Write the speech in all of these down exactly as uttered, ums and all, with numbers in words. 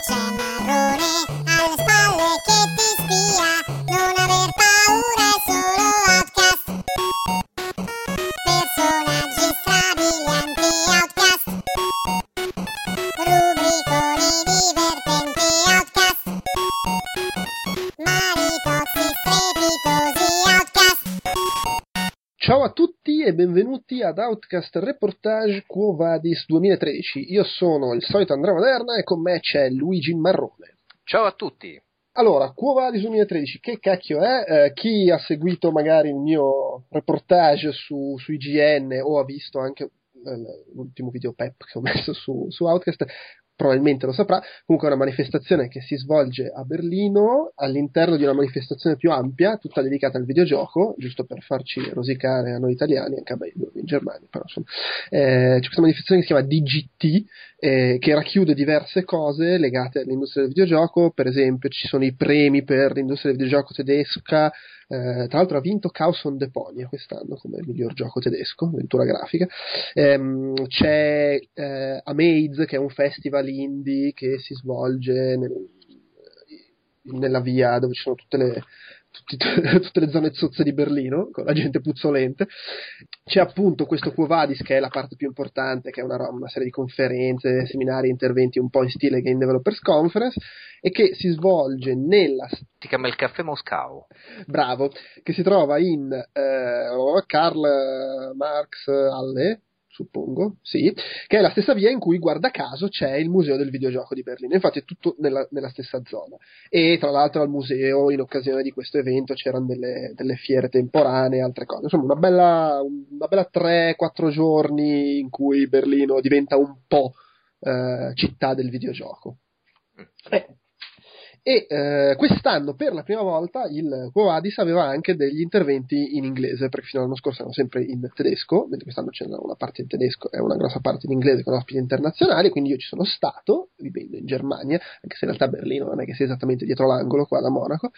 c'è marrone alle spalle che ti spia, non aver paura, è solo Outcast. Personaggi strabilianti, Outcast. Rubriconi divertenti, Outcast. Maritozzi strepitosi, Outcast. Ciao a tutti e benvenuti ad Outcast Reportage Quo Vadis duemilatredici. Io sono il solito Andrea Maderna e con me c'è Luigi Marrone. Ciao a tutti. Allora, Quo Vadis duemilatredici, che cacchio è? Eh, chi ha seguito magari il mio reportage su, su I G N o ha visto anche eh, l'ultimo video Pep che ho messo su, su Outcast probabilmente lo saprà. Comunque è una manifestazione che si svolge a Berlino all'interno di una manifestazione più ampia, tutta dedicata al videogioco, giusto per farci rosicare a noi italiani, anche a me in Germania, però insomma. Eh, c'è questa manifestazione che si chiama D G T, eh, che racchiude diverse cose legate all'industria del videogioco. Per esempio ci sono i premi per l'industria del videogioco tedesca. Eh, tra l'altro ha vinto Chaos on Deponia quest'anno come miglior gioco tedesco, avventura grafica. Ehm, c'è eh, Amaze, che è un festival indie che si svolge nel, nella via dove ci sono tutte le tutti, tutte le zone zozze di Berlino, con la gente puzzolente. C'è appunto questo Quo Vadis, che è la parte più importante, che è una, una serie di conferenze, seminari, interventi un po' in stile Game Developers Conference, e che si svolge nella... Si chiama il Caffè Moscavo. Bravo, che si trova in eh, Karl Marx Halle, suppongo, sì, che è la stessa via in cui, guarda caso, c'è il museo del videogioco di Berlino. Infatti è tutto nella, nella stessa zona. E tra l'altro al museo, in occasione di questo evento, c'erano delle, delle fiere temporanee e altre cose. Insomma, una bella, una bella tre quattro giorni in cui Berlino diventa un po' eh, città del videogioco. Eh. E eh, quest'anno per la prima volta il Quo Vadis aveva anche degli interventi in inglese, perché fino all'anno scorso erano sempre in tedesco, mentre quest'anno c'è una parte in tedesco e una grossa parte in inglese con ospiti internazionali. Quindi io ci sono stato vivendo in Germania, anche se in realtà Berlino non è che sia esattamente dietro l'angolo qua da Monaco,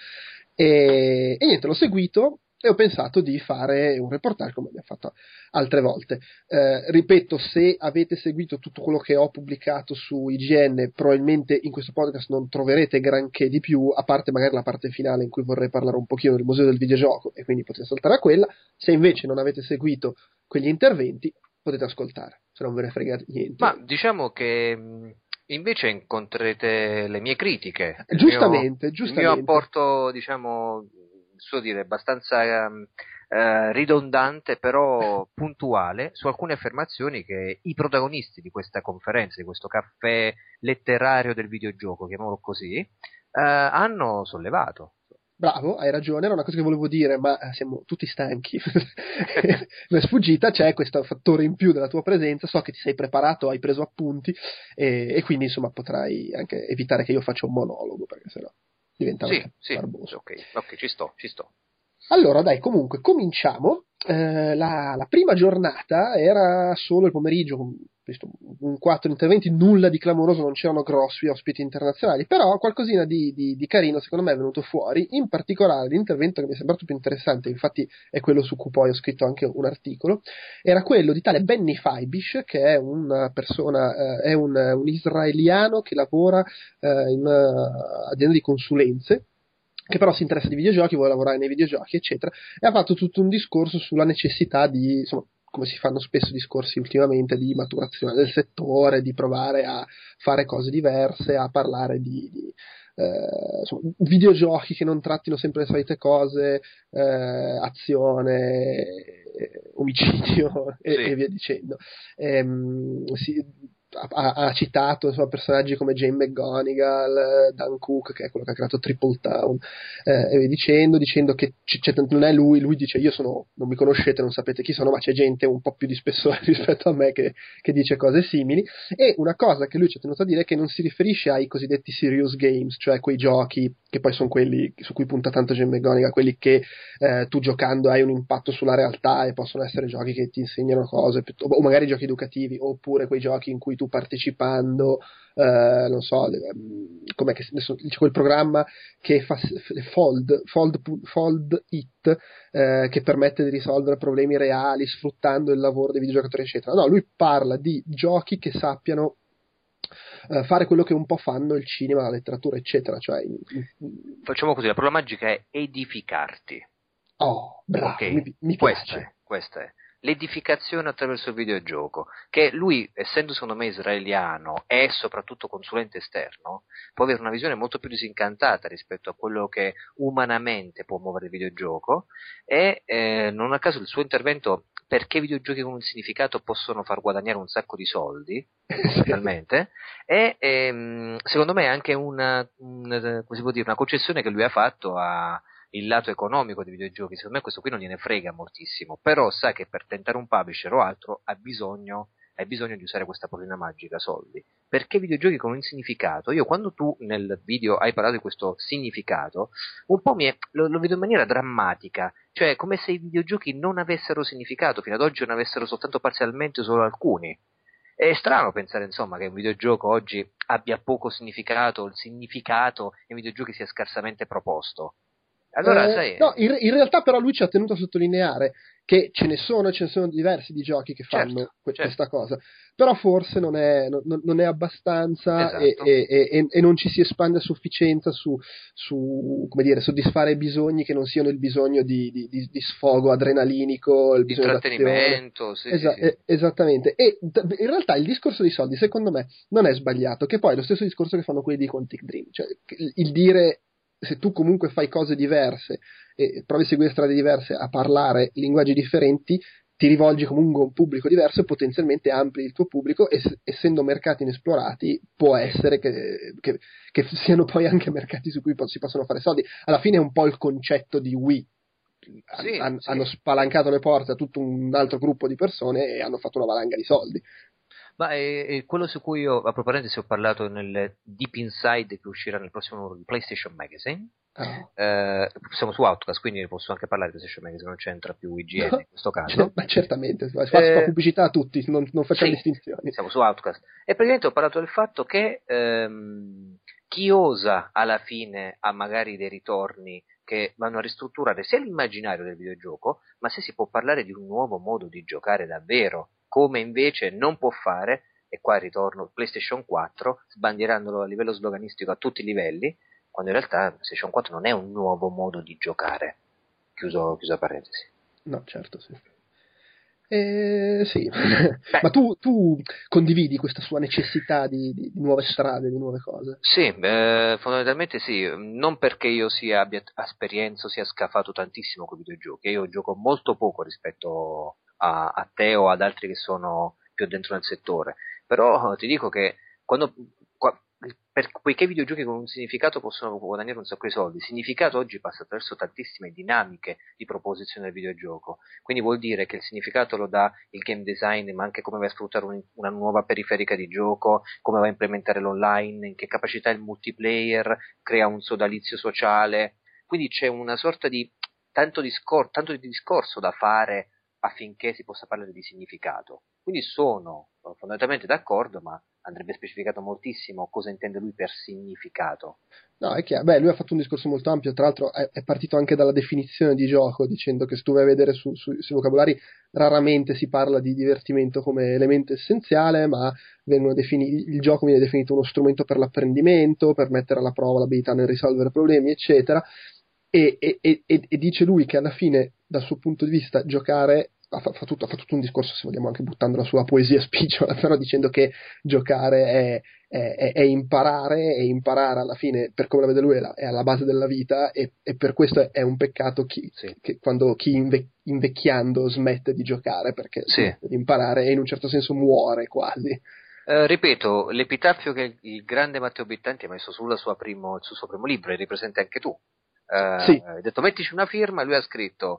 e, e niente, l'ho seguito e ho pensato di fare un reportage come abbiamo fatto altre volte. Eh, ripeto, se avete seguito tutto quello che ho pubblicato su I G N, probabilmente in questo podcast non troverete granché di più, a parte magari la parte finale in cui vorrei parlare un pochino del museo del videogioco, e quindi potete saltare a quella. Se invece non avete seguito quegli interventi, potete ascoltare, se non ve ne frega niente. Ma diciamo che invece incontrerete le mie critiche. Giustamente, il mio, giustamente. Il mio apporto, diciamo, suo dire, abbastanza eh, ridondante, però puntuale, su alcune affermazioni che i protagonisti di questa conferenza, di questo caffè letterario del videogioco, chiamiamolo così, eh, hanno sollevato. Bravo, hai ragione, era una cosa che volevo dire, ma siamo tutti stanchi. Mi è sfuggita, c'è questo fattore in più della tua presenza, so che ti sei preparato, hai preso appunti, e, e quindi insomma potrai anche evitare che io faccia un monologo, perché sennò diventa sì, sì, barboso. Ok, ok, ci sto, ci sto. Allora dai, comunque cominciamo. Eh, la, la prima giornata era solo il pomeriggio, con visto, un quattro interventi, nulla di clamoroso, non c'erano grossi ospiti internazionali, però qualcosina di, di, di carino secondo me è venuto fuori. In particolare l'intervento che mi è sembrato più interessante, infatti è quello su cui poi ho scritto anche un articolo, era quello di tale Benny Feibish, che è una persona, eh, è un, un israeliano che lavora eh, in un'azienda di consulenze, che però si interessa di videogiochi, vuole lavorare nei videogiochi, eccetera, e ha fatto tutto un discorso sulla necessità di, insomma, come si fanno spesso discorsi ultimamente, di maturazione del settore, di provare a fare cose diverse, a parlare di, di eh, insomma, videogiochi che non trattino sempre le solite cose, eh, azione, eh, omicidio e, sì. e via dicendo. Ehm, si, Ha, ha citato insomma, personaggi come Jane McGonigal, Dan Cook, che è quello che ha creato Triple Town, eh, e via dicendo, dicendo che c- c- non è lui, lui dice io sono, non mi conoscete, non sapete chi sono, ma c'è gente un po' più di spessore rispetto a me che, che dice cose simili. E una cosa che lui ci ha tenuto a dire è che non si riferisce ai cosiddetti serious games, cioè quei giochi che poi sono quelli su cui punta tanto Jane McGonigal, quelli che eh, tu giocando hai un impatto sulla realtà, e possono essere giochi che ti insegnano cose, o magari giochi educativi, oppure quei giochi in cui tu partecipando, eh, non so, com'è che adesso c'è quel programma che fa Fold, Fold, Fold It, eh, che permette di risolvere problemi reali sfruttando il lavoro dei videogiocatori, eccetera. No, lui parla di giochi che sappiano uh, fare quello che un po' fanno il cinema, la letteratura, eccetera. Cioè, facciamo così, la parola magica è edificarti. Oh, bravo, okay. mi, mi questa piace. È, questa è. L'edificazione attraverso il videogioco, che lui, essendo secondo me israeliano e soprattutto consulente esterno, può avere una visione molto più disincantata rispetto a quello che umanamente può muovere il videogioco, e eh, non a caso il suo intervento, perché i videogiochi con un significato possono far guadagnare un sacco di soldi, fondamentalmente, e ehm, secondo me è anche una, una, come si può dire, una concessione che lui ha fatto a il lato economico dei videogiochi. Secondo me questo qui non gliene frega moltissimo, però sa che per tentare un publisher o altro ha bisogno, hai bisogno di usare questa pallina magica, soldi, perché i videogiochi con un significato, io quando tu nel video hai parlato di questo significato, un po' mi è, lo, lo vedo in maniera drammatica, cioè come se i videogiochi non avessero significato, fino ad oggi non avessero soltanto parzialmente, solo alcuni. È strano pensare, insomma, che un videogioco oggi abbia poco significato, il significato nei videogiochi sia scarsamente proposto. Allora, eh, sai, no, in, in realtà però lui ci ha tenuto a sottolineare che ce ne sono, ce ne sono diversi di giochi che fanno certo, que- certo. questa cosa, però forse non è, non, non è abbastanza, esatto. e, e, e, e non ci si espande a sufficienza su, su, come dire, soddisfare bisogni che non siano il bisogno di, di, di, di sfogo adrenalinico, il Di bisogno intrattenimento, sì, Esa- sì, sì. eh, esattamente. E d- in realtà il discorso dei soldi, secondo me, non è sbagliato, che poi è lo stesso discorso che fanno quelli di Quantic Dream, cioè il, il dire, se tu comunque fai cose diverse e provi a seguire strade diverse, a parlare linguaggi differenti, ti rivolgi comunque a un pubblico diverso e potenzialmente ampli il tuo pubblico, e s- essendo mercati inesplorati può essere che, che, che siano poi anche mercati su cui po- si possono fare soldi. Alla fine è un po' il concetto di Wii. Sì, Han, sì. hanno spalancato le porte a tutto un altro gruppo di persone e hanno fatto una valanga di soldi. Ma è, è quello su cui io, a proposito, ho parlato nel Deep Inside che uscirà nel prossimo numero di PlayStation Magazine. Oh. Eh, siamo su Outcast, quindi posso anche parlare di PlayStation Magazine, non c'entra più I G N No, in questo caso. cioè, ma certamente, fa, Eh, fa pubblicità a tutti, non, non facciamo sì, distinzioni. siamo su Outcast. E praticamente ho parlato del fatto che ehm, chi osa alla fine ha magari dei ritorni che vanno a ristrutturare sia l'immaginario del videogioco, ma se si può parlare di un nuovo modo di giocare davvero, come invece non può fare, e qua ritorno PlayStation quattro, sbandierandolo a livello sloganistico a tutti i livelli, quando in realtà PlayStation quattro non è un nuovo modo di giocare. Chiuso, chiusa parentesi. No, certo, sì. Eh, sì. Beh, Ma tu, tu condividi questa sua necessità di, di, di nuove strade, di nuove cose? Sì, eh, fondamentalmente sì, non perché io sia abbia esperienza o sia scafato tantissimo con i videogiochi, io gioco molto poco rispetto a, a te o ad altri che sono più dentro nel settore, però ti dico che quando, qua, per, poiché i videogiochi con un significato possono guadagnare un sacco di soldi, il significato oggi passa attraverso tantissime dinamiche di proposizione del videogioco, quindi vuol dire che il significato lo dà il game design, ma anche come vai a sfruttare un, una nuova periferica di gioco, come vai a implementare l'online, in che capacità il multiplayer crea un sodalizio sociale, quindi c'è una sorta di tanto, discor- tanto di discorso da fare affinché si possa parlare di significato. Quindi sono fondamentalmente d'accordo, ma andrebbe specificato moltissimo cosa intende lui per significato. No, è chiaro. Beh, lui ha fatto un discorso molto ampio, tra l'altro è, è partito anche dalla definizione di gioco, dicendo che se tu vai a vedere su, su, sui vocabolari raramente si parla di divertimento come elemento essenziale, ma defini- il gioco viene definito uno strumento per l'apprendimento, per mettere alla prova l'abilità nel risolvere problemi, eccetera, e, e, e, e dice lui che alla fine, dal suo punto di vista, giocare ha, fa, fa tutto, ha fatto tutto un discorso, se vogliamo, anche buttando la sua poesia spicciola, però dicendo che giocare è È, è imparare, e imparare alla fine, per come la vede lui, è, la, è alla base della vita, e, e per questo è un peccato chi, sì. che, quando chi inve, invecchiando smette di giocare, perché sì. smette di imparare e in un certo senso muore quasi. Eh, ripeto, l'epitaffio che il grande Matteo Bittanti ha messo sulla sua primo, sul suo primo libro, e ripresenti anche tu. Eh, Sì. Ha detto mettici una firma, lui ha scritto,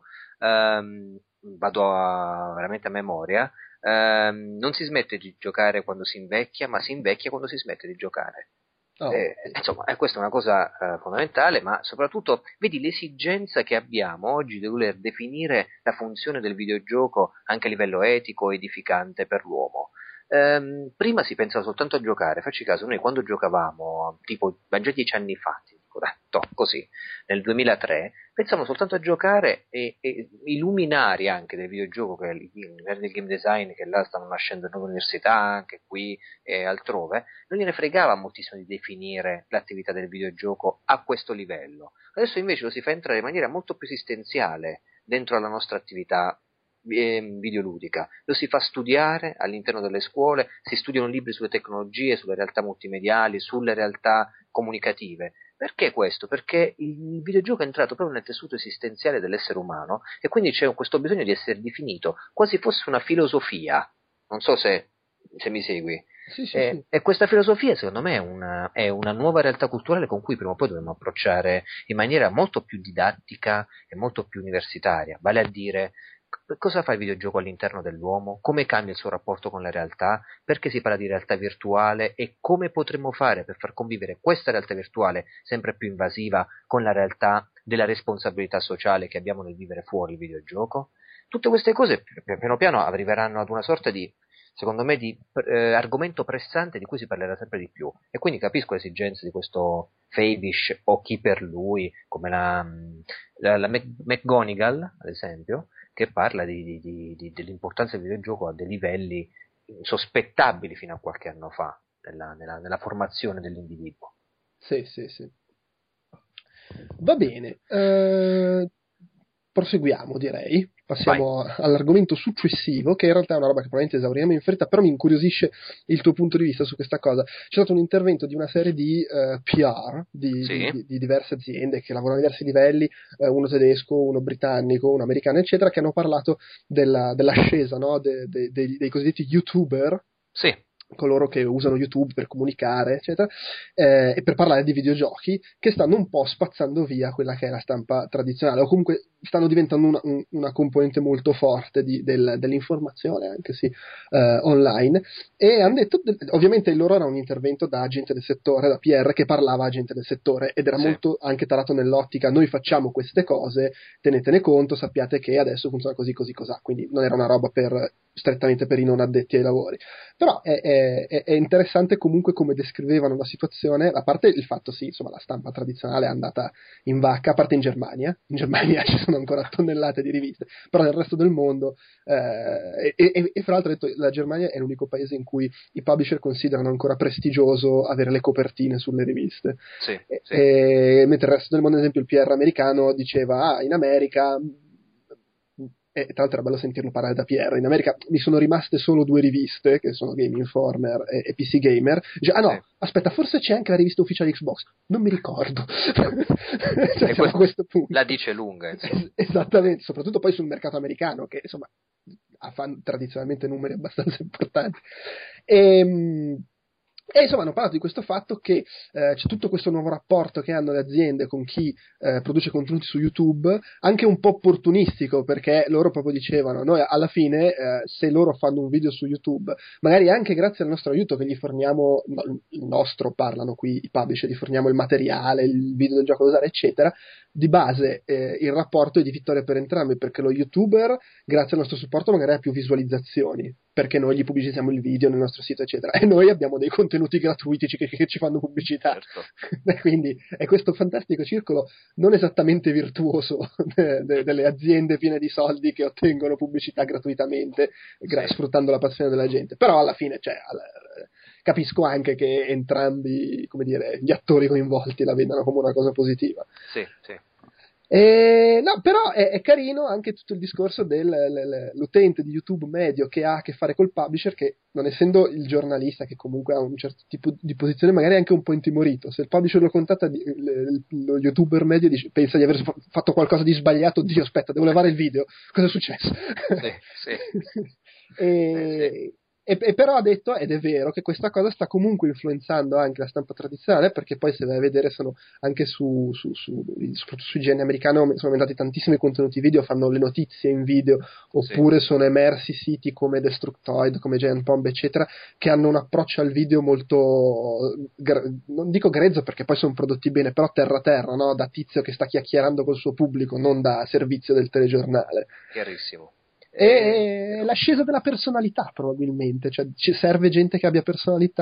ehm, vado a, veramente a memoria, ehm, non si smette di giocare quando si invecchia, ma si invecchia quando si smette di giocare. Oh. Eh, insomma, eh, questa è una cosa eh, fondamentale, ma soprattutto vedi l'esigenza che abbiamo oggi di voler definire la funzione del videogioco anche a livello etico, edificante per l'uomo. Ehm, prima si pensava soltanto a giocare, facci caso, noi quando giocavamo, tipo già dieci anni fa, to, così, nel duemilatré, pensavano soltanto a giocare e, e i luminari anche del videogioco, che del game design, che là stanno nascendo in nuove università, anche qui e altrove, non gliene fregava moltissimo di definire l'attività del videogioco a questo livello. Adesso invece lo si fa entrare in maniera molto più esistenziale dentro alla nostra attività videoludica, lo si fa studiare all'interno delle scuole, si studiano libri sulle tecnologie, sulle realtà multimediali, sulle realtà comunicative. Perché questo? Perché il videogioco è entrato proprio nel tessuto esistenziale dell'essere umano e quindi c'è questo bisogno di essere definito quasi fosse una filosofia. Non so se, se mi segui. Sì, sì, e, sì. e questa filosofia secondo me è una, è una nuova realtà culturale con cui prima o poi dovremmo approcciare in maniera molto più didattica e molto più universitaria, vale a dire cosa fa il videogioco all'interno dell'uomo, come cambia il suo rapporto con la realtà, perché si parla di realtà virtuale e come potremmo fare per far convivere questa realtà virtuale sempre più invasiva con la realtà della responsabilità sociale che abbiamo nel vivere fuori il videogioco. Tutte queste cose piano piano arriveranno ad una sorta di, secondo me, di eh, argomento pressante di cui si parlerà sempre di più, e quindi capisco le esigenze di questo Fabish o chi per lui, come la, la, la McGonigal ad esempio, che parla di, di, di, dell'importanza del videogioco a dei livelli insospettabili fino a qualche anno fa nella, nella, nella formazione dell'individuo. Sì, sì, sì. Va bene, eh, proseguiamo, direi. Passiamo Vai. all'argomento successivo, che in realtà è una roba che probabilmente esauriremo in fretta, però mi incuriosisce il tuo punto di vista su questa cosa. C'è stato un intervento di una serie di uh, P R di, sì. di, di diverse aziende che lavorano a diversi livelli, uh, uno tedesco, uno britannico, uno americano, eccetera, che hanno parlato della, dell'ascesa, no? de, de, de, dei cosiddetti YouTuber. Sì. Coloro che usano YouTube per comunicare, eccetera, eh, e per parlare di videogiochi, che stanno un po' spazzando via quella che è la stampa tradizionale, o comunque stanno diventando una, un, una componente molto forte di, del, dell'informazione, anche sì, eh, online, e hanno detto, ovviamente il loro era un intervento da agente del settore, da P R, che parlava agente del settore, ed era sì. molto anche tarato nell'ottica, noi facciamo queste cose, tenetene conto, sappiate che adesso funziona così, così, così, quindi non era una roba per strettamente per i non addetti ai lavori, però è, è, è interessante comunque come descrivevano la situazione, a parte il fatto sì, insomma la stampa tradizionale è andata in vacca, a parte in Germania, in Germania ci sono ancora tonnellate di riviste, però nel resto del mondo, eh, e, e, e fra l'altro detto, la Germania è l'unico paese in cui i publisher considerano ancora prestigioso avere le copertine sulle riviste, sì, e, sì. e, mentre il resto del mondo, ad esempio il P R americano diceva, ah, in America... e tra l'altro era bello sentirlo parlare da P R, in America mi sono rimaste solo due riviste che sono Game Informer e, e P C Gamer. Dice, ah no, sì. Aspetta, forse c'è anche la rivista ufficiale Xbox, non mi ricordo. Cioè, e questo, a questo punto la dice lunga, insomma. Esattamente, soprattutto poi sul mercato americano che insomma ha tradizionalmente numeri abbastanza importanti. E E insomma hanno parlato di questo fatto che eh, c'è tutto questo nuovo rapporto che hanno le aziende con chi eh, produce contenuti su YouTube, anche un po' opportunistico, perché loro proprio dicevano, noi alla fine eh, se loro fanno un video su YouTube, magari anche grazie al nostro aiuto che gli forniamo, no, il nostro, parlano qui i publisher, gli forniamo il materiale, il video del gioco da usare, eccetera, di base eh, il rapporto è di vittoria per entrambi, perché lo YouTuber, grazie al nostro supporto, magari ha più visualizzazioni, perché noi gli pubblicizziamo il video nel nostro sito, eccetera, e noi abbiamo dei contenuti gratuiti che, che ci fanno pubblicità. Certo. Quindi è questo fantastico circolo non esattamente virtuoso de, de, delle aziende piene di soldi che ottengono pubblicità gratuitamente, gra- sì. sfruttando la passione della gente. Però alla fine, cioè, alla, capisco anche che entrambi, come dire, gli attori coinvolti la vedano come una cosa positiva. Sì, sì. E, no, però è, è carino anche tutto il discorso dell'utente di YouTube medio che ha a che fare col publisher, che non essendo il giornalista che comunque ha un certo tipo di posizione magari anche un po' intimorito, se il publisher lo contatta, lo youtuber medio dice, pensa di aver fatto qualcosa di sbagliato, Dio aspetta, devo levare il video, cosa è successo? Sì, sì. e, eh, sì. E, e però ha detto, ed è vero, che questa cosa sta comunque influenzando anche la stampa tradizionale, perché poi se vai a vedere sono anche su, su, su soprattutto su I G N americano sono aumentati tantissimi contenuti video, fanno le notizie in video, oppure sì. sono emersi siti come Destructoid, come Giant Bomb, eccetera, che hanno un approccio al video molto, non dico grezzo perché poi sono prodotti bene, però terra terra, no? Da tizio che sta chiacchierando col suo pubblico, non da servizio del telegiornale. Chiarissimo. E l'ascesa della personalità probabilmente, cioè ci serve gente che abbia personalità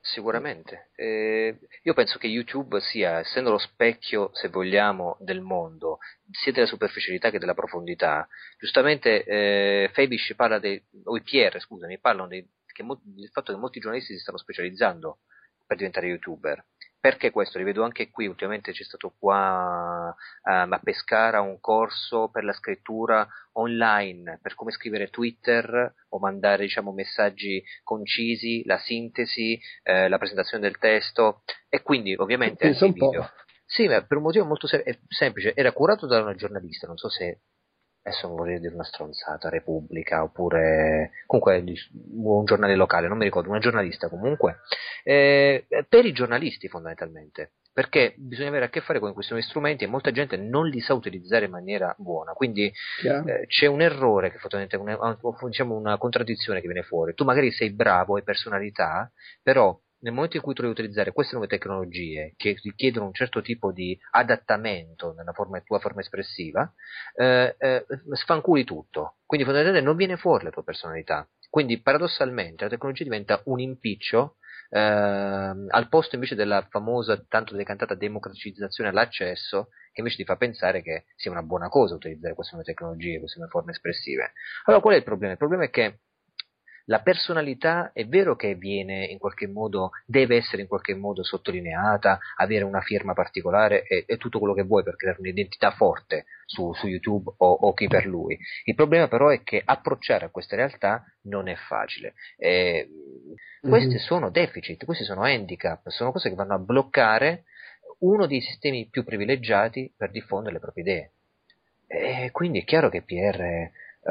Sicuramente. Eh, io penso che YouTube sia, essendo lo specchio, se vogliamo, del mondo, sia della superficialità che della profondità. Giustamente eh, Fabish parla dei, o i P R, scusami, parlano dei, che mo, del fatto che molti giornalisti si stanno specializzando per diventare YouTuber. Perché questo? Li vedo anche qui, ultimamente c'è stato qua um, a Pescara un corso per la scrittura online, per come scrivere Twitter o mandare, diciamo, messaggi concisi, la sintesi, eh, la presentazione del testo, e quindi ovviamente Pensa anche i un video. po'. Sì, ma per un motivo molto sem- semplice, era curato da una giornalista, non so se, adesso non vorrei dire una stronzata, Repubblica, oppure comunque un giornale locale, non mi ricordo, una giornalista comunque, eh, per i giornalisti fondamentalmente, perché bisogna avere a che fare con questi nuovi strumenti e molta gente non li sa utilizzare in maniera buona, quindi eh, c'è un errore, che fondamentalmente una, diciamo una contraddizione che viene fuori. Tu magari sei bravo, hai personalità, però nel momento in cui trovi a utilizzare queste nuove tecnologie che richiedono un certo tipo di adattamento nella forma, tua forma espressiva, eh, eh, sfanculi tutto, quindi fondamentalmente non viene fuori la tua personalità, quindi paradossalmente la tecnologia diventa un impiccio eh, al posto invece della famosa, tanto decantata democratizzazione all'accesso, che invece ti fa pensare che sia una buona cosa utilizzare queste nuove tecnologie, queste nuove forme espressive. Allora qual è il problema? Il problema è che la personalità è vero che viene in qualche modo, deve essere in qualche modo sottolineata, avere una firma particolare e, e tutto quello che vuoi per creare un'identità forte su, su YouTube o, o chi per lui. Il problema però è che approcciare a queste realtà non è facile. E, mm-hmm. Questi sono deficit, questi sono handicap, sono cose che vanno a bloccare uno dei sistemi più privilegiati per diffondere le proprie idee. E quindi è chiaro che P R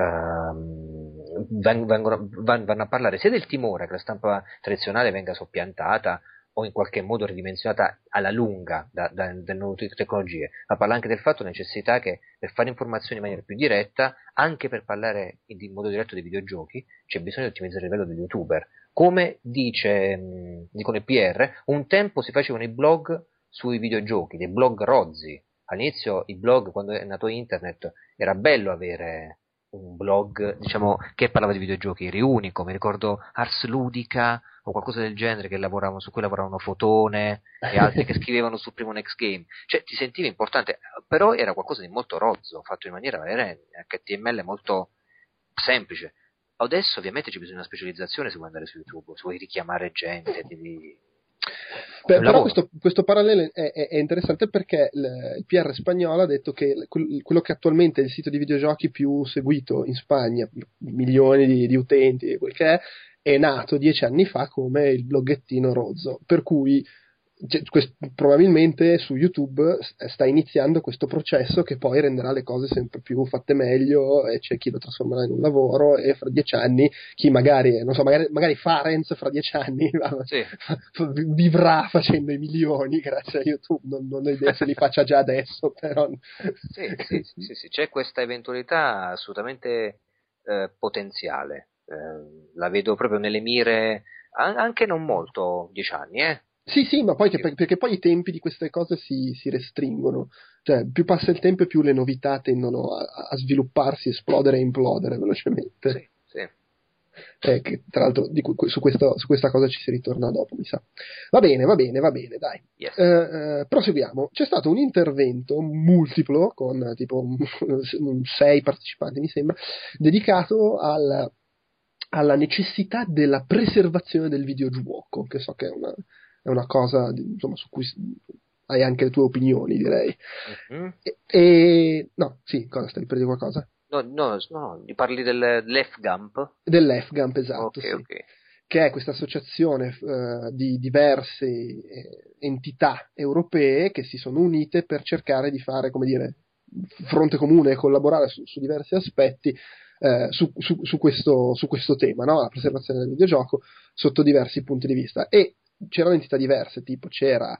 Uh, vengono, vanno a parlare sia del timore che la stampa tradizionale venga soppiantata o in qualche modo ridimensionata alla lunga da, da, da nuove tecnologie, ma parla anche del fatto della necessità che per fare informazioni in maniera più diretta, anche per parlare in, in modo diretto dei videogiochi, c'è bisogno di ottimizzare il livello degli youtuber. Come dice, mh, dicono i P R, un tempo si facevano i blog sui videogiochi, dei blog rozzi. All'inizio i blog, quando è nato internet, era bello avere un blog, diciamo, che parlava di videogiochi, eri unico, mi ricordo Ars Ludica o qualcosa del genere, che lavoravano, su cui lavoravano Fotone e altri che scrivevano sul primo Next Game, cioè ti sentivi importante, però era qualcosa di molto rozzo, fatto in maniera H T M L molto semplice. Adesso ovviamente c'è bisogno di una specializzazione se vuoi andare su YouTube, se vuoi richiamare gente, devi... Beh, però questo, questo parallelo è, è, è interessante perché il, il P R spagnolo ha detto che quello che attualmente è il sito di videogiochi più seguito in Spagna, milioni di, di utenti, quel che è, è nato dieci anni fa come il bloggettino rozzo, per cui cioè, quest, probabilmente su YouTube sta iniziando questo processo che poi renderà le cose sempre più fatte meglio, e c'è chi lo trasformerà in un lavoro, e fra dieci anni chi magari, non so, magari, magari Farenz fra dieci anni sì. vivrà facendo i milioni grazie a YouTube, non, non ho idea se li faccia già adesso, però sì, sì, sì, sì, sì. C'è questa eventualità assolutamente eh, potenziale, eh, la vedo proprio nelle mire, anche non molto, dieci anni, eh Sì, sì, ma poi che, perché poi i tempi di queste cose si, si restringono, cioè più passa il tempo e più le novità tendono a, a svilupparsi, esplodere e implodere velocemente. Sì, sì. Eh, che, tra l'altro di, su, questo, su questa cosa ci si ritorna dopo, mi sa. Va bene, va bene, va bene, dai. Yes. Eh, eh, proseguiamo. C'è stato un intervento multiplo con tipo sei partecipanti, mi sembra, dedicato al, alla necessità della preservazione del videogioco, che so che è una è una cosa, insomma, su cui hai anche le tue opinioni, direi. Mm-hmm. E, e no, sì, cosa stai per dire qualcosa? No, no, no, parli del, dell'F Gump? Dell'F Gump, esatto, okay, sì. Okay. Che è questa associazione uh, di diverse eh, entità europee che si sono unite per cercare di fare, come dire, fronte comune e collaborare su, su diversi aspetti eh, su, su, su, questo, su questo tema, no? La preservazione del videogioco sotto diversi punti di vista. E c'erano entità diverse, tipo c'era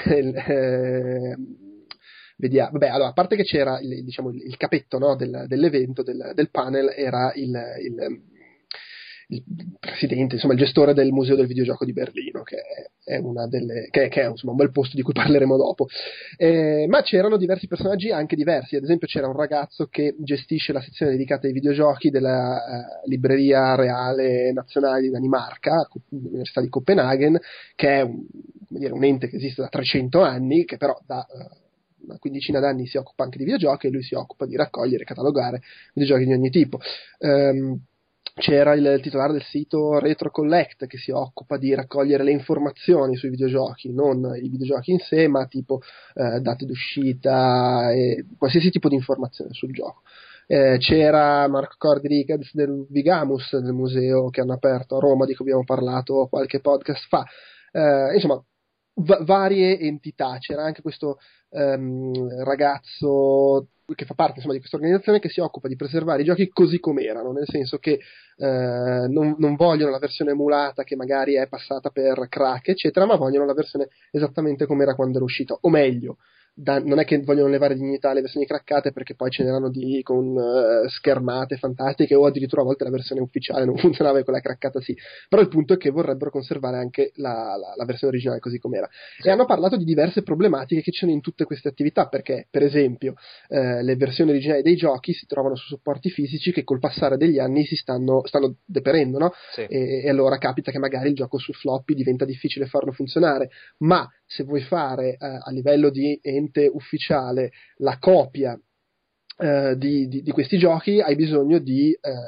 eh, vediamo, vabbè, allora, a parte che c'era il, diciamo, il capetto, no, del, dell'evento, del, del panel, era il, il, il presidente, insomma il gestore del museo del videogioco di Berlino, che è, è una delle che, che è insomma un bel posto di cui parleremo dopo. Eh, ma c'erano diversi personaggi anche diversi, ad esempio c'era un ragazzo che gestisce la sezione dedicata ai videogiochi della uh, libreria reale nazionale di Danimarca, all'Università di Copenaghen, che è un, come dire, un ente che esiste da trecento anni, che però da uh, una quindicina d'anni si occupa anche di videogiochi, e lui si occupa di raccogliere e catalogare videogiochi di ogni tipo. Um, c'era il titolare del sito Retro Collect che si occupa di raccogliere le informazioni sui videogiochi, non i videogiochi in sé, ma tipo eh, date d'uscita e qualsiasi tipo di informazione sul gioco. Eh, c'era Marco Cordi del Vigamus, del museo che hanno aperto a Roma, di cui abbiamo parlato qualche podcast fa. Eh, insomma, v- varie entità. C'era anche questo ehm, ragazzo che fa parte insomma di questa organizzazione che si occupa di preservare i giochi così com'erano, nel senso che eh, non, non vogliono la versione emulata che magari è passata per crack eccetera, ma vogliono la versione esattamente come era quando era uscita, o meglio, da, non è che vogliono levare dignità alle versioni craccate, perché poi ce n'erano di con uh, schermate fantastiche, o addirittura a volte la versione ufficiale non funzionava e quella craccata sì, però il punto è che vorrebbero conservare anche la, la, la versione originale così com'era. Sì. E hanno parlato di diverse problematiche che ci sono in tutte queste attività, perché per esempio eh, le versioni originali dei giochi si trovano su supporti fisici che col passare degli anni si stanno, stanno deperendo, no? Sì. e, e allora capita che magari il gioco su floppy diventa difficile farlo funzionare, ma se vuoi fare eh, a livello di ente ufficiale la copia eh, di, di, di questi giochi, hai bisogno di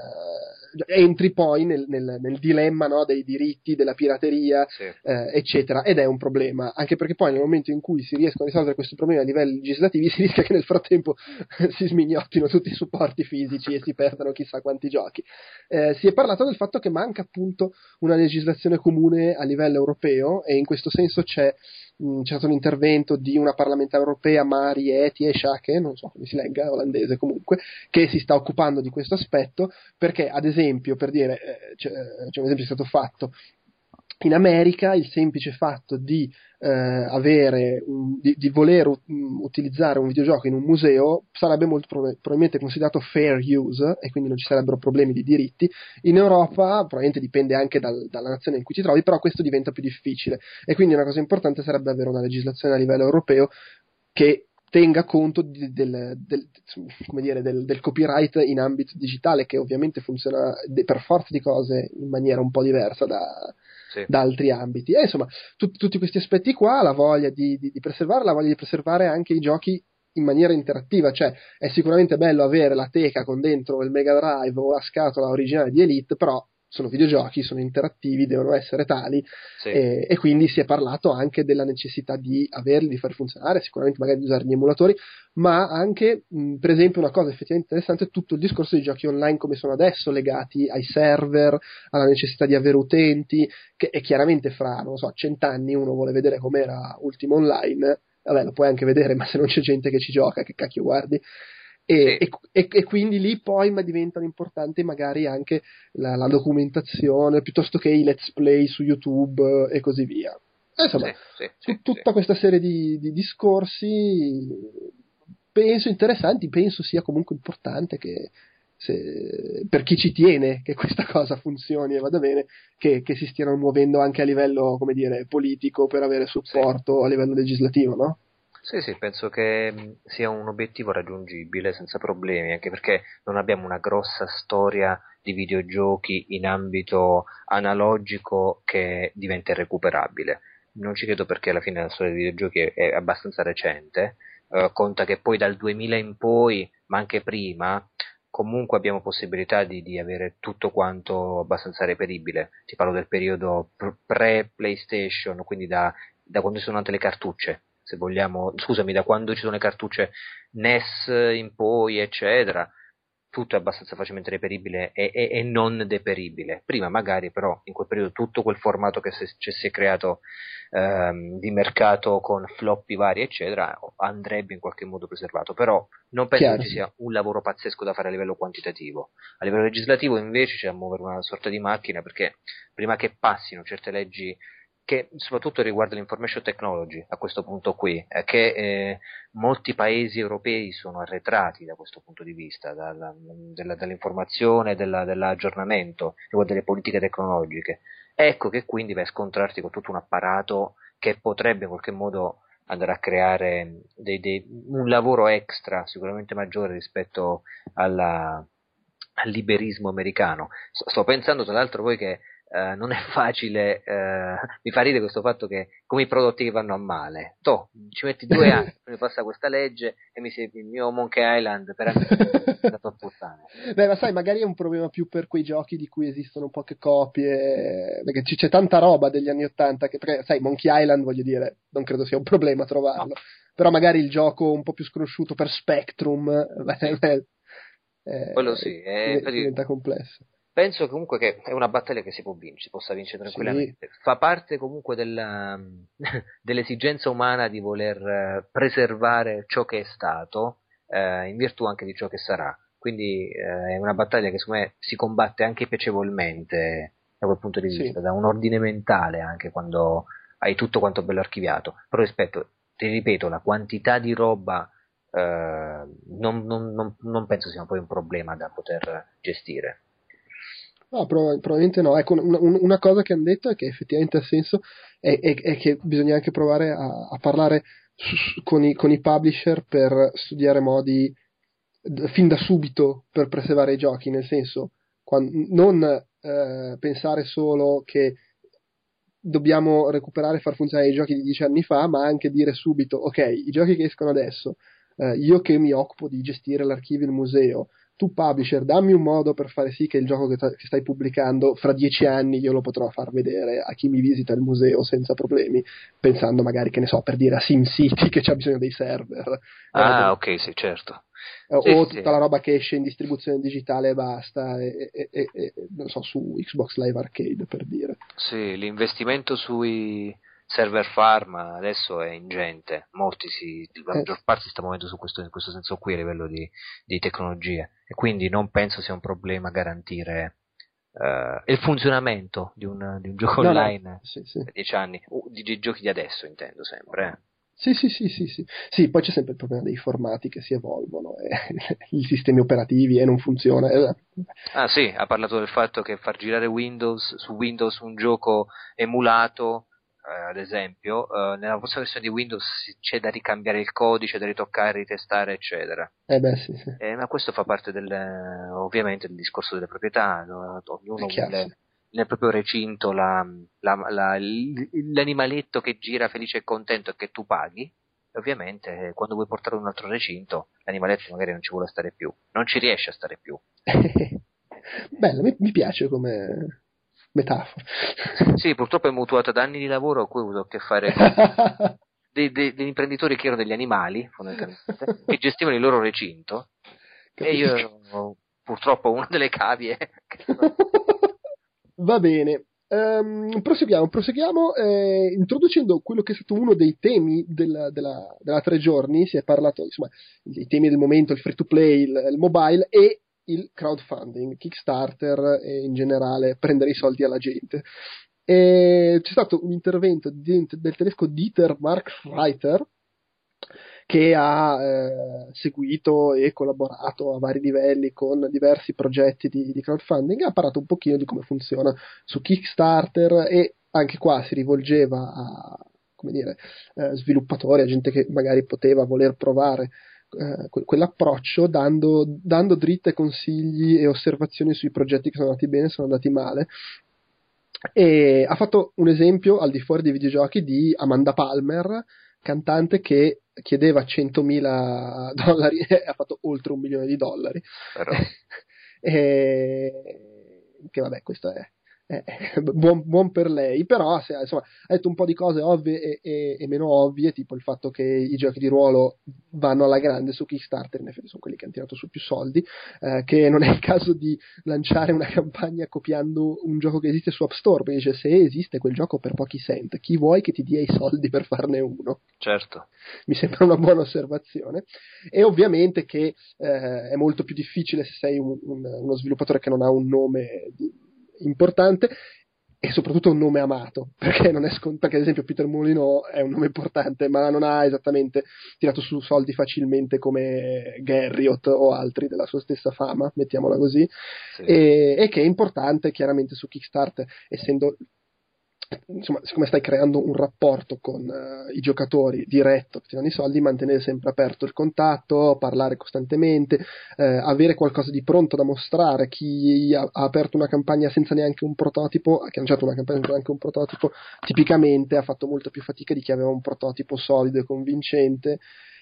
eh, entri poi nel, nel, nel dilemma, no, dei diritti, della pirateria, sì. eh, eccetera, ed è un problema, anche perché poi nel momento in cui si riescono a risolvere questi problemi a livelli legislativi si rischia che nel frattempo si smignottino tutti i supporti fisici e si perdano chissà quanti giochi. Eh, si è parlato del fatto che manca appunto una legislazione comune a livello europeo, e in questo senso c'è c'è stato un intervento di una parlamentare europea, Marietje Schaake, non so come si legga, olandese comunque, che si sta occupando di questo aspetto, perché ad esempio, per dire, eh, c'è, c'è un esempio che è stato fatto in America, il semplice fatto di eh, avere un, di, di voler u- utilizzare un videogioco in un museo sarebbe molto prob- probabilmente considerato fair use, e quindi non ci sarebbero problemi di diritti. In Europa probabilmente dipende anche dal, dalla nazione in cui ti trovi, però questo diventa più difficile, e quindi una cosa importante sarebbe avere una legislazione a livello europeo che tenga conto di, del, del, come dire, del, del copyright in ambito digitale, che ovviamente funziona de, per forza di cose in maniera un po' diversa da, sì. da altri ambiti. E insomma, tut, tutti questi aspetti qua, la voglia di, di, di preservare, la voglia di preservare anche i giochi in maniera interattiva, cioè è sicuramente bello avere la teca con dentro il Mega Drive o la scatola originale di Elite, però sono videogiochi, sono interattivi, devono essere tali, sì. e, e quindi si è parlato anche della necessità di averli, di far funzionare, sicuramente magari di usare gli emulatori, ma anche mh, per esempio una cosa effettivamente interessante è tutto il discorso di giochi online come sono adesso, legati ai server, alla necessità di avere utenti, che è chiaramente fra, non so, cent'anni uno vuole vedere com'era Ultima Online, vabbè lo puoi anche vedere, ma se non c'è gente che ci gioca, che cacchio guardi? E, sì. e, e quindi lì poi ma diventano importanti magari anche la, la documentazione piuttosto che i let's play su YouTube e così via. E insomma, sì, sì, sì, tutta sì. questa serie di, di discorsi penso interessanti, penso sia comunque importante che se, per chi ci tiene che questa cosa funzioni e vada bene, che, che si stiano muovendo anche a livello, come dire, politico per avere supporto sì. a livello legislativo, no? Sì, sì, penso che sia un obiettivo raggiungibile senza problemi, anche perché non abbiamo una grossa storia di videogiochi in ambito analogico che diventa irrecuperabile. Non ci credo, perché alla fine la storia dei videogiochi è, è abbastanza recente, uh, conta che poi dal duemila in poi, ma anche prima, comunque abbiamo possibilità di, di avere tutto quanto abbastanza reperibile. Ti parlo del periodo pre-PlayStation, quindi da, da quando sono nate le cartucce. Se vogliamo, scusami, da quando ci sono le cartucce N E S in poi, eccetera, tutto è abbastanza facilmente reperibile e, e, e non deperibile. Prima magari però, in quel periodo, tutto quel formato che si, ci si è creato ehm, di mercato con floppy vari, eccetera, andrebbe in qualche modo preservato, però non penso Chiaro. Che ci sia un lavoro pazzesco da fare a livello quantitativo. A livello legislativo invece c'è da muovere una sorta di macchina, perché prima che passino certe leggi che soprattutto riguarda l'information technology a questo punto qui, è che eh, molti paesi europei sono arretrati da questo punto di vista, dalla, della, dall'informazione, della, dell'aggiornamento, riguardo delle politiche tecnologiche. Ecco che quindi vai a scontrarti con tutto un apparato che potrebbe in qualche modo andare a creare dei, dei, un lavoro extra sicuramente maggiore rispetto alla, al liberismo americano. Sto, sto pensando tra l'altro poi che Uh, non è facile, uh, mi fa ridere questo fatto che come i prodotti che vanno a male, toh, ci metti due anni per passare questa legge e mi sei il mio Monkey Island per anni andato a puttane. Beh, ma sai, magari è un problema più per quei giochi di cui esistono poche copie, perché c- c'è tanta roba degli anni Ottanta che, perché, sai, Monkey Island, voglio dire, non credo sia un problema trovarlo, no. Però magari il gioco un po' più sconosciuto per Spectrum eh, eh, quello sì, eh, diventa complesso. Penso comunque che è una battaglia che si può vincere, si possa vincere tranquillamente. Sì. Fa parte comunque della, dell'esigenza umana di voler preservare ciò che è stato, eh, in virtù anche di ciò che sarà. Quindi eh, è una battaglia che secondo me si combatte anche piacevolmente da quel punto di vista, sì. Da un ordine mentale anche quando hai tutto quanto bello archiviato. Però rispetto, ti ripeto, la quantità di roba eh, non, non, non, non penso sia poi un problema da poter gestire. No, probabilmente no. Ecco, una, una cosa che hanno detto è che effettivamente ha senso è, è, è che bisogna anche provare a, a parlare su, con, i, con i publisher per studiare modi fin da subito per preservare i giochi, nel senso quando, non eh, pensare solo che dobbiamo recuperare e far funzionare i giochi di dieci anni fa, ma anche dire subito, ok, i giochi che escono adesso, eh, io che mi occupo di gestire l'archivio e il museo, tu publisher dammi un modo per fare sì che il gioco che, t- che stai pubblicando fra dieci anni io lo potrò far vedere a chi mi visita il museo senza problemi, pensando magari, che ne so, per dire a SimCity che c'ha bisogno dei server, ah eh, ok, sì, certo, o, sì, o sì, tutta la roba che esce in distribuzione digitale e basta e, e, e, e non so, su Xbox Live Arcade, per dire. Sì, l'investimento sui server farm adesso è ingente, molti si, la maggior parte si sta muovendo su questo, in questo senso qui a livello di, di tecnologie, e quindi non penso sia un problema garantire uh, il funzionamento di un, di un gioco no, online no. Sì, sì. da dieci anni, uh, di, di giochi di adesso intendo sempre. Eh. Sì, sì, sì, sì, sì. Sì, poi c'è sempre il problema dei formati che si evolvono, e i sistemi operativi e non funziona. Ah sì, ha parlato del fatto che far girare Windows su Windows un gioco emulato, eh, ad esempio, eh, nella prossima versione di Windows c'è da ricambiare il codice, da ritoccare, ritestare, eccetera. Eh beh, sì, sì. Eh, ma questo fa parte del, ovviamente del discorso delle proprietà, no? Ognuno vuole nel proprio recinto la, la, la, l'animaletto che gira felice e contento e che tu paghi, e ovviamente quando vuoi portare un altro recinto l'animaletto magari non ci vuole stare più, non ci riesce a stare più. Bello, mi, mi piace come metafora. Sì, purtroppo è mutuata da anni di lavoro a cui ho avuto a che fare con dei, dei, degli imprenditori che erano degli animali, fondamentalmente, che gestivano il loro recinto. Capisco. E io ero purtroppo una delle cavie. Va bene, um, proseguiamo, proseguiamo eh, introducendo quello che è stato uno dei temi della, della, della tre giorni. Si è parlato, insomma, dei temi del momento, il free to play, il, il mobile e il crowdfunding, Kickstarter e in generale prendere i soldi alla gente. E c'è stato un intervento di, del tedesco Dieter Markreiter, che ha eh, seguito e collaborato a vari livelli con diversi progetti di, di crowdfunding, ha parlato un pochino di come funziona su Kickstarter, e anche qua si rivolgeva a, come dire, eh, sviluppatori, a gente che magari poteva voler provare eh, que- quell'approccio, dando, dando dritte consigli e osservazioni sui progetti che sono andati bene e sono andati male. E ha fatto un esempio al di fuori dei videogiochi di Amanda Palmer, cantante che chiedeva centomila dollari e ha fatto oltre un milione di dollari. E che vabbè, questo è, è, è buon, buon per lei, però se, insomma, ha detto un po' di cose ovvie e, e, e meno ovvie, tipo il fatto che i giochi di ruolo vanno alla grande su Kickstarter, in effetti sono quelli che hanno tirato su più soldi, eh, che non è il caso di lanciare una campagna copiando un gioco che esiste su App Store, perché dice, se esiste quel gioco per pochi cent, chi vuoi che ti dia i soldi per farne uno? Certo. Mi sembra una buona osservazione. E ovviamente che eh, è molto più difficile se sei un, un, uno sviluppatore che non ha un nome di, importante, e soprattutto un nome amato, perché non è scontato, perché ad esempio Peter Molyneux è un nome importante, ma non ha esattamente tirato su soldi facilmente come Garriott o altri della sua stessa fama, mettiamola così, Sì. e, e che è importante chiaramente su Kickstarter, essendo, insomma, siccome stai creando un rapporto con uh, i giocatori diretto che ti danno i soldi, mantenere sempre aperto il contatto, parlare costantemente, eh, avere qualcosa di pronto da mostrare. Chi ha, ha aperto una campagna senza neanche un prototipo, ha lanciato una campagna senza neanche un prototipo, tipicamente ha fatto molta più fatica di chi aveva un prototipo solido e convincente.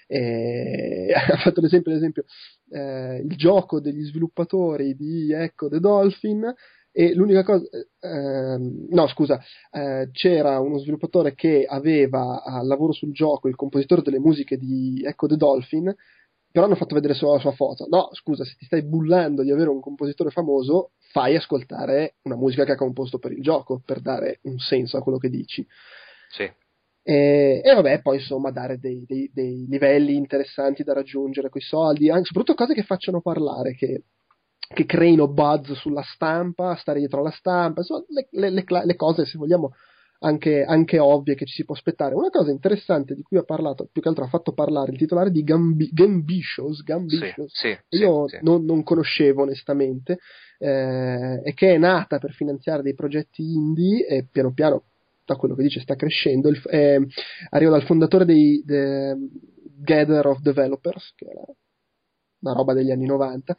E ha fatto l'esempio, l'esempio eh, il gioco degli sviluppatori di Echo the Dolphin. E l'unica cosa, ehm, no scusa, eh, c'era uno sviluppatore che aveva al lavoro sul gioco il compositore delle musiche di Echo the Dolphin, però hanno fatto vedere solo la sua foto. No, scusa, se ti stai bullando di avere un compositore famoso, fai ascoltare una musica che ha composto per il gioco, per dare un senso a quello che dici. Sì. E, e vabbè, poi insomma dare dei, dei, dei livelli interessanti da raggiungere coi soldi, anche soprattutto cose che facciano parlare, che che creino buzz sulla stampa, stare dietro alla stampa, insomma, le, le, le, le cose, se vogliamo, anche, anche ovvie che ci si può aspettare. Una cosa interessante di cui ha parlato, più che altro ha fatto parlare il titolare di Gambi, Gambitious, Gambitious sì, sì, io sì, non, non conoscevo onestamente, eh, e che è nata per finanziare dei progetti indie e piano piano, da quello che dice, sta crescendo. Il, eh, arriva dal fondatore dei de, Gather of Developers, che era una roba degli anni novanta,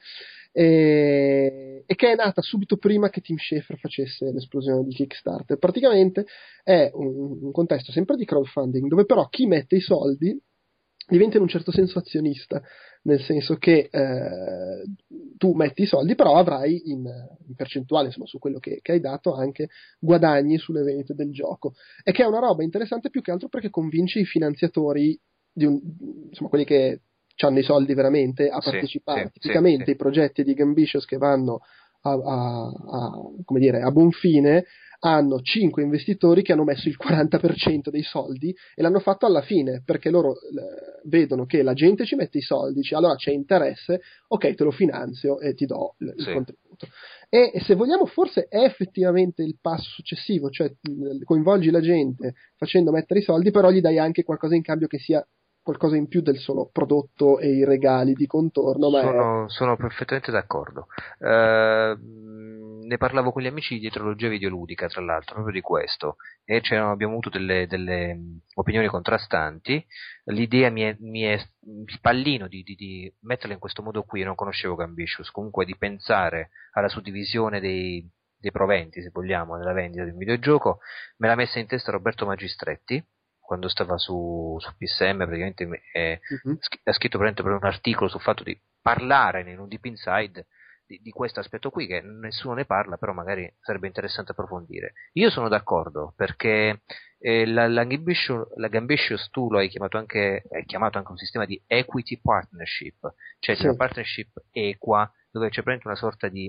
e, e che è nata subito prima che Tim Schafer facesse l'esplosione di Kickstarter. Praticamente è un, un contesto sempre di crowdfunding, dove però chi mette i soldi diventa in un certo senso azionista, nel senso che eh, tu metti i soldi, però avrai in, in percentuale, insomma, su quello che, che hai dato, anche guadagni sulle vendite del gioco, e che è una roba interessante più che altro perché convince i finanziatori, di un, insomma, quelli che hanno i soldi veramente, a sì, partecipare. sì, Tipicamente sì, i progetti di Gambitious che vanno a, a, a, come dire, a buon fine hanno cinque investitori che hanno messo il quaranta per cento dei soldi e l'hanno fatto alla fine, perché loro eh, vedono che la gente ci mette i soldi, dice allora c'è interesse, ok, te lo finanzio e ti do il, il sì. contributo. E, e se vogliamo, forse è effettivamente il passo successivo, cioè coinvolgi la gente facendo mettere i soldi, però gli dai anche qualcosa in cambio che sia qualcosa in più del solo prodotto e i regali di contorno. Ma sono, è... sono perfettamente d'accordo. Eh, ne parlavo con gli amici di Dietrologia Videoludica, tra l'altro, proprio di questo, e abbiamo avuto delle, delle opinioni contrastanti. L'idea mi è, mi è spallino di, di, di metterla in questo modo qui. Io non conoscevo Gambitious, comunque di pensare alla suddivisione dei, dei proventi, se vogliamo, nella vendita di un videogioco, me l'ha messa in testa Roberto Magistretti quando stava su, su P S M. Praticamente eh, uh-huh. ha scritto praticamente per un articolo sul fatto di parlare in un Deep Inside di, di questo aspetto qui, che nessuno ne parla, però magari sarebbe interessante approfondire. Io sono d'accordo, perché eh, la, la, Gambitious, la Gambitious tu lo hai chiamato anche, hai chiamato anche un sistema di equity partnership, cioè Sì. di una partnership equa, dove c'è praticamente una sorta di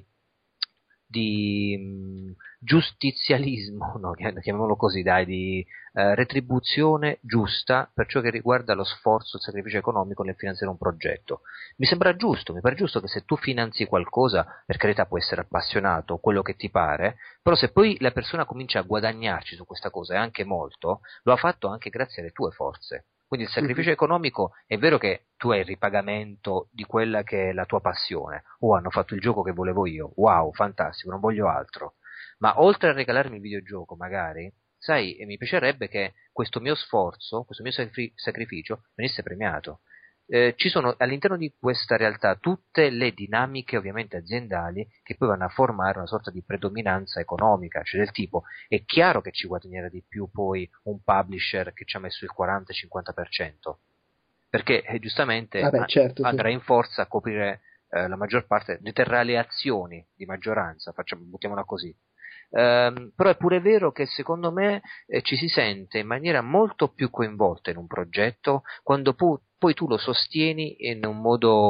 di mh, giustizialismo, no, chiamiamolo così, dai, di eh, retribuzione giusta per ciò che riguarda lo sforzo, il sacrificio economico nel finanziare un progetto. Mi sembra giusto, mi pare giusto che se tu finanzi qualcosa, per carità puoi essere appassionato, quello che ti pare, però se poi la persona comincia a guadagnarci su questa cosa, e anche molto, lo ha fatto anche grazie alle tue forze. Quindi il sacrificio uh-huh. economico, è vero che tu hai il ripagamento di quella che è la tua passione. Oh, hanno fatto il gioco che volevo io, wow, fantastico, non voglio altro. Ma oltre a regalarmi il videogioco, magari, sai, mi piacerebbe che questo mio sforzo, questo mio sacri- sacrificio venisse premiato. Eh, ci sono all'interno di questa realtà tutte le dinamiche ovviamente aziendali che poi vanno a formare una sorta di predominanza economica, cioè del tipo è chiaro che ci guadagnerà di più poi un publisher che ci ha messo il quaranta cinquanta per cento, perché eh, giustamente ah beh, certo, andrà sì. in forza a coprire eh, la maggior parte, deterrà le azioni di maggioranza, facciamo, buttiamola così. Um, però è pure vero che secondo me eh, ci si sente in maniera molto più coinvolta in un progetto quando pu- poi tu lo sostieni in un modo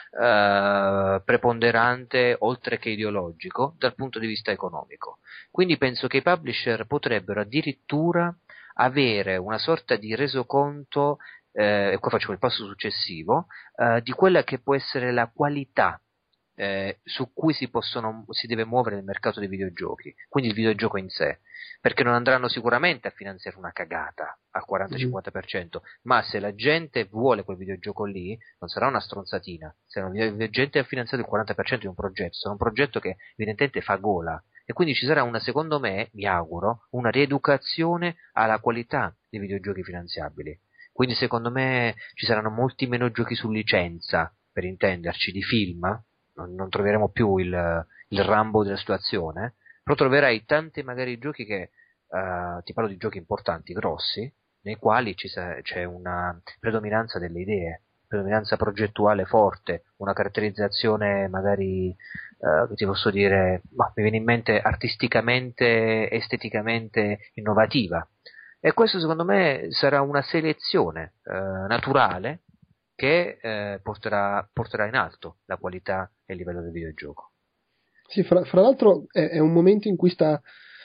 uh, preponderante, oltre che ideologico, dal punto di vista economico. Quindi penso che i publisher potrebbero addirittura avere una sorta di resoconto, eh, e qua facciamo il passo successivo, eh, di quella che può essere la qualità eh, su cui si possono si deve muovere nel mercato dei videogiochi, quindi il videogioco in sé, perché non andranno sicuramente a finanziare una cagata al quaranta-cinquanta per cento, ma se la gente vuole quel videogioco lì non sarà una stronzatina, se la gente ha finanziato il quaranta per cento di un progetto, sarà un progetto che evidentemente fa gola, e quindi ci sarà una, secondo me, mi auguro, una rieducazione alla qualità dei videogiochi finanziabili. Quindi secondo me ci saranno molti meno giochi su licenza, per intenderci, di film, non, non troveremo più il, il Rambo della situazione, però troverai tanti magari giochi che, uh, ti parlo di giochi importanti, grossi, nei quali ci sa- c'è una predominanza delle idee, predominanza progettuale forte, una caratterizzazione magari, uh, che ti posso dire, ma mi viene in mente artisticamente, esteticamente innovativa. E questo secondo me sarà una selezione eh, naturale che eh, porterà, porterà in alto la qualità e il livello del videogioco. Sì, fra, fra l'altro è, è un momento in cui sta,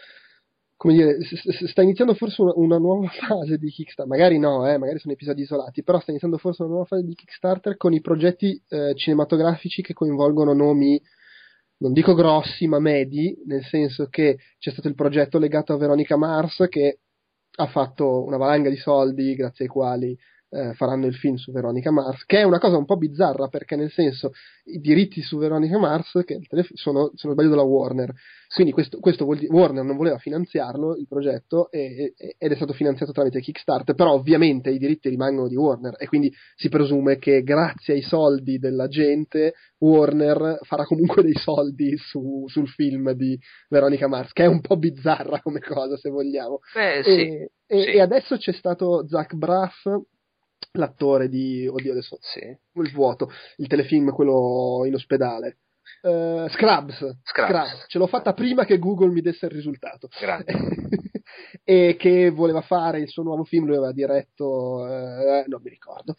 come dire, sta iniziando forse una, una nuova fase di Kickstarter, magari no, eh, magari sono episodi isolati, però sta iniziando forse una nuova fase di Kickstarter con i progetti eh, cinematografici che coinvolgono nomi, non dico grossi, ma medi, nel senso che c'è stato il progetto legato a Veronica Mars che ha fatto una valanga di soldi grazie ai quali eh, faranno il film su Veronica Mars, che è una cosa un po' bizzarra perché nel senso i diritti su Veronica Mars che telef- sono, se non sbaglio, della Warner, quindi questo, questo vuol dire Warner non voleva finanziarlo il progetto e, e, ed è stato finanziato tramite Kickstarter, però ovviamente i diritti rimangono di Warner e quindi si presume che grazie ai soldi della gente Warner farà comunque dei soldi su, sul film di Veronica Mars, che è un po' bizzarra come cosa se vogliamo. Beh, e, sì, e, sì. e adesso c'è stato Zach Braff, l'attore di oddio adesso Sì. il vuoto, il telefilm quello in ospedale, uh, Scrubs, Scrubs. Scrubs ce l'ho fatta prima che Google mi desse il risultato. Grande. E che voleva fare il suo nuovo film, lui aveva diretto eh, non mi ricordo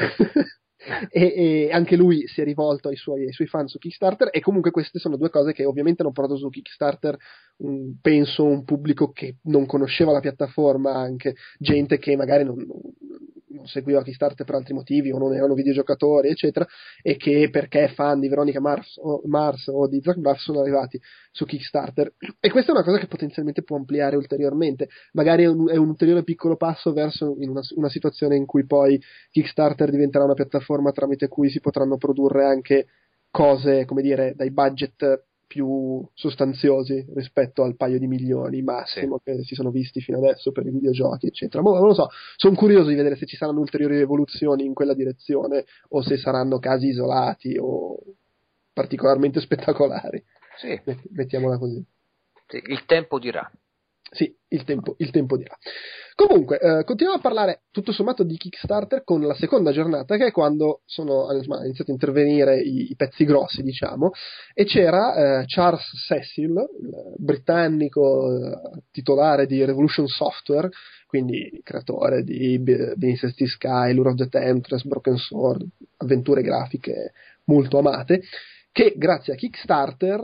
e, e anche lui si è rivolto ai suoi, ai suoi fan su Kickstarter, e comunque queste sono due cose che ovviamente hanno portato su Kickstarter un, penso un pubblico che non conosceva la piattaforma, anche gente che magari non, non, non seguiva Kickstarter per altri motivi o non erano videogiocatori eccetera, e che perché fan di Veronica Mars o, Mars o di Zach Braff sono arrivati su Kickstarter, e questa è una cosa che potenzialmente può ampliare ulteriormente, magari è un, è un ulteriore piccolo passo verso in una, una situazione in cui poi Kickstarter diventerà una piattaforma tramite cui si potranno produrre anche cose, come dire, dai budget più sostanziosi rispetto al paio di milioni massimo sì. che si sono visti fino adesso per i videogiochi eccetera. Ma non lo so, sono curioso di vedere se ci saranno ulteriori evoluzioni in quella direzione o se saranno casi isolati o particolarmente spettacolari. Sì. Mettiamola così. Sì, il tempo dirà. Sì, il tempo, il tempo dirà. Comunque, eh, continuiamo a parlare tutto sommato di Kickstarter con la seconda giornata, che è quando sono hanno iniziato a intervenire i, i pezzi grossi, diciamo, e c'era eh, Charles Cecil, il britannico eh, titolare di Revolution Software, quindi creatore di Beneath the Sky, Lure of the Temptress, Broken Sword, avventure grafiche molto amate, che grazie a Kickstarter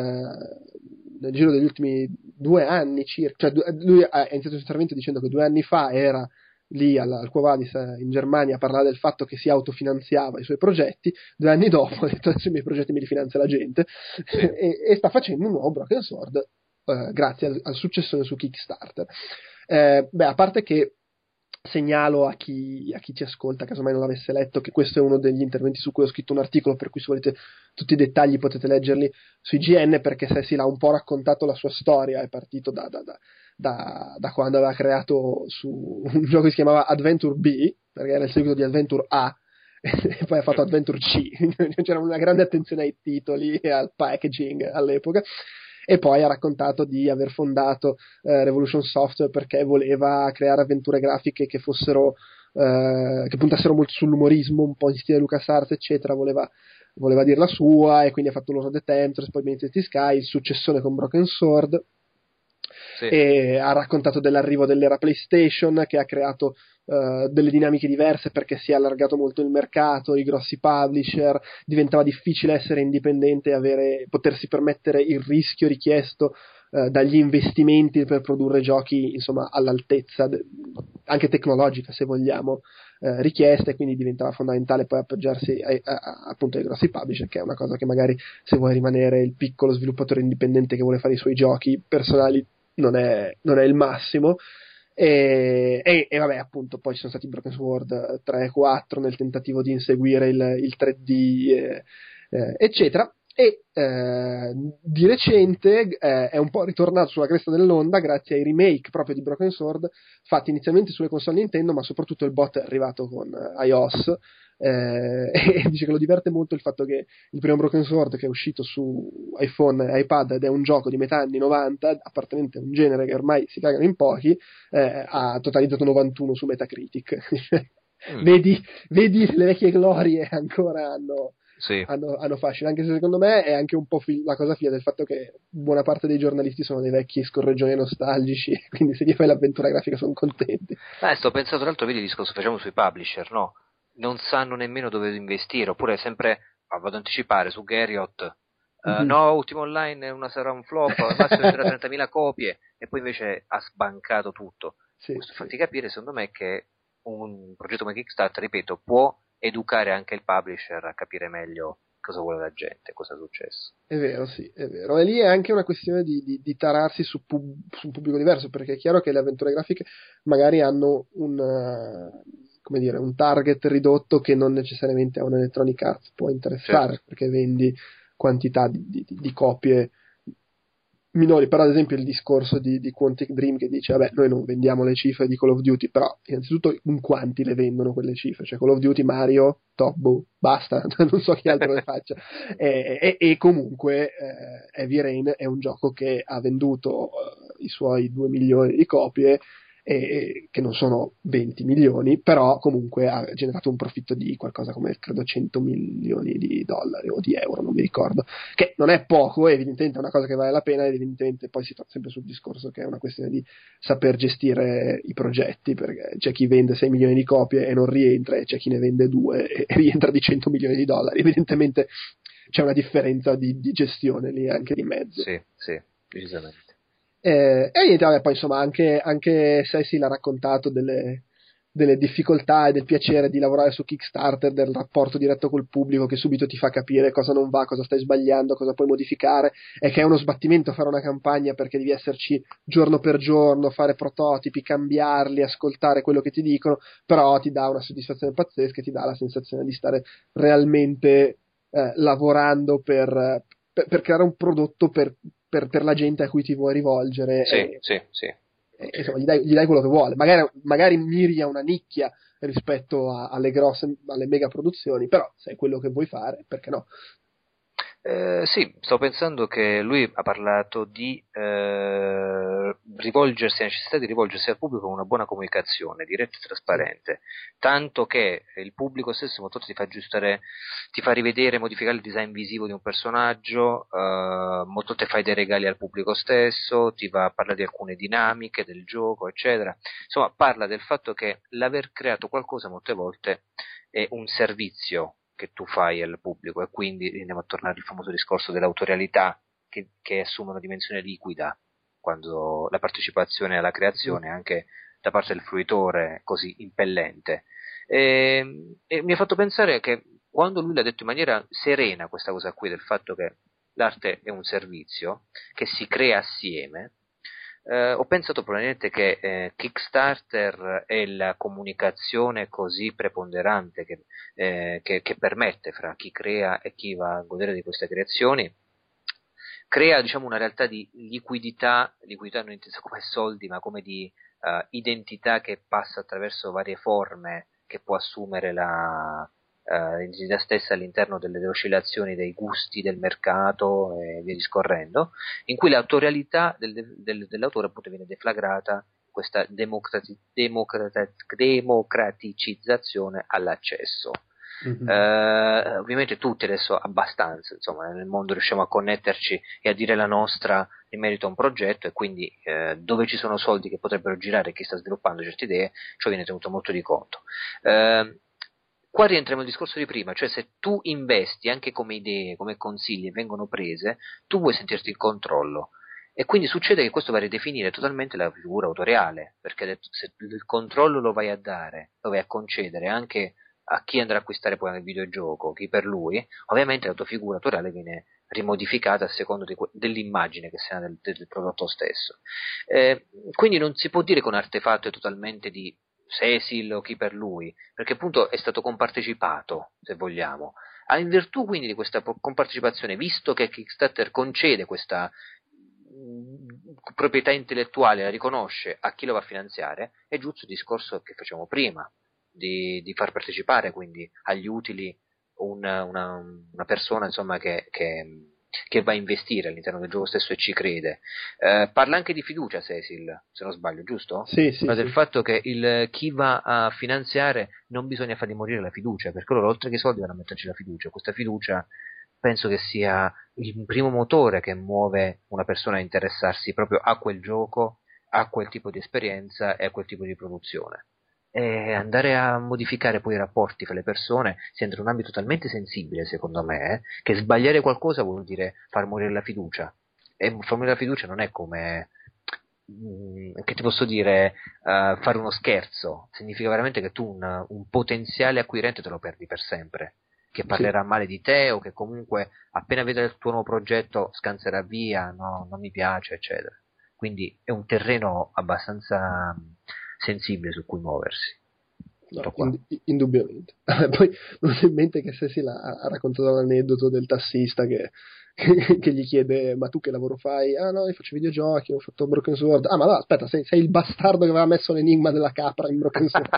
eh, nel giro degli ultimi due anni circa, cioè lui ha iniziato il suo intervento dicendo che due anni fa era lì al, al Quo Vadis in Germania a parlare del fatto che si autofinanziava i suoi progetti, due anni dopo ha detto adesso i miei progetti me li finanzia la gente e, e sta facendo un nuovo Broken Sword eh, grazie al, al successone su Kickstarter. Eh, beh, a parte che segnalo a chi, a chi ci ascolta, casomai non l'avesse letto, che questo è uno degli interventi su cui ho scritto un articolo, per cui se volete tutti i dettagli potete leggerli su I G N, perché Cecil ha un po' raccontato la sua storia, è partito da, da, da, da, da quando aveva creato su un gioco che si chiamava Adventure B, perché era il seguito di Adventure A, e poi ha fatto Adventure C, c'era una grande attenzione ai titoli e al packaging all'epoca. E poi ha raccontato di aver fondato eh, Revolution Software perché voleva creare avventure grafiche che fossero eh, che puntassero molto sull'umorismo, un po' in stile LucasArts eccetera, voleva, voleva dire la sua, e quindi ha fatto Lord of the Temptress, poi Beneath the Sky, il successone con Broken Sword. Sì. E ha raccontato dell'arrivo dell'era PlayStation, che ha creato uh, delle dinamiche diverse perché si è allargato molto il mercato, i grossi publisher, diventava difficile essere indipendente e avere, potersi permettere il rischio richiesto uh, dagli investimenti per produrre giochi insomma all'altezza de- anche tecnologica se vogliamo eh, richieste, quindi diventava fondamentale poi appoggiarsi ai, a, a, appunto ai grossi publisher, che è una cosa che magari se vuoi rimanere il piccolo sviluppatore indipendente che vuole fare i suoi giochi personali non è, non è il massimo. E, e, e vabbè, appunto, poi ci sono stati Broken Sword tre e quattro nel tentativo di inseguire il, il tre D, eh, eh, eccetera. E eh, di recente eh, è un po' ritornato sulla cresta dell'onda grazie ai remake proprio di Broken Sword fatti inizialmente sulle console Nintendo, ma soprattutto il bot è arrivato con eh, iOS, eh, e dice che lo diverte molto il fatto che il primo Broken Sword che è uscito su iPhone e iPad ed è un gioco di metà anni novanta appartenente a un genere che ormai si cagano in pochi, eh, ha totalizzato novantuno su Metacritic. mm. vedi, vedi le vecchie glorie ancora hanno Sì. Hanno, hanno fascino, anche se secondo me è anche un po' fi- la cosa figlia del fatto che buona parte dei giornalisti sono dei vecchi scorreggioni nostalgici, quindi se gli fai l'avventura grafica sono contenti. Eh, sto pensando tra l'altro, vedi il discorso che facciamo sui publisher, no? Non sanno nemmeno dove investire, oppure sempre, ah, vado ad anticipare, su Garriott, uh, mm-hmm. no, Ultima Online una, sarà un flop, al massimo venderà trentamila copie, e poi invece ha sbancato tutto. Sì, Questo sì. Fatti capire, secondo me, che un progetto come Kickstarter, ripeto, può educare anche il publisher a capire meglio cosa vuole la gente, cosa è successo. È vero, sì, è vero. E lì è anche una questione di, di, di tararsi su, pub, su un pubblico diverso, perché è chiaro che le avventure grafiche magari hanno un, uh, come dire, un target ridotto che non necessariamente a un Electronic Arts può interessare, certo. Perché vendi quantità di, di, di copie minori, però ad esempio il discorso di, di Quantic Dream che dice vabbè noi non vendiamo le cifre di Call of Duty, però innanzitutto in quanti le vendono quelle cifre, cioè Call of Duty, Mario, Top Bow, basta, non so chi altro le faccia, e, e, e comunque eh, Heavy Rain è un gioco che ha venduto eh, i suoi due milioni di copie, e, che non sono venti milioni, però comunque ha generato un profitto di qualcosa come credo cento milioni di dollari o di euro, non mi ricordo, che non è poco, evidentemente è una cosa che vale la pena, ed evidentemente poi si torna sempre sul discorso che è una questione di saper gestire i progetti, perché c'è chi vende sei milioni di copie e non rientra, e c'è chi ne vende due e, e rientra di cento milioni di dollari, evidentemente c'è una differenza di, di gestione lì anche di mezzo. Sì, sì, decisamente. Eh, e niente, vabbè, poi insomma anche, anche Cecil ha raccontato delle, delle difficoltà e del piacere di lavorare su Kickstarter, del rapporto diretto col pubblico che subito ti fa capire cosa non va, cosa stai sbagliando, cosa puoi modificare, e che è uno sbattimento fare una campagna perché devi esserci giorno per giorno, fare prototipi, cambiarli, ascoltare quello che ti dicono, però ti dà una soddisfazione pazzesca e ti dà la sensazione di stare realmente eh, lavorando per, per, per creare un prodotto per Per, per la gente a cui ti vuoi rivolgere. Sì, e, sì, sì. E, insomma, gli dai, gli dai quello che vuole. Magari, magari miri a una nicchia rispetto a, alle grosse, alle mega produzioni, però se è quello che vuoi fare, perché no? Eh, sì, sto pensando che lui ha parlato di eh, rivolgersi, la necessità di rivolgersi al pubblico con una buona comunicazione, diretta e trasparente, tanto che il pubblico stesso molto ti fa aggiustare, ti fa rivedere, modificare il design visivo di un personaggio, eh, molto te fai dei regali al pubblico stesso, ti va a parlare di alcune dinamiche del gioco, eccetera. Insomma, parla del fatto che l'aver creato qualcosa molte volte è un servizio che tu fai al pubblico, e quindi andiamo a tornare al famoso discorso dell'autorialità che, che assume una dimensione liquida quando la partecipazione alla creazione anche da parte del fruitore è così impellente, e, e mi ha fatto pensare che quando lui l'ha detto in maniera serena questa cosa qui, del fatto che l'arte è un servizio che si crea assieme, Eh, ho pensato probabilmente che eh, Kickstarter è la comunicazione così preponderante che, eh, che, che permette fra chi crea e chi va a godere di queste creazioni, crea diciamo una realtà di liquidità, liquidità non intesa come soldi ma come di uh, identità che passa attraverso varie forme che può assumere la Uh, l'identità stessa all'interno delle, delle oscillazioni dei gusti del mercato e via discorrendo, in cui l'autorialità del, del, dell'autore appunto viene deflagrata, questa democrati, democrati, democraticizzazione all'accesso. Mm-hmm. Uh, ovviamente tutti adesso abbastanza, insomma, nel mondo riusciamo a connetterci e a dire la nostra in merito a un progetto, e quindi uh, dove ci sono soldi che potrebbero girare, chi sta sviluppando certe idee, ciò viene tenuto molto di conto. Uh, Qua rientriamo al discorso di prima, cioè se tu investi anche come idee, come consigli vengono prese, tu vuoi sentirti in controllo, E quindi succede che questo va a ridefinire totalmente la figura autoriale, perché se il controllo lo vai a dare, lo vai a concedere anche a chi andrà a acquistare poi il videogioco, chi per lui, ovviamente la tua figura autoriale viene rimodificata a seconda di que- dell'immagine che si ha del, del prodotto stesso. Eh, quindi non si può dire che un artefatto è totalmente di Cecil o chi per lui, perché appunto è stato compartecipato, se vogliamo. Ah, in virtù quindi di questa compartecipazione, visto che Kickstarter concede questa proprietà intellettuale, la riconosce a chi lo va a finanziare, è giusto il discorso che facevamo prima di, di far partecipare quindi agli utili una, una, una persona insomma che, che, che va a investire all'interno del gioco stesso e ci crede. Eh, parla anche di fiducia Cecil, se non sbaglio, giusto? Sì, sì, Parla sì. del fatto che il, chi va a finanziare non bisogna fargli morire la fiducia, perché loro oltre che i soldi vanno a metterci la fiducia. Questa fiducia penso che sia il primo motore che muove una persona a interessarsi proprio a quel gioco, a quel tipo di esperienza e a quel tipo di produzione. E andare a modificare poi i rapporti fra le persone si entra in un ambito talmente sensibile, secondo me, eh, che sbagliare qualcosa vuol dire far morire la fiducia. E far morire la fiducia non è come, mh, che ti posso dire, uh, fare uno scherzo. Significa veramente che tu un, un potenziale acquirente te lo perdi per sempre, che parlerà sì. male di te o che comunque appena vede il tuo nuovo progetto scanserà via, no, non mi piace, eccetera. Quindi è un terreno abbastanza sensibile su cui muoversi. No, ind- indubbiamente. Poi non ho in mente che Cecil ha, ha raccontato l'aneddoto del tassista che, che, che gli chiede: ma tu che lavoro fai? Ah no, io faccio videogiochi, ho fatto Broken Sword. Ah ma no, aspetta, sei, sei il bastardo che aveva messo l'enigma della capra in Broken Sword.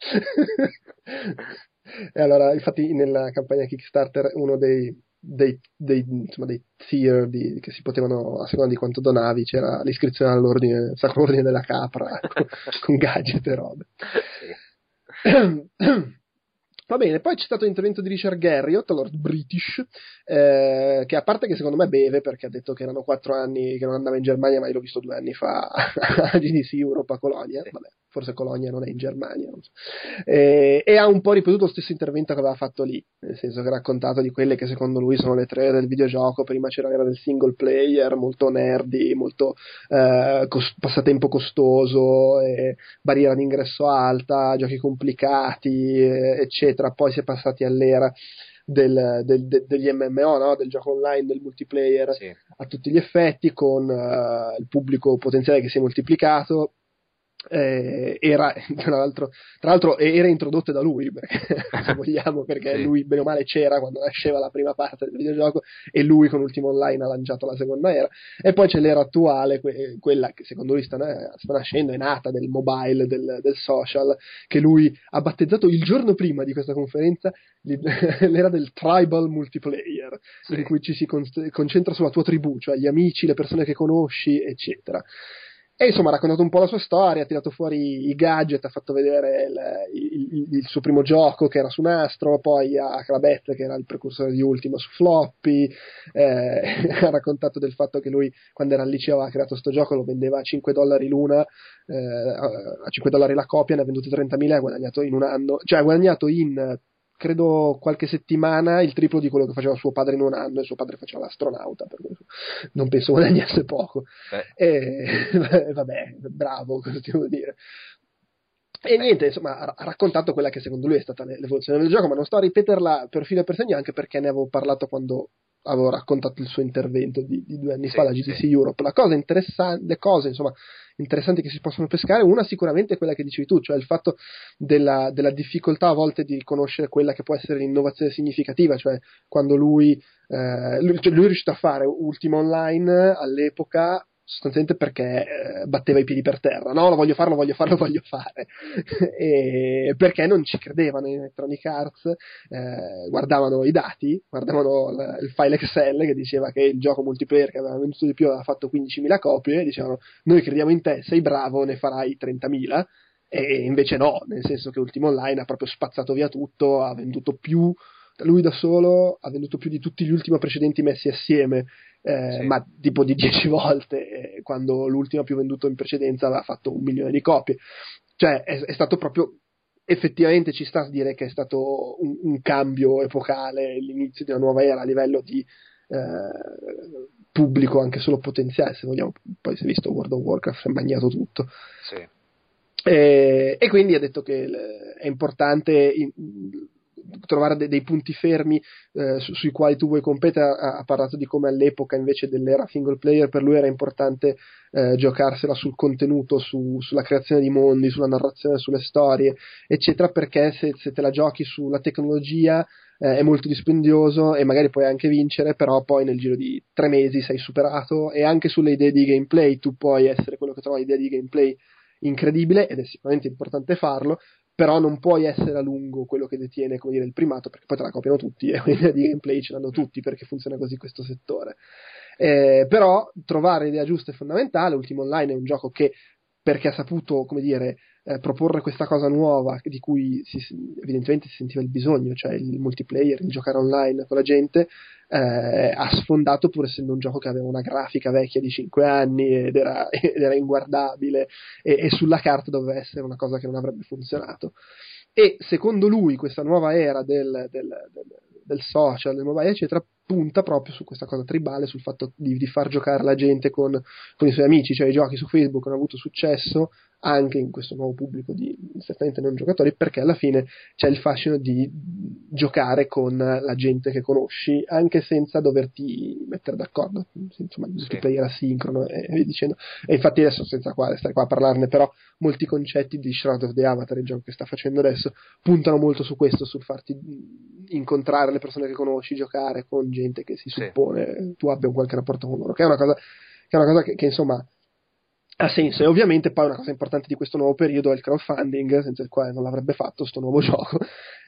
E allora, infatti, nella campagna Kickstarter uno dei, dei, dei, insomma, dei tier di, che si potevano, a seconda di quanto donavi, c'era l'iscrizione all'ordine, Sacro Ordine della Capra, con, con gadget e robe. Va bene, poi c'è stato l'intervento di Richard Garriott, Lord British, eh, che a parte che secondo me beve, perché ha detto che erano quattro anni che non andava in Germania, ma io l'ho visto due anni fa a G D C Europa Colonia, vabbè, forse Colonia non è in Germania, non so. e, e ha un po' ripetuto lo stesso intervento che aveva fatto lì, nel senso che ha raccontato di quelle che secondo lui sono le tre del videogioco. Prima c'era l'era del single player, molto nerdy, molto eh, cost- passatempo costoso, e barriera d'ingresso alta, giochi complicati, eh, eccetera. Poi si è passati all'era del, del, de, degli M M O, no? Del gioco online, del multiplayer, sì, a tutti gli effetti, con uh, il pubblico potenziale che si è moltiplicato. Eh, era tra l'altro, tra l'altro era introdotte da lui, perché, se vogliamo, perché sì, lui bene o male c'era quando nasceva la prima parte del videogioco, e lui con Ultima Online ha lanciato la seconda era. E poi c'è l'era attuale, que- quella che secondo lui sta, sta nascendo, è nata, del mobile, del, del social, che lui ha battezzato il giorno prima di questa conferenza l'era del tribal multiplayer, sì, in cui ci si con- concentra sulla tua tribù, cioè gli amici, le persone che conosci, eccetera. E insomma ha raccontato un po' la sua storia, ha tirato fuori i gadget, ha fatto vedere il, il, il suo primo gioco che era su nastro, poi a Crabette che era il precursore di Ultima su floppy, eh, ha raccontato del fatto che lui quando era al liceo ha creato sto gioco, lo vendeva a cinque dollari l'una, eh, a cinque dollari la copia, ne ha venduti trentamila e ha guadagnato in un anno, cioè ha guadagnato in credo qualche settimana il triplo di quello che faceva suo padre in un anno, e suo padre faceva l'astronauta, per cui non penso guadagnasse poco. E, vabbè, bravo, cosa ti devo dire. E niente, insomma, ha raccontato quella che secondo lui è stata l'evoluzione del gioco, ma non sto a ripeterla per filo e per segno, anche perché ne avevo parlato quando avevo raccontato il suo intervento di, di due anni sì, fa alla G D C sì. Europe. La cosa interessante, le cose insomma interessanti che si possono pescare, una sicuramente è quella che dicevi tu, cioè il fatto della, della difficoltà a volte di riconoscere quella che può essere l'innovazione significativa, cioè quando lui, eh, lui, cioè lui è riuscito a fare Ultima Online all'epoca sostanzialmente perché eh, batteva i piedi per terra, no, lo voglio fare, lo voglio fare, lo voglio fare, e perché non ci credevano in Electronic Arts, eh, guardavano i dati, guardavano l- il file Excel che diceva che il gioco multiplayer che aveva venduto di più aveva fatto quindicimila copie, e dicevano: noi crediamo in te, sei bravo, ne farai trentamila, e invece no, nel senso che Ultima Online ha proprio spazzato via tutto, ha venduto più, lui da solo ha venduto più di tutti gli ultimi precedenti messi assieme. Eh, sì. Ma tipo di dieci volte, eh, quando l'ultimo più venduto in precedenza aveva fatto un milione di copie, cioè è, è stato proprio, effettivamente ci sta a dire che è stato un, un cambio epocale, l'inizio di una nuova era a livello di eh, pubblico anche solo potenziale, se vogliamo. Poi si è visto World of Warcraft, si è magnato tutto. Sì. E, e quindi ha detto che è importante in, trovare de, dei punti fermi eh, su, sui quali tu vuoi competere. Ha, ha parlato di come all'epoca invece dell'era single player per lui era importante eh, giocarsela sul contenuto, su, sulla creazione di mondi, sulla narrazione, sulle storie eccetera, perché se, se te la giochi sulla tecnologia eh, è molto dispendioso e magari puoi anche vincere, però poi nel giro di tre mesi sei superato, e anche sulle idee di gameplay tu puoi essere quello che trova l'idea di gameplay incredibile, ed è sicuramente importante farlo, però non puoi essere a lungo quello che detiene, come dire, il primato, perché poi te la copiano tutti e un'idea di gameplay ce l'hanno tutti, perché funziona così questo settore. Eh, però trovare l'idea giusta è fondamentale. Ultima Online è un gioco che, perché ha saputo, come dire, eh, proporre questa cosa nuova di cui si, evidentemente si sentiva il bisogno, cioè il multiplayer, il giocare online con la gente, eh, ha sfondato, pur essendo un gioco che aveva una grafica vecchia di cinque anni ed era, ed era inguardabile e, e sulla carta doveva essere una cosa che non avrebbe funzionato. E secondo lui questa nuova era del, del, del, del social, del mobile eccetera, punta proprio su questa cosa tribale, sul fatto di, di far giocare la gente con, con i suoi amici, cioè i giochi su Facebook hanno avuto successo anche in questo nuovo pubblico di certamente non giocatori, perché alla fine c'è il fascino di giocare con la gente che conosci anche senza doverti mettere d'accordo, insomma il multiplayer asincrono e via dicendo. E infatti adesso, senza qua, stare qua a parlarne, però molti concetti di Shroud of the Avatar, il gioco che sta facendo adesso, puntano molto su questo, sul farti incontrare le persone che conosci, giocare con gente che si suppone sì. tu abbia un qualche rapporto con loro, che è una cosa che, è una cosa che, che insomma ha senso. E ovviamente poi una cosa importante di questo nuovo periodo è il crowdfunding, senza il quale non l'avrebbe fatto sto nuovo gioco.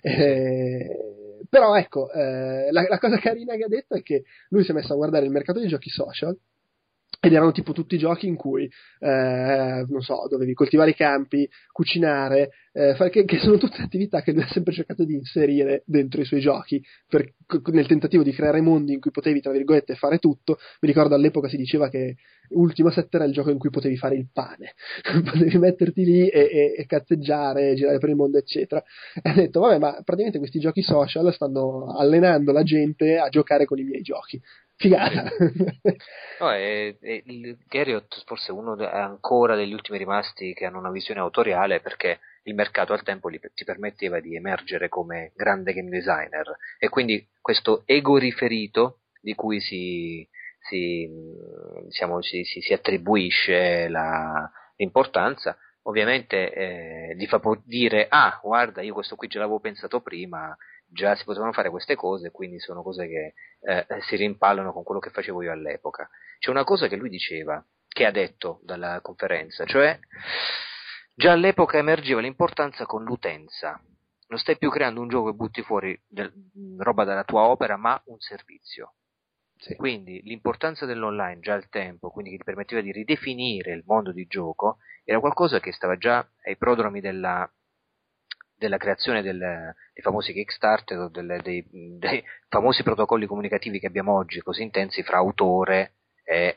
Eh, però ecco, eh, la, la cosa carina che ha detto è che lui si è messo a guardare il mercato dei giochi social, ed erano tipo tutti giochi in cui eh, non so, dovevi coltivare i campi, cucinare, eh, che, che sono tutte attività che lui ha sempre cercato di inserire dentro i suoi giochi, per, nel tentativo di creare mondi in cui potevi, tra virgolette, fare tutto. Mi ricordo all'epoca si diceva che Ultima sette era il gioco in cui potevi fare il pane, potevi metterti lì e, e, e cazzeggiare, girare per il mondo eccetera. E ha detto vabbè, ma praticamente questi giochi social stanno allenando la gente a giocare con i miei giochi. Figata. No, è, è, il Garriott forse è uno de, ancora degli ultimi rimasti che hanno una visione autoriale, perché il mercato al tempo gli, ti permetteva di emergere come grande game designer, e quindi questo ego riferito di cui si, si, diciamo, si, si, si attribuisce la, l'importanza, ovviamente eh, gli fa dire ah guarda, io questo qui già l'avevo pensato prima, già si potevano fare queste cose, quindi sono cose che eh, si rimpallano con quello che facevo io all'epoca. C'è una cosa che lui diceva, che ha detto dalla conferenza, cioè già all'epoca emergeva l'importanza con l'utenza. Non stai più creando un gioco e butti fuori del, roba dalla tua opera, ma un servizio. Sì. Quindi l'importanza dell'online già al tempo, quindi che ti permetteva di ridefinire il mondo di gioco, era qualcosa che stava già ai prodromi della della creazione del, dei famosi Kickstarter o delle, dei, dei famosi protocolli comunicativi che abbiamo oggi, così intensi fra autore e,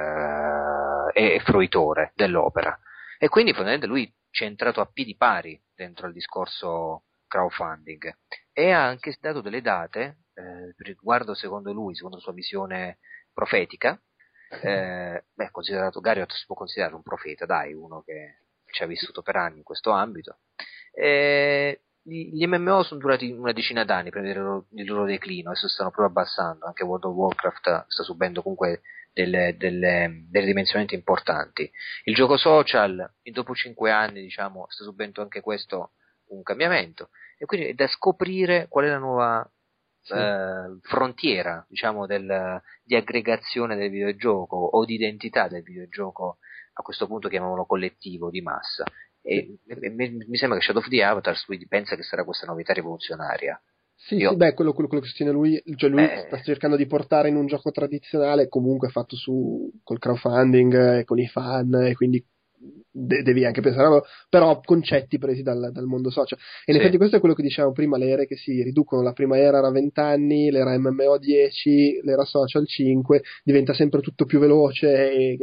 eh, e fruitore dell'opera. E quindi fondamentalmente lui ci è entrato a piedi pari dentro al discorso crowdfunding, e ha anche dato delle date eh, riguardo, secondo lui, secondo la sua visione profetica. eh, beh, considerato Garriott si può considerare un profeta, dai, uno che ci ha vissuto per anni in questo ambito. Eh, gli M M O sono durati una decina d'anni per vedere il loro, il loro declino, adesso stanno proprio abbassando, anche World of Warcraft sta subendo comunque delle, delle, delle dimensionamenti importanti. Il gioco social dopo cinque anni, diciamo, sta subendo anche questo un cambiamento, e quindi è da scoprire qual è la nuova sì. eh, frontiera, diciamo, del, di aggregazione del videogioco o di identità del videogioco, a questo punto chiamiamolo collettivo, di massa. E mi sembra che Shadow of the Avatar lui pensa che sarà questa novità rivoluzionaria. Sì, Io... sì, beh, quello, quello, quello che sostiene lui, cioè lui eh... sta cercando di portare in un gioco tradizionale, comunque fatto su col crowdfunding e con i fan, e quindi de- devi anche pensare, però concetti presi dal, dal mondo social. E in sì. effetti questo è quello che dicevamo prima, le ere che si riducono. La prima era era venti anni, l'era M M O dieci, l'era social cinque, diventa sempre tutto più veloce e, e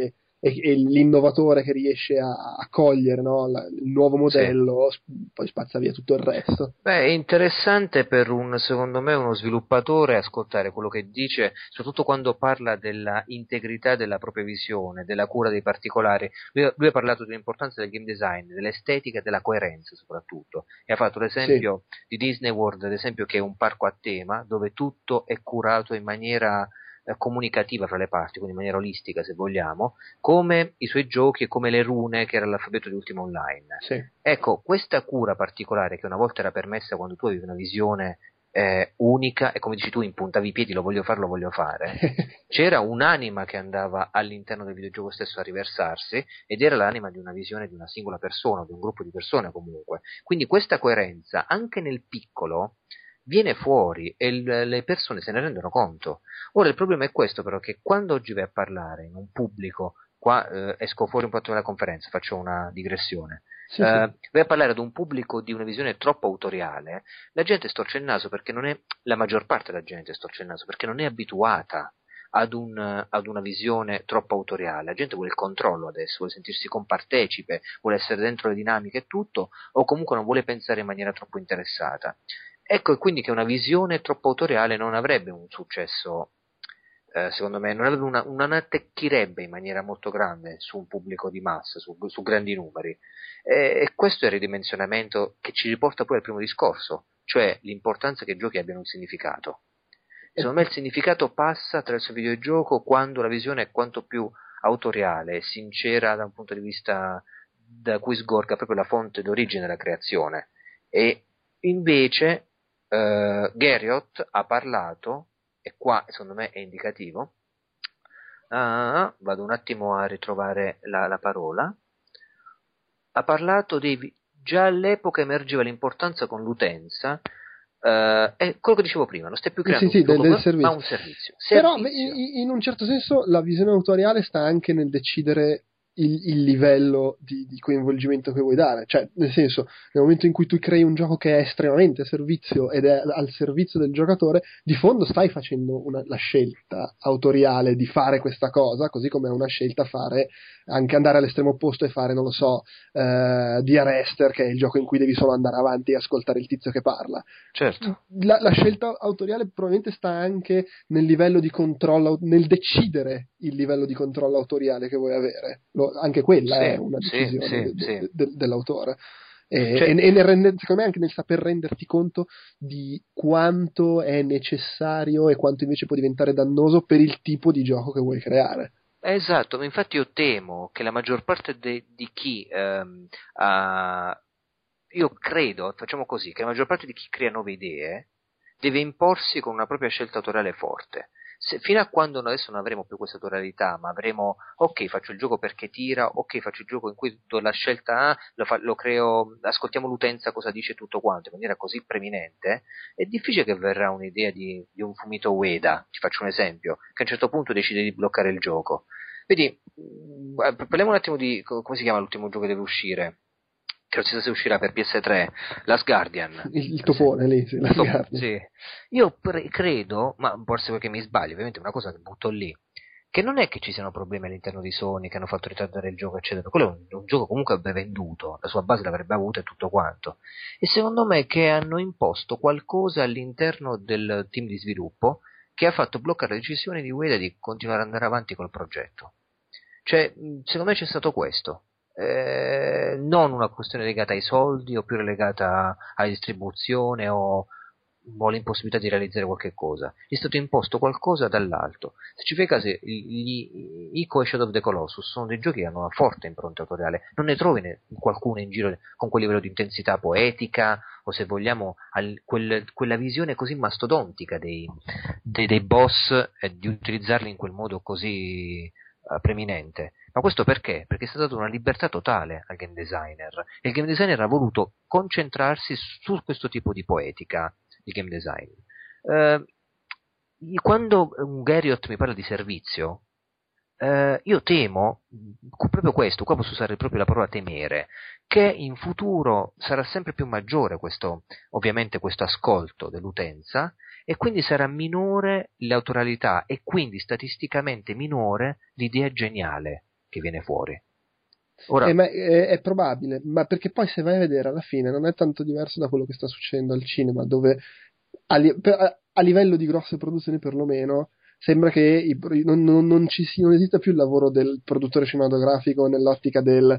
e, e l'innovatore che riesce a, a cogliere, no, la, il nuovo modello, sì. Poi spazza via tutto il resto. Beh, è interessante per un, secondo me, uno sviluppatore ascoltare quello che dice, soprattutto quando parla della integrità della propria visione, della cura dei particolari. Lui, lui ha parlato dell'importanza del game design, dell'estetica e della coerenza soprattutto, e ha fatto l'esempio sì. di Disney World, ad esempio, che è un parco a tema dove tutto è curato in maniera comunicativa fra le parti, quindi in maniera olistica se vogliamo, come i suoi giochi e come le rune che era l'alfabeto di Ultima Online. Sì. Ecco, questa cura particolare che una volta era permessa quando tu avevi una visione eh, unica e come dici tu impuntavi i piedi, lo voglio fare, lo voglio fare, c'era un'anima che andava all'interno del videogioco stesso a riversarsi ed era l'anima di una visione di una singola persona, di un gruppo di persone comunque. Quindi questa coerenza anche nel piccolo viene fuori e l- le persone se ne rendono conto. Ora il problema è questo però, che quando oggi vai a parlare in un pubblico, qua eh, esco fuori un po' dalla conferenza, faccio una digressione, sì, eh, sì. vai a parlare ad un pubblico di una visione troppo autoriale, la gente storce il naso perché non è, la maggior parte della gente storce il naso perché non è abituata ad, un, ad una visione troppo autoriale. La gente vuole il controllo adesso, vuole sentirsi compartecipe, vuole essere dentro le dinamiche e tutto, o comunque non vuole pensare in maniera troppo interessata. Ecco, e quindi che una visione troppo autoriale non avrebbe un successo, eh, secondo me, non, avrebbe una, non attecchirebbe in maniera molto grande su un pubblico di massa, su, su grandi numeri. E, e questo è il ridimensionamento che ci riporta poi al primo discorso, cioè l'importanza che i giochi abbiano un significato. Secondo me il significato passa attraverso il videogioco quando la visione è quanto più autoriale, sincera da un punto di vista da cui sgorga proprio la fonte d'origine della creazione. E invece Uh, Garriott ha parlato, e qua secondo me è indicativo, uh, vado un attimo a ritrovare la, la parola, ha parlato di, già all'epoca emergeva l'importanza con l'utenza, uh, è quello che dicevo prima, non stai più creando sì, sì, un gioco, del, del ma un servizio. Però servizio. in, in un certo senso la visione autoriale sta anche nel decidere Il, il livello di, di coinvolgimento che vuoi dare, cioè nel senso, nel momento in cui tu crei un gioco che è estremamente servizio ed è al servizio del giocatore, di fondo stai facendo una, la scelta autoriale di fare questa cosa, così come è una scelta fare anche andare all'estremo opposto e fare, non lo so, eh, The Arrester, che è il gioco in cui devi solo andare avanti e ascoltare il tizio che parla. Certo. La, la scelta autoriale probabilmente sta anche nel livello di controllo, nel decidere il livello di controllo autoriale che vuoi avere. Lo, anche quella sì, è una decisione sì, de, sì, de, sì. de, dell'autore. E, cioè, e, e nel render, secondo me anche nel saper renderti conto di quanto è necessario e quanto invece può diventare dannoso per il tipo di gioco che vuoi creare. Esatto, infatti io temo che la maggior parte de, di chi ehm, ha, io credo, facciamo così, che la maggior parte di chi crea nuove idee deve imporsi con una propria scelta autoriale forte. Se, fino a quando noi adesso non avremo più questa autorialità, ma avremo, ok, faccio il gioco perché tira, ok, faccio il gioco in cui do la scelta A, lo, fa, lo creo, ascoltiamo l'utenza cosa dice tutto quanto, in maniera così preminente, è difficile che verrà un'idea di, di un fumetto Ueda, ti faccio un esempio, che a un certo punto decide di bloccare il gioco. Vedi, parliamo un attimo di, come si chiama l'ultimo gioco che deve uscire? Che non si sa se uscirà per P S tre, Last Guardian. Il, il topone lì, sì, Last Top, Guardian. Sì. Io pre- credo, ma forse perché mi sbaglio, ovviamente è una cosa che butto lì, che non è che ci siano problemi all'interno di Sony che hanno fatto ritardare il gioco, eccetera. Quello è un, un gioco comunque avrebbe venduto, la sua base l'avrebbe avuta e tutto quanto. E secondo me che hanno imposto qualcosa all'interno del team di sviluppo che ha fatto bloccare la decisione di Ueda di continuare ad andare avanti col progetto. Cioè, secondo me c'è stato questo. Eh, non una questione legata ai soldi oppure legata alla distribuzione o, o all'impossibilità di realizzare qualche cosa. È stato imposto qualcosa dall'alto. Se ci fai caso, gli Ico e Shadow of the Colossus sono dei giochi che hanno una forte impronta autoriale, non ne trovi ne, qualcuno in giro con quel livello di intensità poetica o, se vogliamo, al, quel, quella visione così mastodontica dei, dei, dei boss e di utilizzarli in quel modo così uh, preminente. Ma questo perché? Perché è stata data una libertà totale al game designer, e il game designer ha voluto concentrarsi su questo tipo di poetica di game design. Eh, quando un Garriott mi parla di servizio, eh, io temo proprio questo, qua posso usare proprio la parola temere, che in futuro sarà sempre più maggiore questo, ovviamente, questo ascolto dell'utenza, e quindi sarà minore l'autorialità e quindi statisticamente minore l'idea geniale. che viene fuori. Ora... Eh, ma è, è probabile, ma perché poi se vai a vedere alla fine non è tanto diverso da quello che sta succedendo al cinema, dove a, li- per- a- a livello di grosse produzioni perlomeno sembra che i pro- non, non- non ci sia, non esista più il lavoro del produttore cinematografico nell'ottica del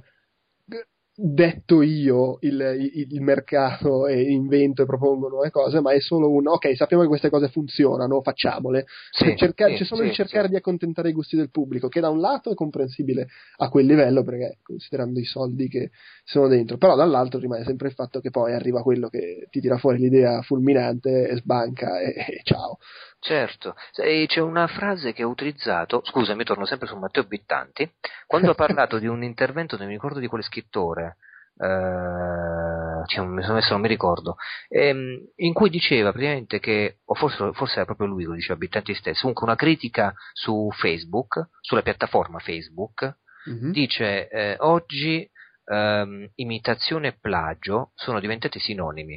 detto io il, il, il mercato e invento e propongo nuove cose, ma è solo un ok, sappiamo che queste cose funzionano, facciamole. Sì, Cerca- sì, c'è solo sì, il cercare sì. di accontentare i gusti del pubblico, che da un lato è comprensibile a quel livello, perché considerando i soldi che sono dentro, però dall'altro rimane sempre il fatto che poi arriva quello che ti tira fuori l'idea fulminante e sbanca e, e ciao. Certo, e c'è una frase che ho utilizzato, scusami, torno sempre su Matteo Bittanti, quando ha parlato di un intervento, non mi ricordo di quale scrittore, eh, cioè, mi sono messo, non mi ricordo, ehm, in cui diceva praticamente che, o forse, forse era proprio lui che lo diceva, Bittanti stesso, comunque una critica su Facebook, sulla piattaforma Facebook, Mm-hmm. dice eh, oggi ehm, imitazione e plagio sono diventati sinonimi.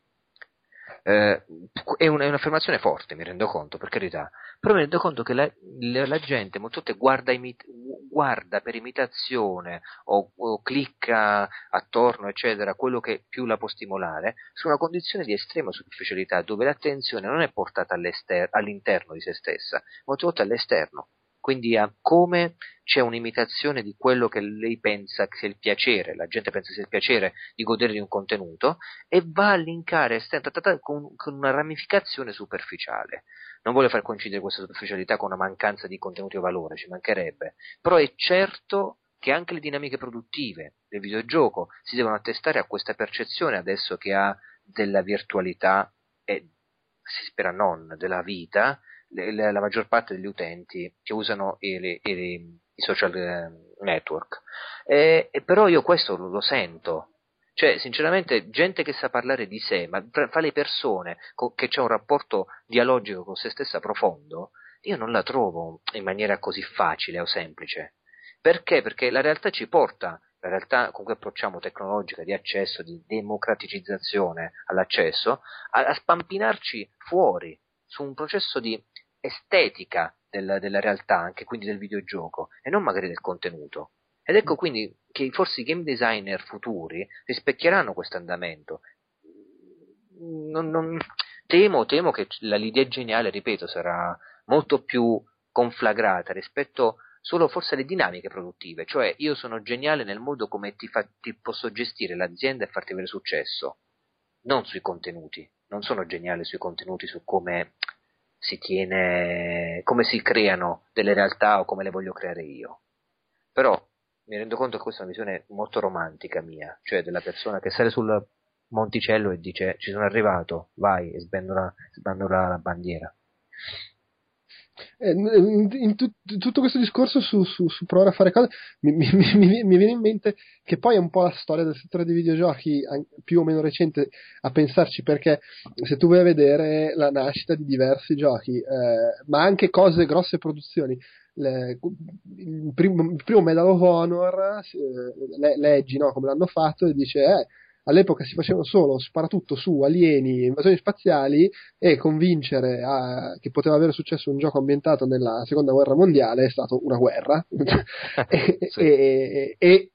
Eh, è, un, è un'affermazione forte, mi rendo conto, per carità, però mi rendo conto che la, la, la gente molte volte guarda, imit, guarda per imitazione o, o clicca attorno, eccetera, quello che più la può stimolare, su una condizione di estrema superficialità, dove l'attenzione non è portata all'interno di se stessa, molte volte all'esterno. Quindi a come c'è un'imitazione di quello che lei pensa che sia il piacere, la gente pensa sia il piacere di godere di un contenuto, e va a linkare con, con una ramificazione superficiale. Non voglio far coincidere questa superficialità con una mancanza di contenuti o valore, ci mancherebbe, però è certo che anche le dinamiche produttive del videogioco si devono attestare a questa percezione adesso che ha della virtualità e, si spera non, della vita, la, la maggior parte degli utenti che usano i, i, i social network. E, e però io questo lo, lo sento. Cioè, sinceramente, gente che sa parlare di sé, ma fra le persone co- che c'è un rapporto dialogico con se stessa profondo, io non la trovo in maniera così facile o semplice. Perché? Perché la realtà ci porta, la realtà con cui approcciamo tecnologica, di accesso, di democratizzazione all'accesso, a, a spampinarci fuori, su un processo di estetica del, della realtà, anche quindi del videogioco, e non magari del contenuto. Ed ecco quindi che forse i game designer futuri rispecchieranno questo andamento. Non, non, temo, temo che la, l'idea geniale, ripeto, sarà molto più conflagrata rispetto solo forse alle dinamiche produttive, cioè io sono geniale nel modo come ti, fa, ti posso gestire l'azienda e farti avere successo, non sui contenuti. Non sono geniale sui contenuti, su come si tiene, come si creano delle realtà o come le voglio creare io. Però mi rendo conto che questa è una visione molto romantica mia, cioè della persona che sale sul monticello e dice ci sono arrivato, vai, e sbandola, sbandola la bandiera. Eh, in, in tut, tutto questo discorso su, su, su provare a fare cose mi, mi, mi, mi viene in mente che poi è un po' la storia del settore dei videogiochi più o meno recente a pensarci, perché se tu vai a vedere la nascita di diversi giochi, eh, ma anche cose, grosse produzioni, le, il, primo, il primo Medal of Honor, eh, le, leggi no, come l'hanno fatto e dice eh all'epoca si facevano solo sparatutto su alieni, invasioni spaziali, e convincere a, che poteva avere successo un gioco ambientato nella seconda guerra mondiale è stato una guerra. e, Sì. e, e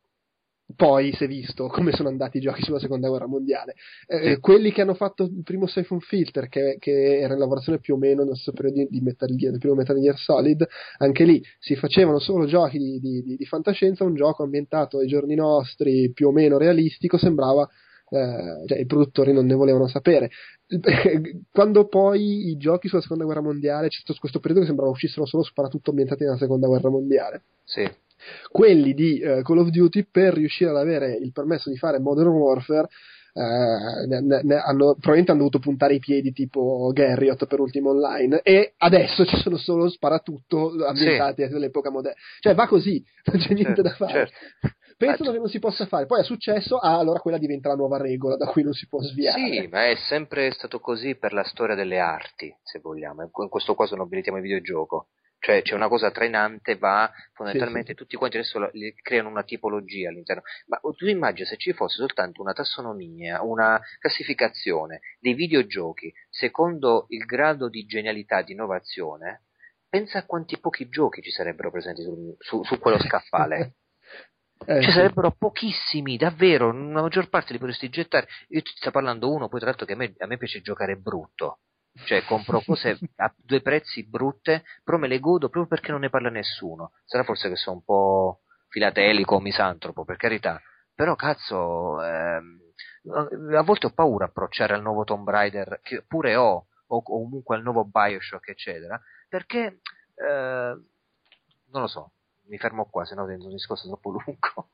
poi si è visto come sono andati i giochi sulla seconda guerra mondiale. Eh, Sì. Quelli che hanno fatto il primo Siphon Filter, che, che era in lavorazione più o meno nel stesso periodo di, di Metal Gear, del primo Metal Gear Solid, anche lì si facevano solo giochi di, di, di, di fantascienza. Un gioco ambientato ai giorni nostri, più o meno realistico, sembrava, eh, cioè i produttori non ne volevano sapere. Quando poi i giochi sulla seconda guerra mondiale, c'è stato questo periodo che sembrava uscissero solo sparatutto ambientati nella seconda guerra mondiale. Sì. Quelli di uh, Call of Duty, per riuscire ad avere il permesso di fare Modern Warfare, uh, ne, ne hanno, probabilmente hanno dovuto puntare i piedi tipo Garriott per Ultima Online, e adesso ci sono solo sparatutto ambientati sì. all'epoca moderna. Cioè va così, non c'è niente certo, da fare. Certo. Pensano che non si possa fare, poi è successo, ah, allora quella diventa la nuova regola da cui non si può sviare. Sì, ma è sempre stato così per la storia delle arti, se vogliamo. In questo caso nobilitiamo il videogioco. Cioè c'è una cosa trainante, va fondamentalmente, sì, sì. Tutti quanti adesso creano una tipologia all'interno, ma tu immagini se ci fosse soltanto una tassonomia, una classificazione dei videogiochi secondo il grado di genialità, di innovazione, pensa a quanti pochi giochi ci sarebbero presenti su, su, su quello scaffale. Eh, ci sì. sarebbero pochissimi, davvero, la maggior parte li potresti gettare. Io ti sto parlando uno, poi tra l'altro che a me, a me piace giocare brutto, cioè compro cose a due prezzi brutte, però me le godo proprio perché non ne parla nessuno. Sarà forse che sono un po' filatelico o misantropo, per carità, però cazzo, ehm, a volte ho paura a approcciare al nuovo Tomb Raider, che pure ho, o comunque al nuovo Bioshock, eccetera, perché eh, non lo so. Mi fermo qua, se no diventa un discorso troppo lungo.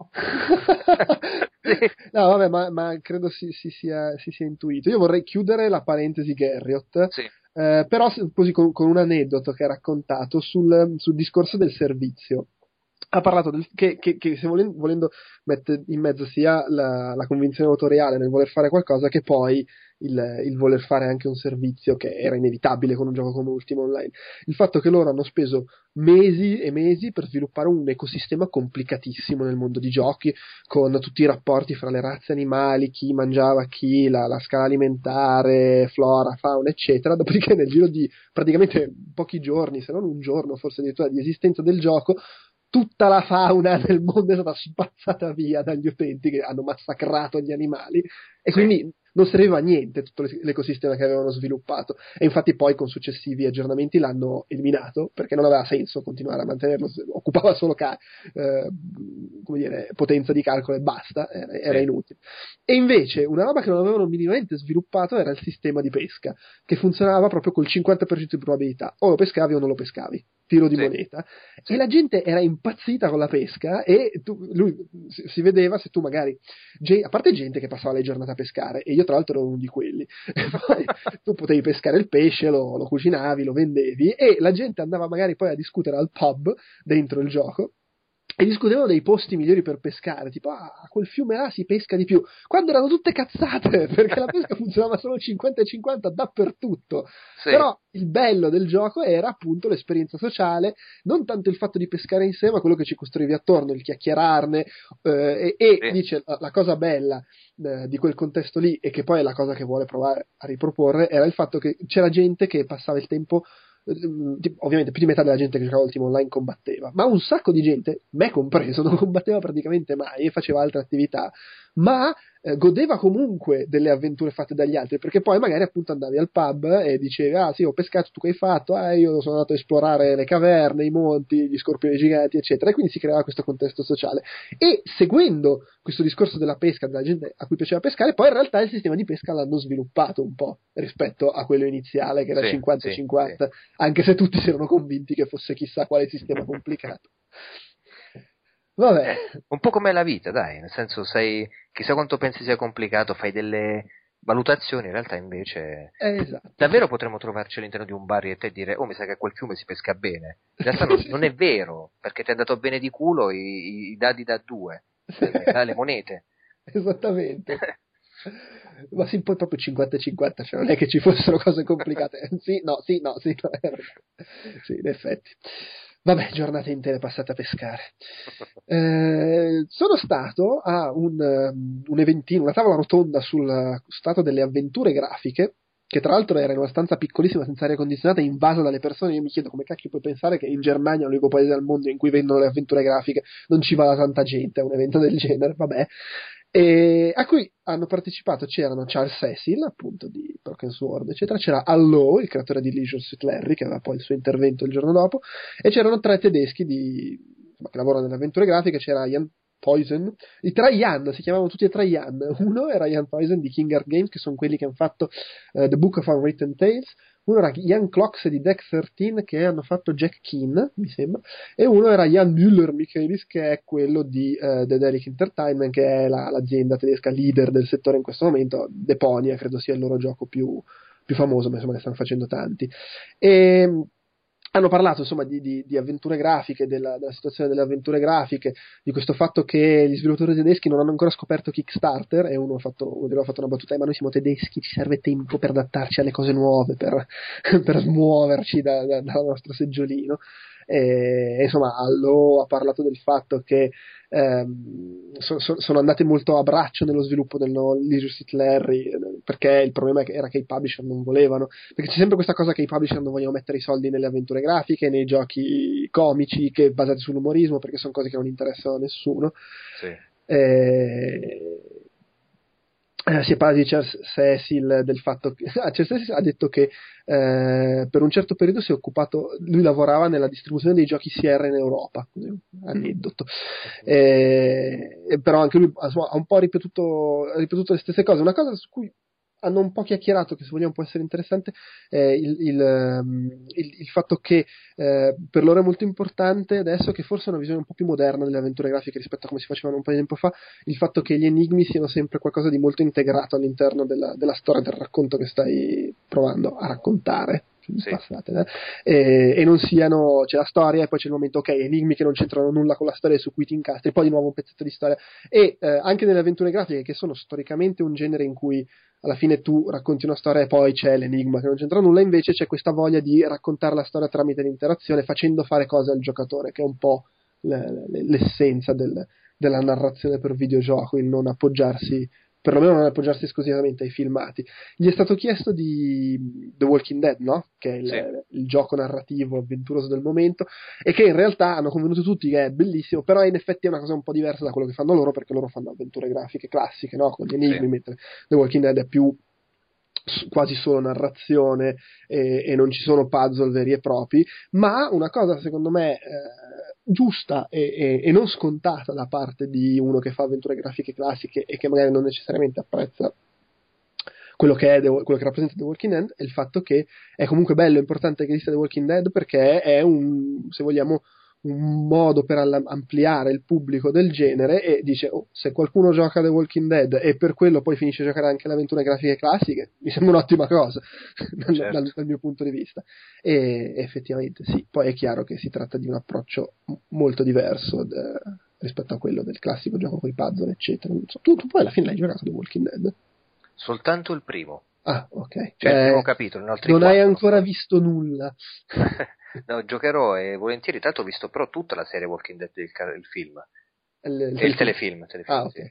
Sì. No, vabbè, ma, ma credo si, si, sia, si sia intuito. Io vorrei chiudere la parentesi Garriott, Sì. eh, però così con, con un aneddoto che ha raccontato sul, sul discorso del servizio. Ha parlato del, che, che, che se volendo, volendo mettere in mezzo sia la, la convinzione autoriale nel voler fare qualcosa, che poi il, il voler fare anche un servizio che era inevitabile con un gioco come Ultima Online. Il fatto che loro hanno speso mesi e mesi per sviluppare un ecosistema complicatissimo nel mondo di giochi, con tutti i rapporti fra le razze animali, chi mangiava chi, la, la scala alimentare, flora, fauna, eccetera. Dopodiché nel giro di praticamente pochi giorni, se non un giorno, forse addirittura di esistenza del gioco, tutta la fauna del mondo è stata spazzata via dagli utenti che hanno massacrato gli animali, e quindi non serviva a niente tutto l'ecosistema che avevano sviluppato, e infatti poi con successivi aggiornamenti l'hanno eliminato perché non aveva senso continuare a mantenerlo, occupava solo ca- eh, come dire, potenza di calcolo e basta, era, era inutile. E invece una roba che non avevano minimamente sviluppato era il sistema di pesca, che funzionava proprio col cinquanta per cento di probabilità: o lo pescavi o non lo pescavi, tiro di sì. moneta, sì. E la gente era impazzita con la pesca, e tu, lui si, si vedeva se tu magari, a parte gente che passava le giornate a pescare, e io tra l'altro ero uno di quelli, e poi tu potevi pescare il pesce, lo, lo cucinavi, lo vendevi, e la gente andava magari poi a discutere al pub dentro il gioco, e discutevano dei posti migliori per pescare, tipo, ah, quel fiume là si pesca di più, quando erano tutte cazzate, perché la pesca funzionava solo cinquanta e cinquanta dappertutto. Sì. Però il bello del gioco era appunto l'esperienza sociale, non tanto il fatto di pescare in sé, ma quello che ci costruivi attorno, il chiacchierarne, eh, e, e Sì. dice la, la cosa bella eh, di quel contesto lì, e che poi è la cosa che vuole provare a riproporre, era il fatto che c'era gente che passava il tempo, ovviamente più di metà della gente che giocava Ultima Online combatteva, ma un sacco di gente, me compreso, non combatteva praticamente mai e faceva altre attività, ma eh, godeva comunque delle avventure fatte dagli altri, perché poi magari appunto andavi al pub e dicevi: ah sì, ho pescato, tu che hai fatto? Ah, io sono andato a esplorare le caverne, i monti, gli scorpioni giganti, eccetera, e quindi si creava questo contesto sociale. E seguendo questo discorso della pesca, della gente a cui piaceva pescare, poi in realtà il sistema di pesca l'hanno sviluppato un po' rispetto a quello iniziale che era sì, cinquanta cinquanta, sì, sì. anche se tutti si erano convinti che fosse chissà quale sistema complicato. Vabbè. Eh, un po' come la vita, dai, nel senso, sei, chissà quanto pensi sia complicato, fai delle valutazioni, in realtà invece Eh, esatto. davvero potremmo trovarci all'interno di un bar e te dire: oh, mi sa che a quel fiume si pesca bene. In realtà non, non è vero, perché ti è andato bene di culo i, i dadi da due, le, le monete. Esattamente. Ma sì, poi proprio cinquanta cinquanta, cioè non è che ci fossero cose complicate. Sì, no, sì, no, sì, no. Sì, in effetti. Vabbè, giornate intere passate a pescare. Eh, sono stato a un, um, un eventino, una tavola rotonda sul stato delle avventure grafiche, che tra l'altro era in una stanza piccolissima senza aria condizionata, invasa dalle persone. Io mi chiedo come cacchio puoi pensare che in Germania, l'unico paese al mondo in cui vendono le avventure grafiche, non ci vada tanta gente a un evento del genere, vabbè. E a cui hanno partecipato, c'erano Charles Cecil, appunto di Broken Sword, eccetera, c'era Allo, il creatore di Leisure Suit Larry, che aveva poi il suo intervento il giorno dopo, e c'erano tre tedeschi di, insomma, che lavorano nelle avventure grafiche. C'era Jan Poisen, i tre Jan, si chiamavano tutti e tre Jan. Uno era Jan Poisen di King Art Games, che sono quelli che hanno fatto uh, The Book of Unwritten Tales. Uno era Jan Clocks di Deck tredici, che hanno fatto Jack Keen, mi sembra, e uno era Jan Müller Michaelis, che è quello di uh, The Derrick Entertainment, che è la, l'azienda tedesca leader del settore in questo momento. Deponia credo sia il loro gioco più, più famoso, ma insomma ne stanno facendo tanti. E hanno parlato insomma di, di, di avventure grafiche, della, della situazione delle avventure grafiche, di questo fatto che gli sviluppatori tedeschi non hanno ancora scoperto Kickstarter, e uno ha fatto, uno ha fatto una battuta: ma noi siamo tedeschi, ci serve tempo per adattarci alle cose nuove, per, per smuoverci da, da, dal nostro seggiolino. E, insomma, Allo ha parlato del fatto che ehm, so, so, sono andate molto a braccio nello sviluppo del nuovo Leisure Suit Larry, perché il problema era che i publisher non volevano, perché c'è sempre questa cosa che i publisher non vogliono mettere i soldi nelle avventure grafiche, nei giochi comici che basati sull'umorismo, perché sono cose che non interessano a nessuno. Sì. Eh, eh, si è parlato di Charles Cecil, del fatto che ah, Charles Cecil ha detto che eh, per un certo periodo si è occupato, lui lavorava nella distribuzione dei giochi Sierra in Europa, aneddoto, eh, però anche lui insomma, ha un po' ripetuto, ha ripetuto le stesse cose. Una cosa su cui hanno un po' chiacchierato, che se vogliamo può essere interessante, è il, il, um, il, il fatto che eh, per loro è molto importante adesso, che forse è una visione un po' più moderna delle avventure grafiche rispetto a come si facevano un po' di tempo fa, il fatto che gli enigmi siano sempre qualcosa di molto integrato all'interno della, della storia, del racconto che stai provando a raccontare. Sì. Passate, eh? e, e non siano, c'è la storia e poi c'è il momento, ok, enigmi che non c'entrano nulla con la storia su cui ti incastri, poi di nuovo un pezzetto di storia, e eh, anche nelle avventure grafiche, che sono storicamente un genere in cui alla fine tu racconti una storia e poi c'è l'enigma che non c'entra nulla, invece c'è questa voglia di raccontare la storia tramite l'interazione, facendo fare cose al giocatore, che è un po' l'essenza del, della narrazione per videogioco, il non appoggiarsi, perlomeno non appoggiarsi esclusivamente ai filmati. Gli è stato chiesto di The Walking Dead, no? Che è il, sì. il gioco narrativo avventuroso del momento, e che in realtà hanno convenuto tutti che è bellissimo, però in effetti è una cosa un po' diversa da quello che fanno loro, perché loro fanno avventure grafiche classiche, no? Con gli enigmi, sì. mentre The Walking Dead è più quasi solo narrazione e, e non ci sono puzzle veri e propri, ma una cosa secondo me eh, giusta e, e, e non scontata da parte di uno che fa avventure grafiche classiche e che magari non necessariamente apprezza quello che, è The, quello che rappresenta The Walking Dead, è il fatto che è comunque bello e importante che esista The Walking Dead, perché è un, se vogliamo, un modo per ampliare il pubblico del genere, e dice, oh, se qualcuno gioca The Walking Dead e per quello poi finisce a giocare anche le avventure grafiche classiche, mi sembra un'ottima cosa certo. dal, dal mio punto di vista, e effettivamente sì. Poi è chiaro che si tratta di un approccio molto diverso de, rispetto a quello del classico gioco con i puzzle eccetera. So, tu, tu poi alla fine l'hai giocato The Walking Dead? Soltanto il primo. Ah, ok. Cioè eh, il primo capitolo, in altri non quattro, hai ancora visto nulla. No, giocherò e volentieri, tanto ho visto però tutta la serie Walking Dead, il, il film, il, il, il telefilm, telefilm ah, sì. ok.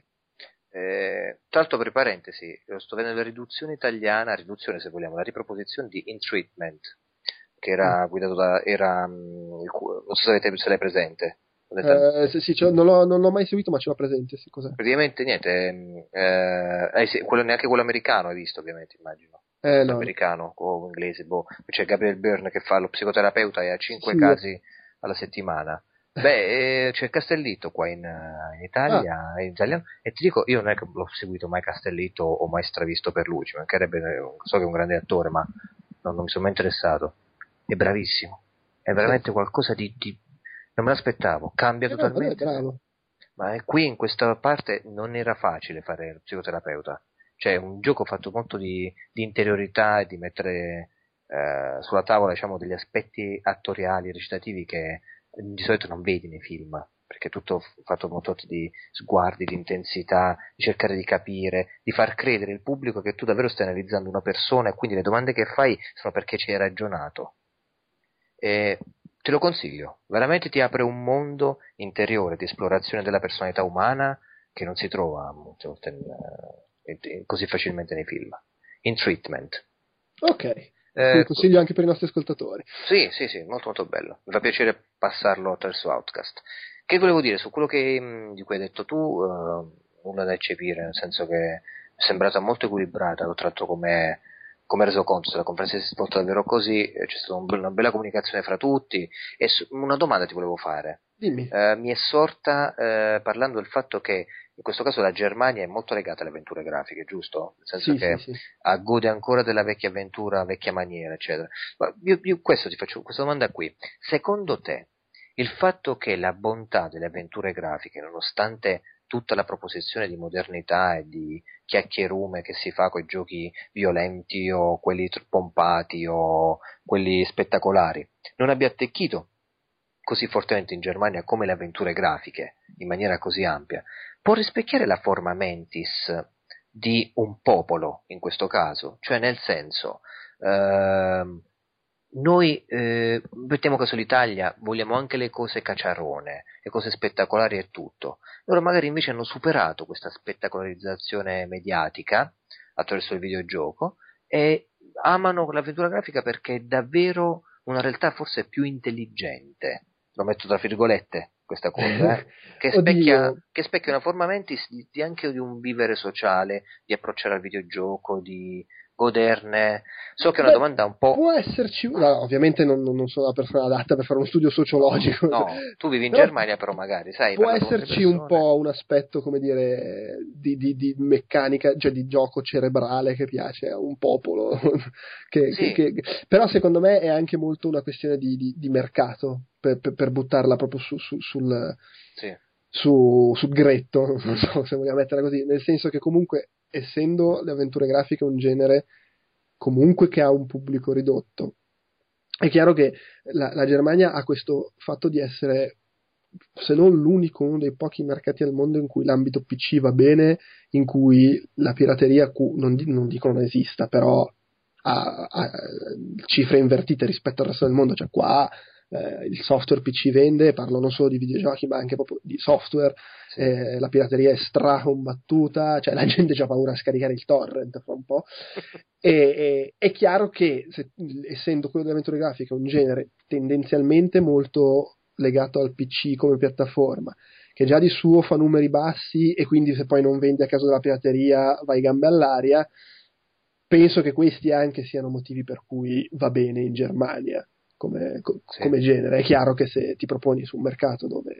Eh, tra l'altro, per parentesi, sto vedendo la riduzione italiana, riduzione se vogliamo, la riproposizione di In Treatment, che era mm. guidato da, era, um, il, non so se, avete, se l'hai presente. Eh, sì, sì, cioè, non, l'ho, non l'ho mai seguito, ma ce l'ho presente, sì, cos'è? Praticamente niente, eh, eh, sì, quello, neanche quello americano hai visto, ovviamente, immagino. Eh, no, americano o inglese, boh. C'è Gabriel Byrne che fa lo psicoterapeuta e ha cinque sì. casi alla settimana. Beh, eh, c'è Castellitto qua in, in Italia, ah. in italiano, e ti dico, io non è che l'ho seguito mai Castellitto o mai stravisto per lui, ci mancherebbe, so che è un grande attore, ma non, non mi sono mai interessato. È bravissimo, è veramente sì. qualcosa di, di... non me l'aspettavo, cambia eh, totalmente. No, bravo. Ma qui in questa parte non era facile fare lo psicoterapeuta. Cioè, un gioco fatto molto di, di interiorità e di mettere eh, sulla tavola, diciamo, degli aspetti attoriali, recitativi che di solito non vedi nei film, perché è tutto fatto molto di sguardi, di intensità, di cercare di capire, di far credere il pubblico che tu davvero stai analizzando una persona, e quindi le domande che fai sono perché ci hai ragionato. E te lo consiglio, veramente ti apre un mondo interiore di esplorazione della personalità umana che non si trova molte volte in, così facilmente nei film. In Treatment. Ok, eh, consiglio anche per i nostri ascoltatori. Sì, sì, sì, molto molto bello. Mi fa piacere passarlo attraverso Outcast. Che volevo dire su quello che, di cui hai detto tu, uh, nulla da eccepire, nel senso che è sembrata molto equilibrata, l'ho tratto come, come reso conto, se la conferenza si è svolta davvero così, c'è stata un, una bella comunicazione fra tutti. E su, una domanda ti volevo fare. Dimmi. Uh, mi è sorta uh, parlando del fatto che in questo caso la Germania è molto legata alle avventure grafiche, giusto? Nel senso sì, che sì, sì. gode ancora della vecchia avventura, vecchia maniera, eccetera. Ma io, io questo ti faccio questa domanda qui. Secondo te, il fatto che la bontà delle avventure grafiche, nonostante tutta la proposizione di modernità e di chiacchierume che si fa con i giochi violenti o quelli pompati o quelli spettacolari, non abbia attecchito così fortemente in Germania come le avventure grafiche, in maniera così ampia, può rispecchiare la forma mentis di un popolo, in questo caso? Cioè, nel senso, ehm, noi eh, mettiamo caso l'Italia, vogliamo anche le cose cacciarone, le cose spettacolari e tutto. Loro magari invece hanno superato questa spettacolarizzazione mediatica attraverso il videogioco e amano l'avventura grafica perché è davvero una realtà forse più intelligente, lo metto tra virgolette questa cosa, eh, che, specchia, che specchia una forma mentis di, di anche di un vivere sociale, di approcciare al videogioco, di goderne. So che è una Beh, domanda un po'... Può esserci, no, ovviamente non, non sono la persona adatta per fare uno studio sociologico. No, tu vivi in però Germania, però magari, sai, può parla con altre esserci un persone. po' un aspetto, come dire, di, di, di meccanica, cioè di gioco cerebrale che piace a un popolo. che, Sì. che, che, però secondo me è anche molto una questione di, di, di mercato, per, per, per buttarla proprio su, su, sul... Sì. Su, sul gretto, non so se vogliamo metterla così, nel senso che comunque, essendo le avventure grafiche un genere comunque che ha un pubblico ridotto, è chiaro che la, la Germania ha questo fatto di essere, se non l'unico, uno dei pochi mercati al mondo in cui l'ambito P C va bene, in cui la pirateria non, non dico non esista, però ha, ha cifre invertite rispetto al resto del mondo, cioè qua Eh, il software P C vende, parlo non solo di videogiochi ma anche proprio di software, Sì. eh, la pirateria è stracombattuta, cioè la gente ha paura a scaricare il torrent fra un po', e, e è chiaro che se, essendo quello delle avventure grafiche un genere tendenzialmente molto legato al P C come piattaforma, che già di suo fa numeri bassi e quindi se poi non vendi a causa della pirateria vai gambe all'aria, penso che questi anche siano motivi per cui va bene in Germania come, co- Sì. come genere. È chiaro che se ti proponi su un mercato dove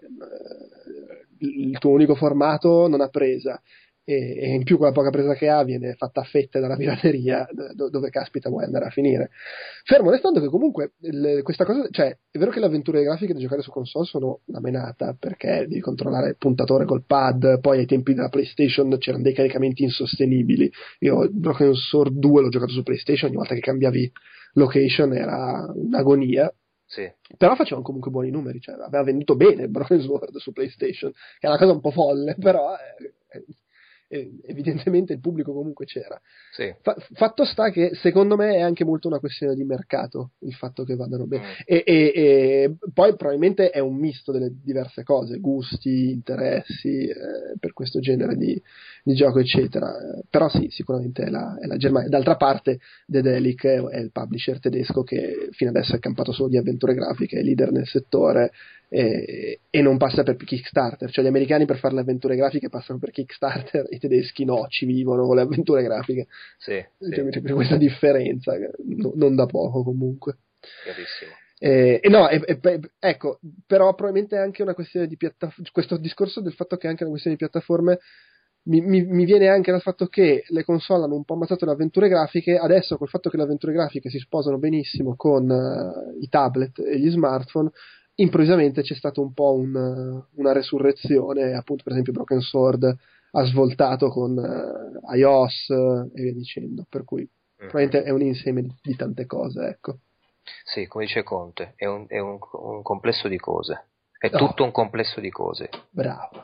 eh, il tuo unico formato non ha presa e, e in più quella poca presa che ha viene fatta a fette dalla pirateria, do- dove caspita vuoi andare a finire? Fermo restando che comunque il, questa cosa, cioè è vero che le avventure grafiche da giocare su console sono una menata perché devi controllare il puntatore col pad, poi ai tempi della PlayStation c'erano dei caricamenti insostenibili. Io Broken Sword due l'ho giocato su PlayStation, ogni volta che cambiavi location era un'agonia, Sì. però facevano comunque buoni numeri, cioè aveva venduto bene Broken Sword su PlayStation, che è una cosa un po' folle, però eh, eh, evidentemente il pubblico comunque c'era. Sì. Fa- fatto sta che secondo me è anche molto una questione di mercato il fatto che vadano bene, Mm. e, e, e poi probabilmente è un misto delle diverse cose, gusti, interessi, eh, per questo genere di, di gioco eccetera, eh, però sì, sicuramente è la, è la Germania. D'altra parte Dedelic è, è il publisher tedesco che fino adesso è campato solo di avventure grafiche, è leader nel settore e, e non passa per Kickstarter, cioè gli americani per fare le avventure grafiche passano per Kickstarter, i tedeschi no, ci vivono con le avventure grafiche. Sì, sì. Cioè, c'è questa differenza no, non da poco comunque. Chiarissimo. Eh, e no, e, e, ecco, però probabilmente è anche una questione di piattaforme, questo discorso del fatto che è anche una questione di piattaforme mi, mi, mi viene anche dal fatto che le console hanno un po' ammazzato le avventure grafiche, adesso col fatto che le avventure grafiche si sposano benissimo con uh, i tablet e gli smartphone, improvvisamente c'è stata un po' un, una resurrezione, appunto per esempio Broken Sword ha svoltato con uh, iOS uh, e via dicendo, per cui Mm-hmm. probabilmente è un insieme di, di tante cose, ecco. Sì, come dice Conte, è un, è un, un complesso di cose, è Oh. tutto un complesso di cose. Bravo.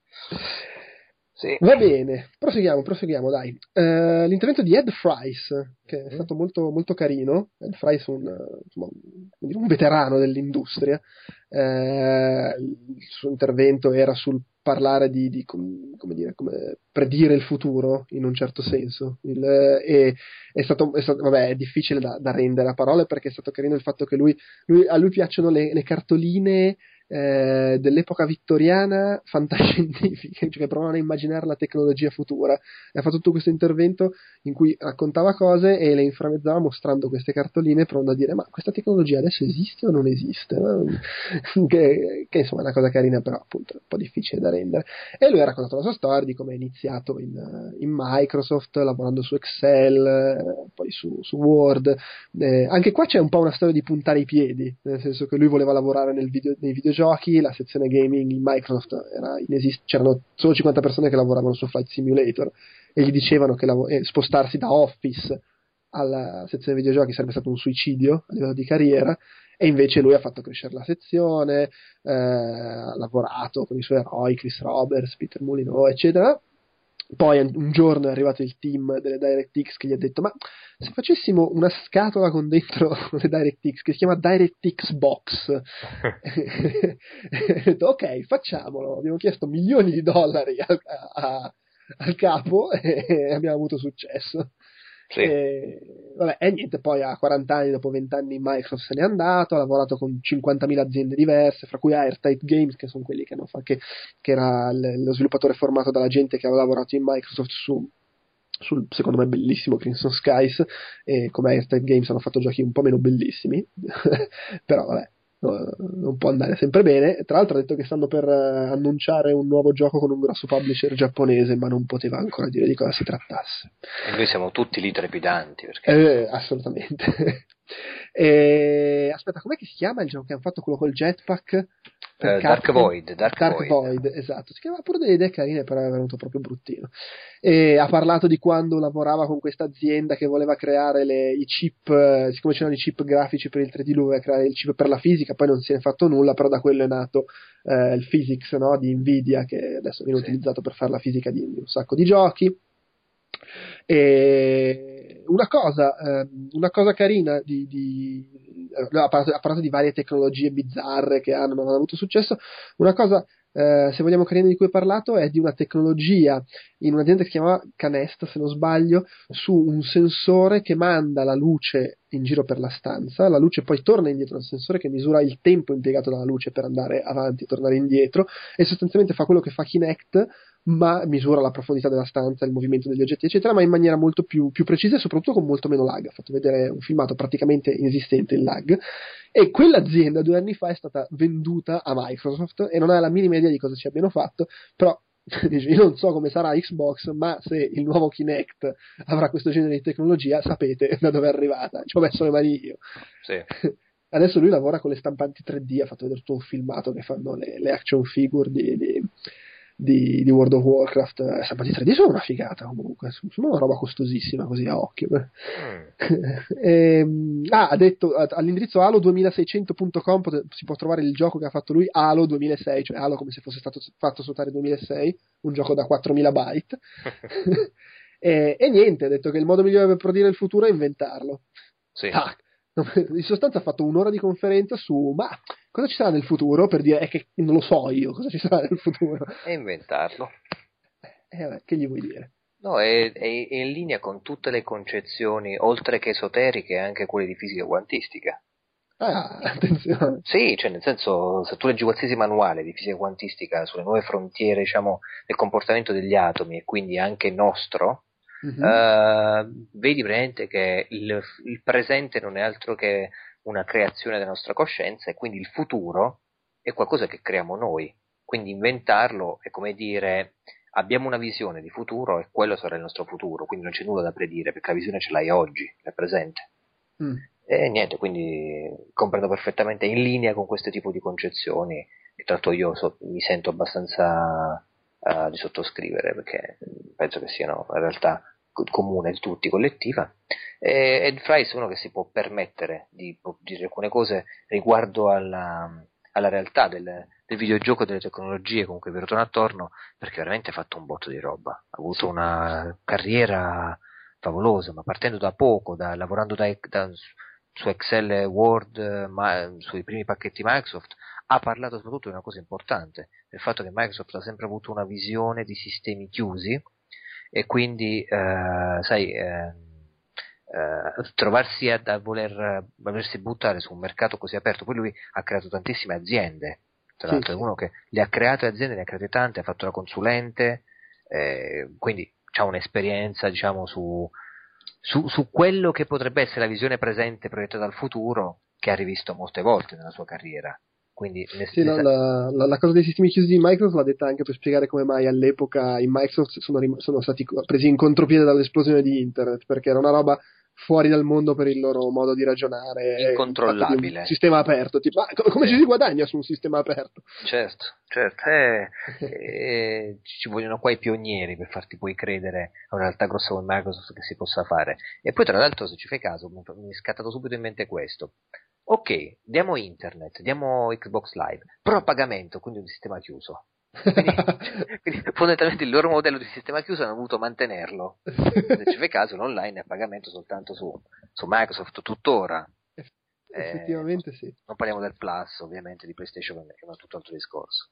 Sì. Va bene, proseguiamo, proseguiamo, dai. Uh, l'intervento di Ed Fries, che è stato molto, molto carino. Ed Fries è un, insomma, un, un veterano dell'industria. Uh, il suo intervento era sul parlare di, di come dire, come predire il futuro, in un certo senso. Il, e, è stato, è stato, vabbè, è difficile da, da rendere a parole perché è stato carino il fatto che lui, lui a lui piacciono le, le cartoline Eh, dell'epoca vittoriana fantascientifiche, cioè che provavano a immaginare la tecnologia futura, e ha fatto tutto questo intervento in cui raccontava cose e le inframmezzava mostrando queste cartoline, provando a dire ma questa tecnologia adesso esiste o non esiste, che, che insomma è una cosa carina, però appunto è un po' difficile da rendere. E lui ha raccontato la sua storia di come è iniziato in, in Microsoft lavorando su Excel, poi su, su Word. Eh, anche qua c'è un po' una storia di puntare i piedi, nel senso che lui voleva lavorare nel video, nei videogiochi, la sezione gaming in Microsoft era inesist- c'erano solo cinquanta persone che lavoravano su Flight Simulator e gli dicevano che lav- eh, spostarsi da Office alla sezione videogiochi sarebbe stato un suicidio a livello di carriera, e invece lui ha fatto crescere la sezione, eh, ha lavorato con i suoi eroi Chris Roberts, Peter Molyneux eccetera, Poi un giorno è arrivato il team delle DirectX che gli ha detto: ma se facessimo una scatola con dentro le DirectX che si chiama DirectX Box? Ha detto ok, facciamolo. Abbiamo chiesto milioni di dollari a, a, al capo e abbiamo avuto successo. Sì. E, vabbè, e niente, poi a quaranta anni, dopo venti anni Microsoft se n'è andato, ha lavorato con cinquantamila aziende diverse, fra cui Airtight Games, che sono quelli che, hanno fa- che, che era l- lo sviluppatore formato dalla gente che aveva lavorato in Microsoft su sul secondo me bellissimo Crimson Skies, e come Airtight Games hanno fatto giochi un po' meno bellissimi però vabbè, no, non può andare sempre bene. Tra l'altro ha detto che stanno per uh, annunciare un nuovo gioco con un grosso publisher giapponese, ma non poteva ancora dire di cosa si trattasse. E noi siamo tutti lì trepidanti perché... eh, assolutamente. E, aspetta, com'è che si chiama il gioco che hanno fatto, quello col jetpack? Uh, Dark Void, Dark, Dark Void. Void, esatto, si chiamava pure delle idee carine, però è venuto proprio bruttino. E ha parlato di quando lavorava con questa azienda che voleva creare le, i chip, eh, siccome c'erano i chip grafici per il tre D, lui voleva creare il chip per la fisica, poi non si è fatto nulla, però da quello è nato eh, il physics, no, di Nvidia, che adesso viene Sì. utilizzato per fare la fisica di, di un sacco di giochi. E una cosa, eh, una cosa carina di, di ha, parlato, ha parlato di varie tecnologie bizzarre che hanno, non hanno avuto successo. Una cosa, eh, se vogliamo, carina di cui ha parlato è di una tecnologia in un'azienda che si chiama Canest, se non sbaglio, su un sensore che manda la luce in giro per la stanza, la luce poi torna indietro al sensore che misura il tempo impiegato dalla luce per andare avanti e tornare indietro, e sostanzialmente fa quello che fa Kinect, ma misura la profondità della stanza, il movimento degli oggetti eccetera, ma in maniera molto più, più precisa e soprattutto con molto meno lag. Ha fatto vedere un filmato praticamente inesistente in lag, e quell'azienda due anni fa è stata venduta a Microsoft e non ha la minima idea di cosa ci abbiano fatto, però io non so come sarà Xbox, ma se il nuovo Kinect avrà questo genere di tecnologia, sapete da dove è arrivata, ci ho messo le mani io. Sì. Adesso lui lavora con le stampanti tre D, ha fatto vedere tutto un filmato che fanno le, le action figure di, di, di, di World of Warcraft. Le stampanti tre D sono una figata comunque, sono una roba costosissima così a occhio. Mm. e, ah, ha detto all'indirizzo halo duemilaseicento punto com si può trovare il gioco che ha fatto lui, Halo duemilasei, cioè Halo come se fosse stato fatto su Atari duemilasei, un gioco da quattromila byte. e, e niente, ha detto che il modo migliore per predire il futuro è inventarlo. Sì. Ah, in sostanza ha fatto un'ora di conferenza su ma cosa ci sarà nel futuro, per dire è che non lo so io cosa ci sarà nel futuro, e inventarlo. Eh, vabbè, che gli vuoi dire? No, è, è, è in linea con tutte le concezioni, oltre che esoteriche, anche quelle di fisica quantistica. Ah, attenzione. Sì, cioè nel senso, se tu leggi qualsiasi manuale di fisica quantistica sulle nuove frontiere, diciamo, del comportamento degli atomi e quindi anche nostro, mm-hmm. uh, vedi praticamente che il, il presente non è altro che una creazione della nostra coscienza, e quindi il futuro è qualcosa che creiamo noi. Quindi inventarlo è come dire: abbiamo una visione di futuro e quello sarà il nostro futuro, quindi non c'è nulla da predire perché la visione ce l'hai oggi, è presente. Mm. E niente, quindi comprendo perfettamente, in linea con questo tipo di concezioni, che tra l'altro io so, mi sento abbastanza uh, di sottoscrivere, perché penso che siano in realtà comune di tutti, collettiva. E Ed Fries è uno che si può permettere di, di dire alcune cose riguardo alla, alla realtà del, del videogioco e delle tecnologie comunque che ruotano attorno, perché veramente ha fatto un botto di roba, ha avuto sì. una carriera favolosa, ma partendo da poco, da, lavorando da, da, su Excel, Word, ma, sui primi pacchetti Microsoft. Ha parlato soprattutto di una cosa importante, del fatto che Microsoft ha sempre avuto una visione di sistemi chiusi, e quindi eh, sai eh, eh, trovarsi a, a voler volersi buttare su un mercato così aperto. Poi lui ha creato tantissime aziende, tra l'altro, sì, è uno che le ha create aziende, ne ha create tante, ha fatto la consulente, eh, quindi ha un'esperienza, diciamo, su Su, su quello che potrebbe essere la visione presente proiettata dal futuro, che ha rivisto molte volte nella sua carriera. Quindi ne, sì, ne no, sa- la, la, la cosa dei sistemi chiusi di Microsoft l'ha detta anche per spiegare come mai all'epoca in Microsoft sono, rim- sono stati presi in contropiede dall'esplosione di internet, perché era una roba fuori dal mondo per il loro modo di ragionare, incontrollabile, di un sistema aperto, tipo, ma come sì. ci si guadagna su un sistema aperto? Certo, certo, eh, eh, ci vogliono qua i pionieri per farti poi credere a una realtà grossa come Microsoft che si possa fare. E poi tra l'altro, se ci fai caso, mi è scattato subito in mente questo: ok, diamo internet, diamo Xbox Live, però a pagamento, quindi un sistema chiuso. Quindi, quindi fondamentalmente il loro modello di sistema chiuso hanno voluto mantenerlo. Se ci fai caso, l'online è a pagamento soltanto su, su Microsoft tuttora. Effettivamente eh, sì. Non parliamo del Plus, ovviamente, di PlayStation, che è un tutto altro discorso.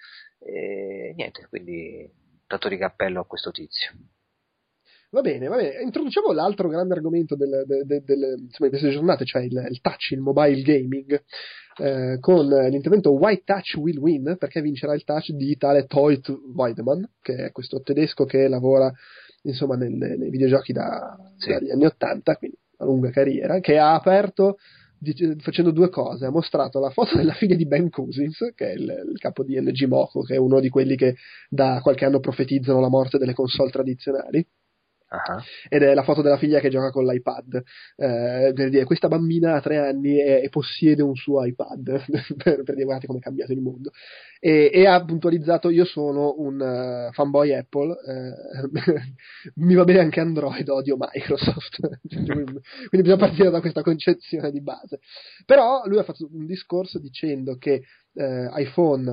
E niente, quindi tanto di cappello a questo tizio. Va bene, va bene. Introduciamo l'altro grande argomento del, del, del, del, insomma, di queste giornate, cioè il, il touch, il mobile gaming, eh, con l'intervento Why Touch Will Win, perché vincerà il touch di tale Toit Weidemann, che è questo tedesco che lavora insomma nel, nei videogiochi da, Sì. dagli anni ottanta, quindi una lunga carriera, che ha aperto dic- facendo due cose. Ha mostrato la foto della figlia di Ben Cousins, che è il, il capo di N G Moco, che è uno di quelli che da qualche anno profetizzano la morte delle console tradizionali. Uh-huh. Ed è la foto della figlia che gioca con l'iPad, eh, per dire questa bambina ha tre anni e, e possiede un suo iPad per, per dire guardate come è cambiato il mondo, e, e ha puntualizzato io sono un uh, fanboy Apple, eh, mi va bene anche Android, odio Microsoft. Quindi bisogna partire da questa concezione di base. Però lui ha fatto un discorso dicendo che eh, iPhone,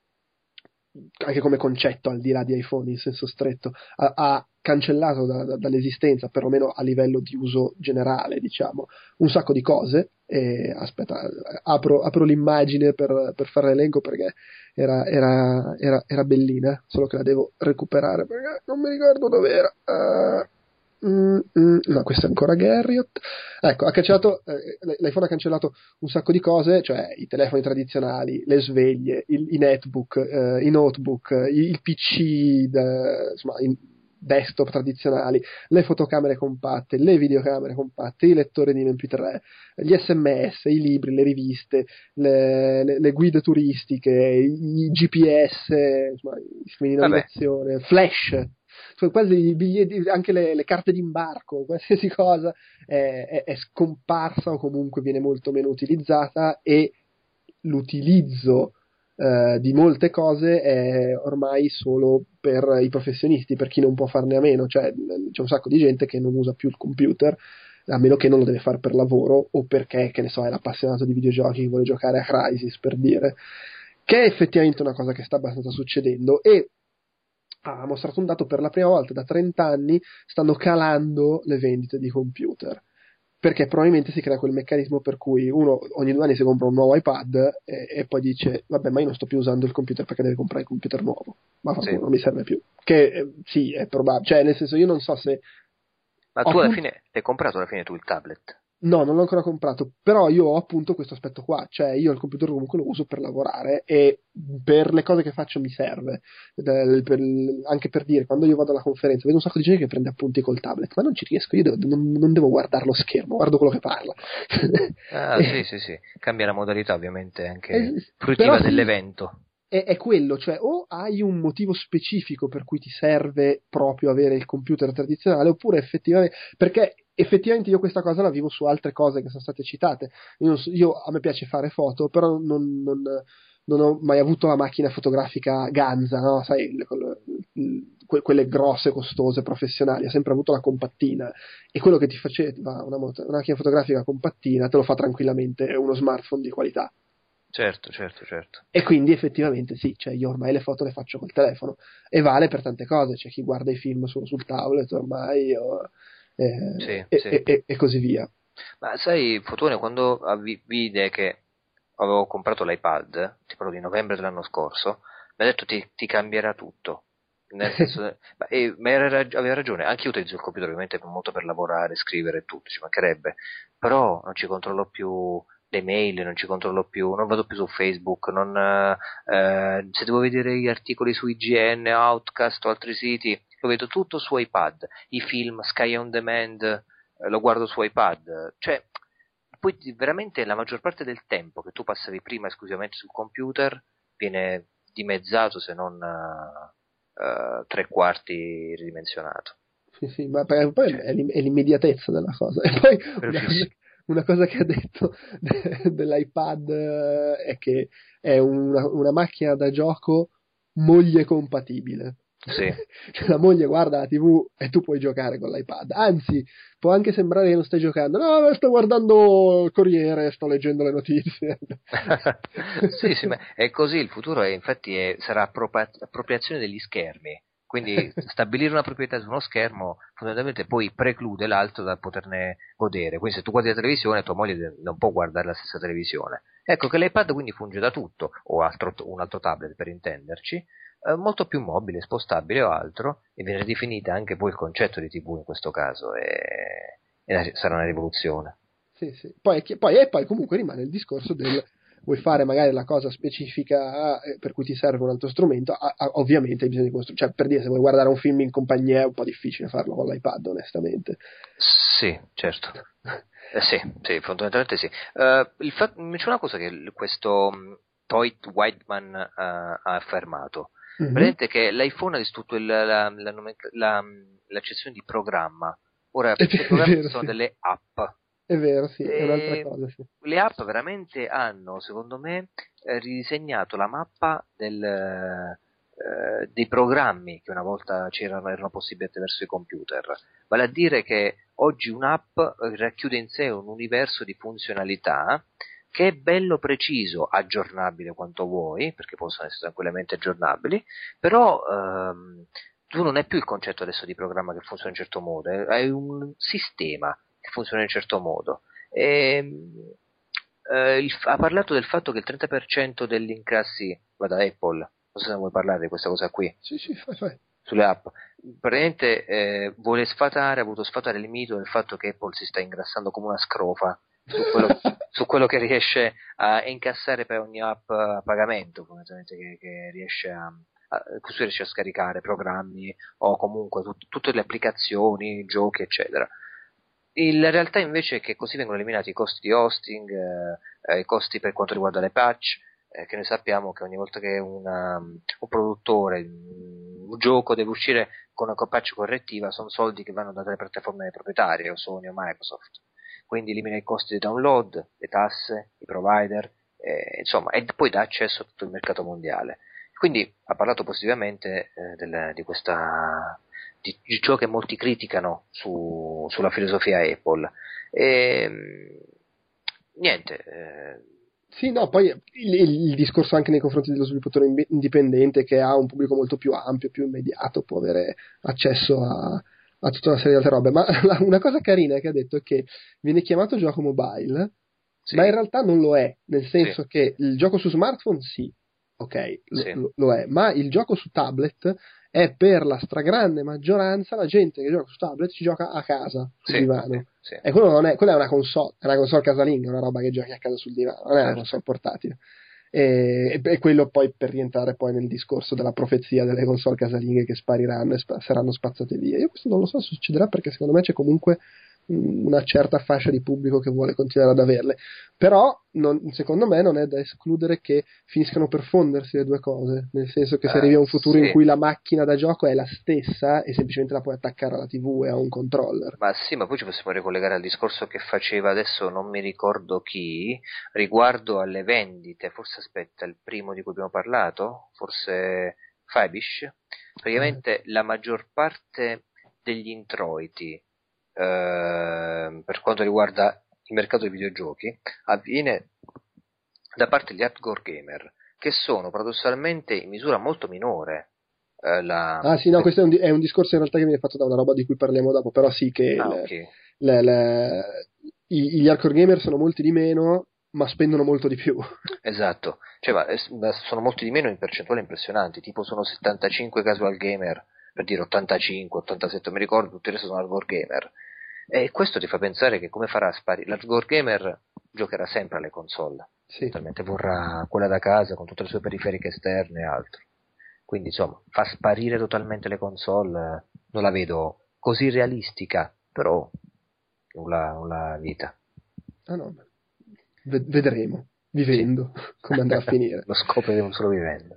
anche come concetto al di là di iPhone in senso stretto, ha, ha cancellato da, da, dall'esistenza, perlomeno a livello di uso generale, diciamo, un sacco di cose. E aspetta, apro, apro l'immagine per, per fare l'elenco, perché era, era, era, era bellina, solo che la devo recuperare perché non mi ricordo dov'era. Uh, Mm, mm, no, questo è ancora Garriott. Ecco, ha cancellato, eh, l'iPhone ha cancellato un sacco di cose, cioè i telefoni tradizionali, le sveglie, il, i netbook, eh, i notebook, i, il P C, da, insomma, i desktop tradizionali, le fotocamere compatte, le videocamere compatte, i lettori di M P tre, gli S M S, i libri, le riviste, le, le, le guide turistiche, i, i G P S, insomma, i sistemi di navigazione, Flash. Quasi i biglietti, anche le, le carte d'imbarco, qualsiasi cosa è, è, è scomparsa o comunque viene molto meno utilizzata, e l'utilizzo eh, di molte cose è ormai solo per i professionisti, per chi non può farne a meno. Cioè c'è un sacco di gente che non usa più il computer, a meno che non lo deve fare per lavoro o perché, che ne so, è l'appassionato di videogiochi che vuole giocare a Crysis, per dire, che è effettivamente una cosa che sta abbastanza succedendo. E ha mostrato un dato: per la prima volta da trenta anni stanno calando le vendite di computer, perché probabilmente si crea quel meccanismo per cui uno ogni due anni si compra un nuovo iPad e, e poi dice vabbè, ma io non sto più usando il computer perché deve comprare il computer nuovo, ma Sì. non mi serve più, che eh, sì, è probabile, cioè nel senso, io non so se ma tu alla appunto... fine hai comprato alla fine tu il tablet? No, non l'ho ancora comprato, però io ho appunto questo aspetto qua, cioè io il computer comunque lo uso per lavorare e per le cose che faccio mi serve, per, per, anche per dire, quando io vado alla conferenza vedo un sacco di gente che prende appunti col tablet, ma non ci riesco, io devo, non, non devo guardare lo schermo, guardo quello che parla. Ah, e, sì, sì, sì, cambia la modalità ovviamente anche eh, fruitiva sì, dell'evento. È, è quello, cioè o hai un motivo specifico per cui ti serve proprio avere il computer tradizionale, oppure effettivamente, perché effettivamente io questa cosa la vivo su altre cose che sono state citate. Io, non so, io a me piace fare foto, però non, non, non ho mai avuto la macchina fotografica ganza, no? Sai, le, que, quelle grosse, costose, professionali. Ho sempre avuto la compattina, e quello che ti faceva una, una macchina fotografica compattina te lo fa tranquillamente uno smartphone di qualità. Certo, certo, certo. E quindi effettivamente sì, cioè io ormai le foto le faccio col telefono, e vale per tante cose. C'è chi guarda i film solo sul tablet ormai, io, eh, Sì, e, sì. e, e, e così via. Ma sai, Fotone, quando avvi- vide che avevo comprato l'iPad, ti parlo di novembre dell'anno scorso, mi ha detto ti, ti cambierà tutto. Nel senso, ma, e, ma era, aveva ragione, anche io utilizzo il computer ovviamente molto per lavorare, scrivere e tutto, ci mancherebbe, però non ci controllo più le mail, non ci controllo più, non vado più su Facebook, non, eh, se devo vedere gli articoli su I G N, Outcast o altri siti, lo vedo tutto su iPad, i film, Sky On Demand, eh, lo guardo su iPad, cioè poi veramente la maggior parte del tempo che tu passavi prima esclusivamente sul computer viene dimezzato, se non uh, uh, tre quarti ridimensionato. Sì, sì, ma poi cioè, è, l'im- è l'immediatezza della cosa. E poi una cosa, una cosa che ha detto de- dell'iPad eh, è che è una, una macchina da gioco moglie compatibile. Sì. Cioè, la moglie guarda la tivù e tu puoi giocare con l'iPad, anzi può anche sembrare che non stai giocando, no, sto guardando il Corriere, sto leggendo le notizie. Sì, sì, ma è così, il futuro è, infatti è, sarà appropria- appropriazione degli schermi, quindi stabilire una proprietà su uno schermo fondamentalmente poi preclude l'altro dal poterne godere, quindi se tu guardi la televisione tua moglie non può guardare la stessa televisione. Ecco che l'iPad quindi funge da tutto, o altro, un altro tablet per intenderci, eh, molto più mobile, spostabile o altro, e viene ridefinita anche poi il concetto di tivù in questo caso, e, e sarà una rivoluzione. Sì, sì. Poi, poi, e poi comunque rimane il discorso del vuoi fare magari la cosa specifica eh, per cui ti serve un altro strumento, a, a, ovviamente hai bisogno di costruire, cioè per dire se vuoi guardare un film in compagnia è un po' difficile farlo con l'iPad onestamente. Sì, certo. Eh, sì, sì, fondamentalmente sì. Uh, il fatto, c'è una cosa che questo um, Toit Whiteman uh, ha affermato, Mm-hmm. praticamente che l'iPhone ha distrutto il, la, la, la, la, l'accezione di programma. Ora, È questi programmi vero, sono sì. delle app. È vero, sì, è un'altra E cosa, sì. le app veramente hanno, secondo me, eh, ridisegnato la mappa del, eh, dei programmi che una volta c'erano, erano possibili attraverso i computer. Vale a dire che oggi un'app racchiude in sé un universo di funzionalità che è bello preciso, aggiornabile quanto vuoi, perché possono essere tranquillamente aggiornabili, però ehm, tu non hai più il concetto adesso di programma che funziona in un certo modo, hai un sistema che funziona in un certo modo. E, eh, il, ha parlato del fatto che il trenta per cento degli incassi va da Apple, non so se vuoi parlare di questa cosa qui. Sì, sì, fai, fai. Sulle app, praticamente eh, vuole sfatare, ha voluto sfatare il mito del fatto che Apple si sta ingrassando come una scrofa su quello, su quello che riesce a incassare per ogni app a pagamento, fondamentalmente che, che riesce a, a, così riesce a scaricare programmi o comunque tut, tutte le applicazioni, giochi, eccetera. La realtà invece è che così vengono eliminati i costi di hosting, eh, i costi per quanto riguarda le patch, eh, che noi sappiamo che ogni volta che una, un produttore, un gioco deve uscire con una patch correttiva, sono soldi che vanno dalle piattaforme proprietarie, o Sony o Microsoft. Quindi elimina i costi di download, le tasse, i provider, eh, insomma, e poi dà accesso a tutto il mercato mondiale. Quindi ha parlato positivamente eh, del, di questa... Di, di ciò che molti criticano su, sulla filosofia Apple. E, niente. Eh. Sì, no, poi il, il discorso anche nei confronti dello sviluppatore indipendente che ha un pubblico molto più ampio, più immediato, può avere accesso a, a tutta una serie di altre robe. Ma la, una cosa carina che ha detto è che viene chiamato gioco mobile, sì, ma in realtà non lo è, nel senso sì, che il gioco su smartphone sì, ok, sì. Lo, lo è, ma il gioco su tablet è per la stragrande maggioranza la gente che gioca su tablet ci gioca a casa sul sì, divano sì, sì. E quello non è, quella è una console, è una console casalinga, è una roba che giochi a casa sul divano, non è una console portatile. E, e quello poi per rientrare poi nel discorso della profezia delle console casalinghe che spariranno e spa- saranno spazzate via. Io questo non lo so se succederà, perché secondo me c'è comunque una certa fascia di pubblico che vuole continuare ad averle, però non, secondo me non è da escludere che finiscano per fondersi le due cose, nel senso che se arrivi a un futuro sì. in cui la macchina da gioco è la stessa e semplicemente la puoi attaccare alla tivù e a un controller. Ma sì, ma poi ci possiamo ricollegare al discorso che faceva adesso non mi ricordo chi riguardo alle vendite, forse aspetta, il primo di cui abbiamo parlato, forse Fabish, praticamente eh. la maggior parte degli introiti Uh, per quanto riguarda il mercato dei videogiochi avviene da parte degli hardcore gamer, che sono paradossalmente in misura molto minore. Uh, la... Ah sì, no, questo è un, è un discorso in realtà che viene fatto da una roba di cui parliamo dopo, però sì che ah, le, okay. le, le, i, gli hardcore gamer sono molti di meno, ma spendono molto di più. Esatto, cioè, ma, ma sono molti di meno in percentuali impressionanti, tipo sono settantacinque casual gamer, per dire ottantacinque, ottantasette, mi ricordo, tutti i resto sono hardcore gamer. E questo ti fa pensare che come farà a sparire? L'hardcore gamer giocherà sempre alle console, sì. Talmente vorrà quella da casa con tutte le sue periferiche esterne e altro. Quindi insomma, fa sparire totalmente le console, non la vedo così realistica, però non la, non la vita. Ah no, v- vedremo, vivendo, sì. come andrà a finire. Lo scopriremo solo vivendo.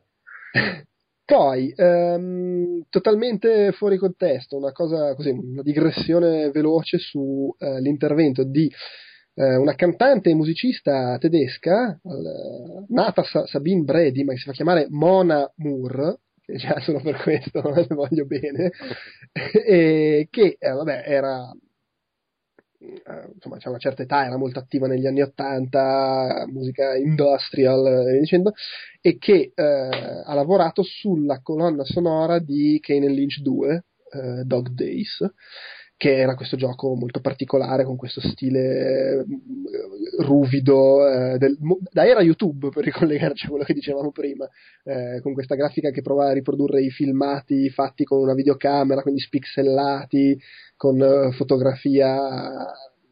Poi, ehm, totalmente fuori contesto, una cosa così, una digressione veloce sull'intervento uh, di uh, una cantante e musicista tedesca, uh, nata Sa- Sabine Brady, ma che si fa chiamare Mona Moore, che già solo per questo le voglio bene, e che eh, vabbè era eh, insomma c'è una certa età, era molto attiva negli anni ottanta, musica industrial e via dicendo, e che eh, ha lavorato sulla colonna sonora di Kane and Lynch due, eh, Dog Days, che era questo gioco molto particolare con questo stile eh, ruvido eh, del, da era YouTube, per ricollegarci a quello che dicevamo prima, eh, con questa grafica che prova a riprodurre i filmati fatti con una videocamera, quindi spixellati, con eh, fotografia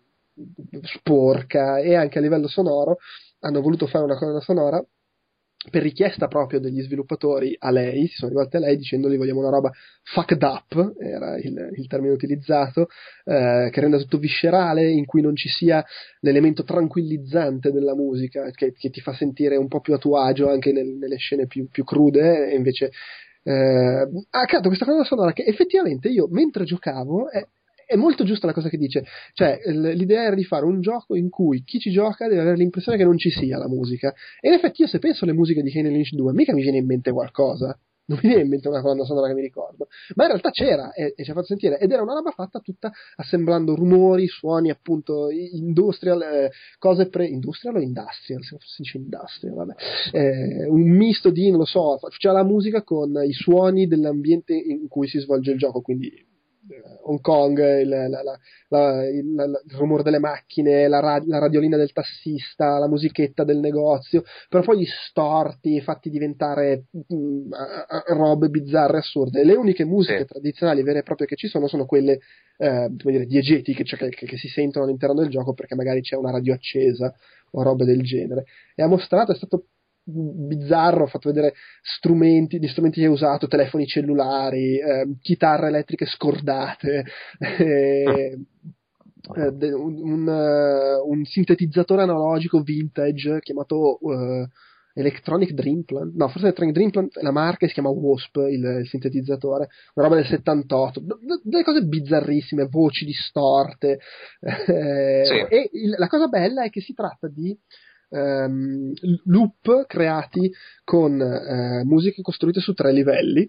sporca, e anche a livello sonoro hanno voluto fare una colonna sonora per richiesta proprio degli sviluppatori a lei, si sono rivolti a lei dicendogli vogliamo una roba fucked up, era il, il termine utilizzato, eh, che renda tutto viscerale, in cui non ci sia l'elemento tranquillizzante della musica, che, che ti fa sentire un po' più a tuo agio anche nel, nelle scene più, più crude, e invece eh, accanto a questa colonna sonora che effettivamente io mentre giocavo è, è molto giusta la cosa che dice, cioè l'idea era di fare un gioco in cui chi ci gioca deve avere l'impressione che non ci sia la musica, e in effetti io se penso alle musiche di Kane and Lynch due mica mi viene in mente qualcosa, non mi viene in mente una colonna sonora che mi ricordo, ma in realtà c'era e, e ci ha fatto sentire, ed era una roba fatta tutta assemblando rumori, suoni appunto industrial, eh, cose pre industrial o industrial, se si dice industrial, vabbè, eh, un misto di, non lo so, c'è la musica con i suoni dell'ambiente in cui si svolge il gioco, quindi Hong Kong, il, la, la, la, il, la, il rumore delle macchine, la, ra- la radiolina del tassista, la musichetta del negozio, però poi gli storti fatti diventare mh, robe bizzarre, assurde. Le uniche musiche sì. tradizionali vere e proprie che ci sono sono quelle eh, come dire, diegetiche, cioè che, che si sentono all'interno del gioco perché magari c'è una radio accesa o robe del genere. E ha mostrato, è stato bizzarro, ho fatto vedere strumenti, gli strumenti che ha usato, telefoni cellulari, eh, chitarre elettriche scordate, eh, eh, un, un, uh, un sintetizzatore analogico vintage chiamato uh, Electronic Dreamplant, no forse Electronic Dreamplant è la marca, si chiama Wasp il, il sintetizzatore, una roba del settantotto, d- d- delle cose bizzarrissime, voci distorte, eh, sì. E il, la cosa bella è che si tratta di Um, loop creati con uh, musiche costruite su tre livelli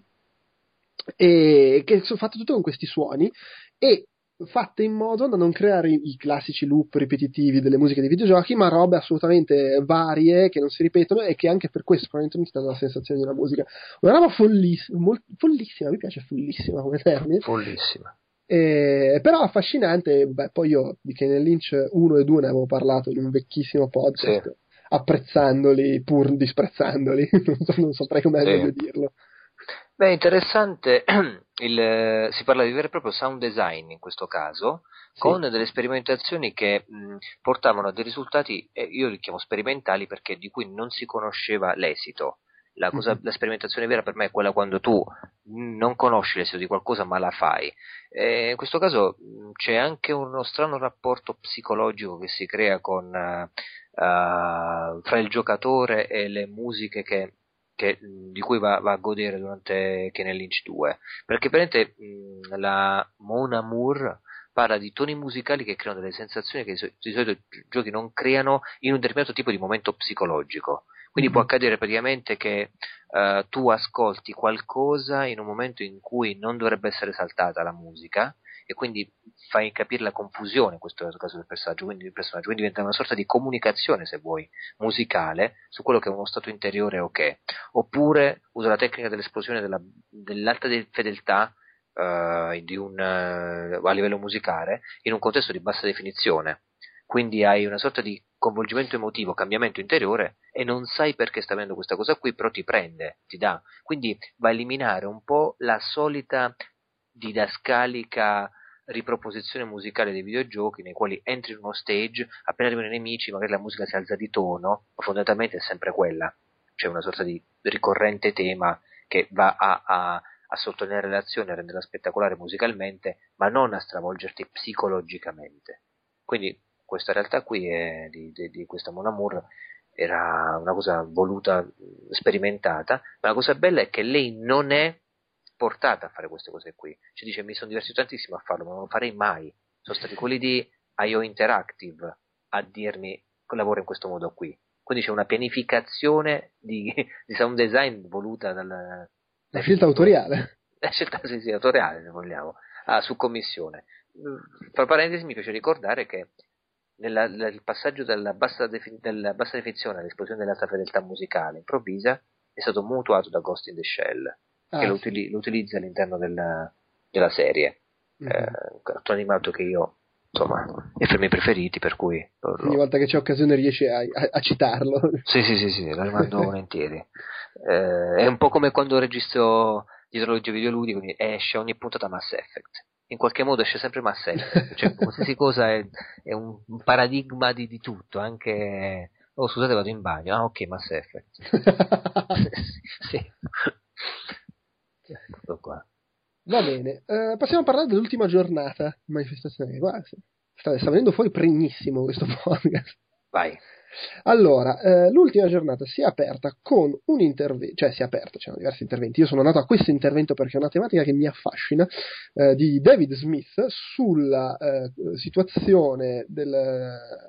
e che sono fatte tutte con questi suoni e fatte in modo da non creare i, i classici loop ripetitivi delle musiche dei videogiochi, ma robe assolutamente varie che non si ripetono e che anche per questo probabilmente non ti danno la sensazione di una musica, una roba follissima, molt, follissima, mi piace follissima come termine, follissima. Eh, però affascinante. Beh, poi io di Kane and Lynch uno e due ne avevo parlato in un vecchissimo podcast, sì. apprezzandoli pur disprezzandoli, non, so, non saprei come sì. meglio dirlo. Beh, interessante, il, si parla di vero e proprio sound design in questo caso, sì. con delle sperimentazioni che mh, portavano a dei risultati, eh, io li chiamo sperimentali perché di cui non si conosceva l'esito. La, cosa, mm-hmm. la sperimentazione vera per me è quella quando tu non conosci l'esito di qualcosa ma la fai. E in questo caso mh, c'è anche uno strano rapporto psicologico che si crea con, uh, uh, fra il giocatore e le musiche che, che, di cui va, va a godere durante Kane and Lynch due, perché per mh, la Mon Amour parla di toni musicali che creano delle sensazioni che di, so- di solito i giochi non creano in un determinato tipo di momento psicologico. Quindi può accadere praticamente che uh, tu ascolti qualcosa in un momento in cui non dovrebbe essere saltata la musica e quindi fai capire la confusione in questo caso del personaggio, quindi il personaggio quindi diventa una sorta di comunicazione, se vuoi, musicale su quello che è uno stato interiore o che. Oppure usa la tecnica dell'esplosione della, dell'alta fedeltà uh, di un, uh, a livello musicale in un contesto di bassa definizione. Quindi hai una sorta di coinvolgimento emotivo, cambiamento interiore e non sai perché sta avendo questa cosa qui, però ti prende, ti dà. Quindi va a eliminare un po' la solita didascalica riproposizione musicale dei videogiochi nei quali entri in uno stage, appena arrivano i nemici magari la musica si alza di tono, ma fondamentalmente è sempre quella. C'è una sorta di ricorrente tema che va a, a, a sottolineare l'azione, a renderla spettacolare musicalmente, ma non a stravolgerti psicologicamente. Quindi questa realtà qui è di, di, di questa Mon Amour era una cosa voluta, sperimentata, ma la cosa bella è che lei non è portata a fare queste cose qui. Ci dice mi sono divertito tantissimo a farlo, ma non lo farei mai. Sono stati quelli di I O Interactive a dirmi lavoro in questo modo qui. Quindi c'è una pianificazione di, di sound design voluta dal, La scelta autoriale. La scelta sì, sì, autoriale, se vogliamo, ah, su commissione. Tra parentesi, mi piace ricordare che nella, nel passaggio dalla bassa, defin- dalla bassa definizione all'esplosione dell'alta fedeltà musicale improvvisa è stato mutuato da Ghost in the Shell, Ah, che lo, sì. utili- lo utilizza all'interno della, della serie. Mm-hmm. Eh, un cartone animato che io, insomma, è fra i miei preferiti, per cui lo, lo... ogni volta che c'è occasione riesci a, a, a citarlo. Sì, sì, sì, sì, lo rimando volentieri. Eh, è un po' come quando registro dietrologia videoludico, quindi esce ogni puntata Mass Effect. In qualche modo esce sempre Mass Effect, cioè qualsiasi cosa è, è un paradigma di, di tutto, anche... Oh, scusate, vado in bagno. Ah, ok, Mass Effect. Sì. Ecco qua. Va bene, eh, passiamo a parlare dell'ultima giornata di manifestazione. Guarda, sta, sta venendo fuori pregnissimo questo podcast. Vai. Allora, eh, l'ultima giornata si è aperta con un intervento, cioè si è aperta, c'erano diversi interventi. Io sono andato a questo intervento perché è una tematica che mi affascina, eh, di David Smith sulla eh, situazione del,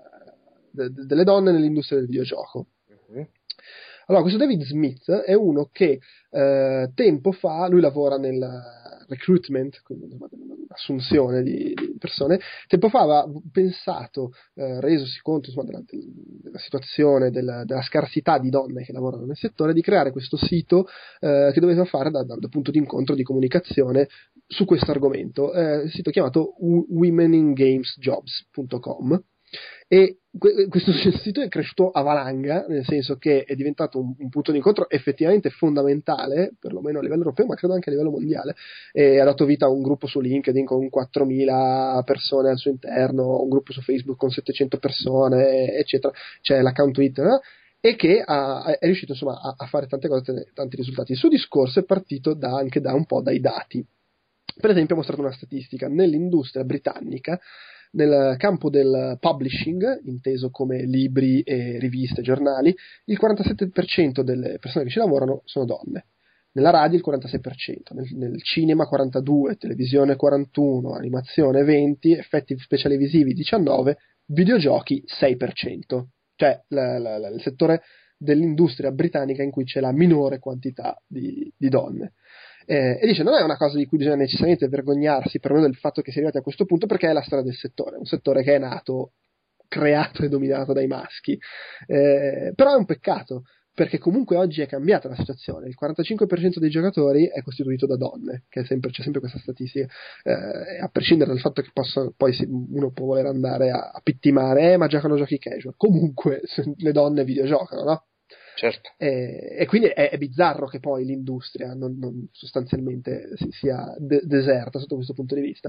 de, de, delle donne nell'industria del videogioco. Mm-hmm. Allora, questo David Smith è uno che eh, tempo fa, lui lavora nel recruitment, quindi assunzione di, di persone, tempo fa aveva pensato, eh, resosi conto insomma, della, della situazione, della, della scarsità di donne che lavorano nel settore, di creare questo sito eh, che doveva fare da, da, da punto di incontro di comunicazione su questo argomento, eh, il sito chiamato women in games jobs punto com. E questo sito è cresciuto a valanga, nel senso che è diventato un, un punto di incontro effettivamente fondamentale, perlomeno a livello europeo, ma credo anche a livello mondiale, e ha dato vita a un gruppo su LinkedIn con quattromila persone al suo interno, un gruppo su Facebook con settecento persone, eccetera, c'è l'account Twitter, e che ha, è riuscito insomma a, a fare tante cose, tanti risultati. Il suo discorso è partito da, anche da un po' dai dati. Per esempio ha mostrato una statistica: nell'industria britannica, nel campo del publishing, inteso come libri e riviste, giornali, il quarantasette per cento delle persone che ci lavorano sono donne. Nella radio il quarantasei per cento, nel, nel cinema quarantadue per cento, televisione quarantuno per cento, animazione venti per cento, effetti speciali visivi diciannove per cento, videogiochi sei per cento. Cioè la, la, la, il settore dell'industria britannica in cui c'è la minore quantità di, di donne. Eh, e dice non è una cosa di cui bisogna necessariamente vergognarsi, perlomeno del fatto che si è arrivati a questo punto, perché è la storia del settore, un settore che è nato, creato e dominato dai maschi, eh, però è un peccato, perché comunque oggi è cambiata la situazione. Il quarantacinque per cento dei giocatori è costituito da donne, che è sempre, c'è sempre questa statistica, eh, a prescindere dal fatto che possa, poi si, uno può voler andare a, a pittimare, eh, ma giocano giochi casual, comunque le donne videogiocano, no? Certo. E, e quindi è, è bizzarro che poi l'industria non, non sostanzialmente si, sia de- deserta sotto questo punto di vista.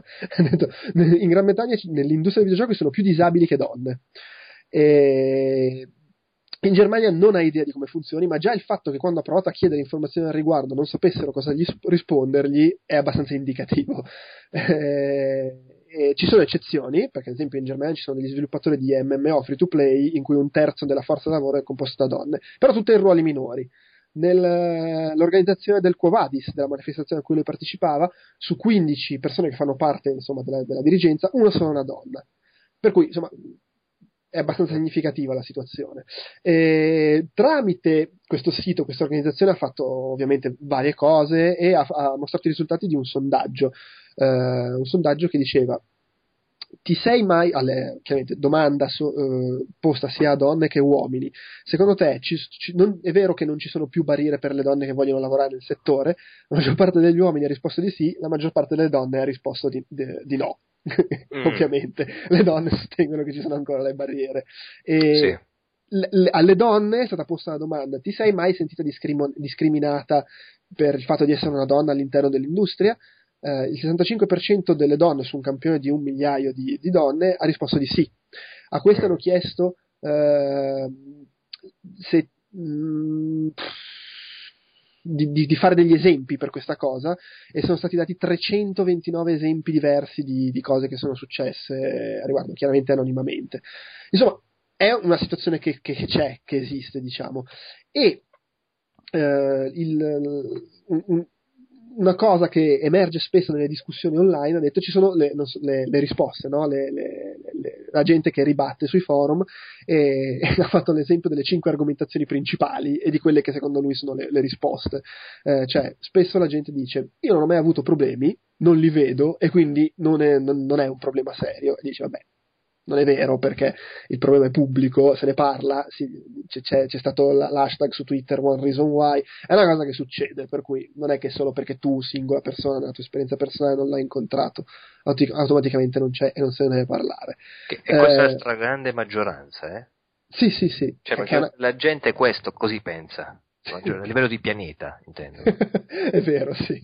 In Gran Bretagna nell'industria dei videogiochi sono più disabili che donne. E in Germania non ha idea di come funzioni, ma già il fatto che quando ha provato a chiedere informazioni al riguardo non sapessero cosa gli rispondergli è abbastanza indicativo. Eh, e ci sono eccezioni, perché ad esempio in Germania ci sono degli sviluppatori di M M O free to play in cui un terzo della forza lavoro è composto da donne, però tutte in ruoli minori. Nell'organizzazione del Quo Vadis, della manifestazione a cui lui partecipava, su quindici persone che fanno parte insomma, della, della dirigenza, una sono una donna. Per cui insomma è abbastanza significativa la situazione. E tramite questo sito, questa organizzazione ha fatto ovviamente varie cose e ha, ha mostrato i risultati di un sondaggio, eh, un sondaggio che diceva: ti sei mai, alle, chiaramente domanda so, eh, posta sia a donne che uomini, secondo te ci, ci, non, è vero che non ci sono più barriere per le donne che vogliono lavorare nel settore? La maggior parte degli uomini ha risposto di sì, la maggior parte delle donne ha risposto di, di, di no. Mm. Ovviamente le donne sostengono che ci sono ancora le barriere e sì. le, le, alle donne è stata posta la domanda: ti sei mai sentita discrimo, discriminata per il fatto di essere una donna all'interno dell'industria? Uh, il sessantacinque per cento delle donne su un campione di un migliaio di, di donne ha risposto di sì. A queste hanno chiesto uh, se mh, Di, di, di fare degli esempi per questa cosa, e sono stati dati trecentoventinove esempi diversi di, di cose che sono successe a riguardo, chiaramente anonimamente. Insomma, è una situazione che, che c'è, che esiste, diciamo. E eh, il, un, una cosa che emerge spesso nelle discussioni online, ha detto ci sono le, non so, le, le risposte, no? le, le, le, la gente che ribatte sui forum, e, e ha fatto l'esempio delle cinque argomentazioni principali e di quelle che secondo lui sono le, le risposte. Eh, cioè, spesso la gente dice: io non ho mai avuto problemi, non li vedo e quindi non è, non, non è un problema serio. E dice: vabbè, non è vero, perché il problema è pubblico, se ne parla, si, c'è, c'è stato l'hashtag su Twitter One Reason Why, è una cosa che succede, per cui non è che solo perché tu, singola persona, nella tua esperienza personale non l'hai incontrato, auti- automaticamente non c'è e non se ne deve parlare. Che, e questa è Eh, la stragrande maggioranza, eh? sì, sì, sì. Cioè, Che è una... la gente questo così pensa, a livello di pianeta, intendo. È vero, sì.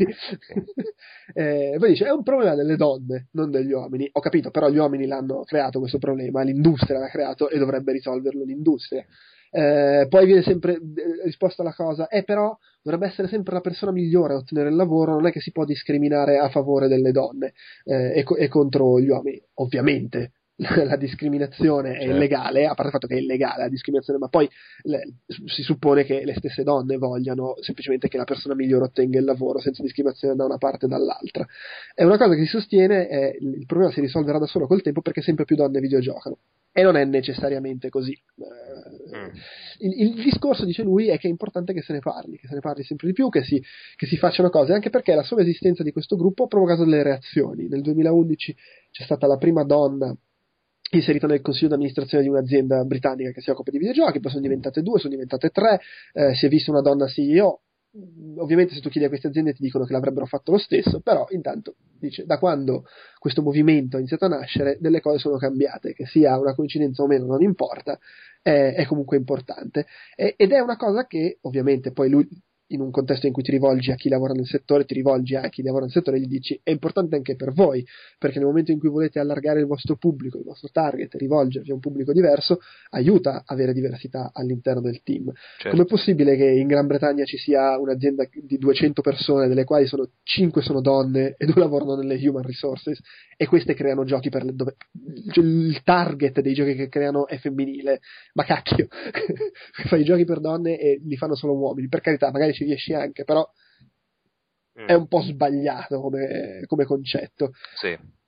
eh, poi dice: è un problema delle donne, non degli uomini. Ho capito, però gli uomini l'hanno creato questo problema, l'industria l'ha creato e dovrebbe risolverlo l'industria. Eh, poi viene sempre risposta alla cosa: eh, però dovrebbe essere sempre la persona migliore a ottenere il lavoro, non è che si può discriminare a favore delle donne eh, e, co- e contro gli uomini. Ovviamente la discriminazione è certo. illegale, a parte il fatto che è illegale la discriminazione, ma poi le, si suppone che le stesse donne vogliano semplicemente che la persona migliore ottenga il lavoro senza discriminazione da una parte e dall'altra. È una cosa che si sostiene, è, il problema si risolverà da solo col tempo perché sempre più donne videogiocano, e non è necessariamente così. Mm. Il, il discorso, dice lui, è che è importante che se ne parli, che se ne parli sempre di più, che si, che si facciano cose, anche perché la sola esistenza di questo gruppo ha provocato delle reazioni. Nel duemilaundici c'è stata la prima donna inserita nel consiglio di amministrazione di un'azienda britannica che si occupa di videogiochi, poi sono diventate due, sono diventate tre, eh, si è vista una donna C E O. Ovviamente se tu chiedi a queste aziende ti dicono che l'avrebbero fatto lo stesso, però intanto dice: da quando questo movimento ha iniziato a nascere delle cose sono cambiate, che sia una coincidenza o meno non importa, è, è comunque importante, e, ed è una cosa che ovviamente poi lui, in un contesto in cui ti rivolgi a chi lavora nel settore, ti rivolgi a chi lavora nel settore e gli dici: è importante anche per voi, perché nel momento in cui volete allargare il vostro pubblico, il vostro target, rivolgervi a un pubblico diverso, aiuta a avere diversità all'interno del team. Certo. Com'è possibile che in Gran Bretagna ci sia un'azienda di duecento persone, delle quali sono cinque sono donne e due lavorano nelle human resources, e queste creano giochi per le, dove cioè, il target dei giochi che creano è femminile? Ma cacchio, fai i giochi per donne e li fanno solo uomini, per carità, magari ci riesci anche, però mm. è un po' sbagliato come, come concetto. Sì.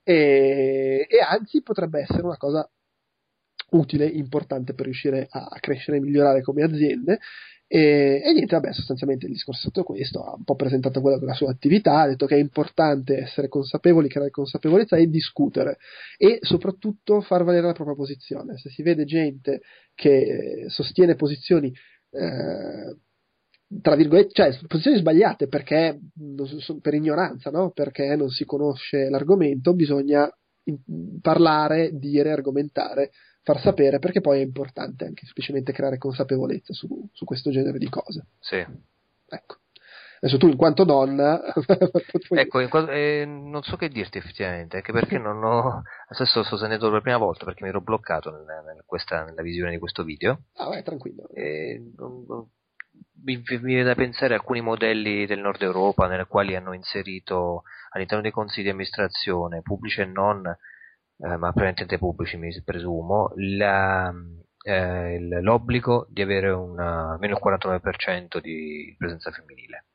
E, e anzi potrebbe essere una cosa utile, importante per riuscire a crescere e migliorare come aziende. E, e niente, vabbè, sostanzialmente il discorso è stato questo: ha un po' presentato quella che è la sua attività, ha detto che è importante essere consapevoli, creare consapevolezza e discutere, e soprattutto far valere la propria posizione. Se si vede gente che sostiene posizioni eh, tra virgolette, cioè posizioni sbagliate perché per ignoranza, no? Perché non si conosce l'argomento, bisogna parlare, dire, argomentare, far sapere, perché poi è importante anche semplicemente creare consapevolezza su, su questo genere di cose. Sì. Ecco. Adesso tu in quanto donna ecco, in quanto, eh, non so che dirti effettivamente, anche perché non ho adesso sto sentendo per la prima volta perché mi ero bloccato nella, nella, questa, nella visione di questo video. Ah, vai, tranquillo. E, non, non, mi, mi viene da pensare a alcuni modelli del nord Europa nelle quali hanno inserito all'interno dei consigli di amministrazione, pubblici e non, eh, ma prevalentemente pubblici mi presumo, la, eh, l'obbligo di avere una, almeno il quarantanove per cento di presenza femminile.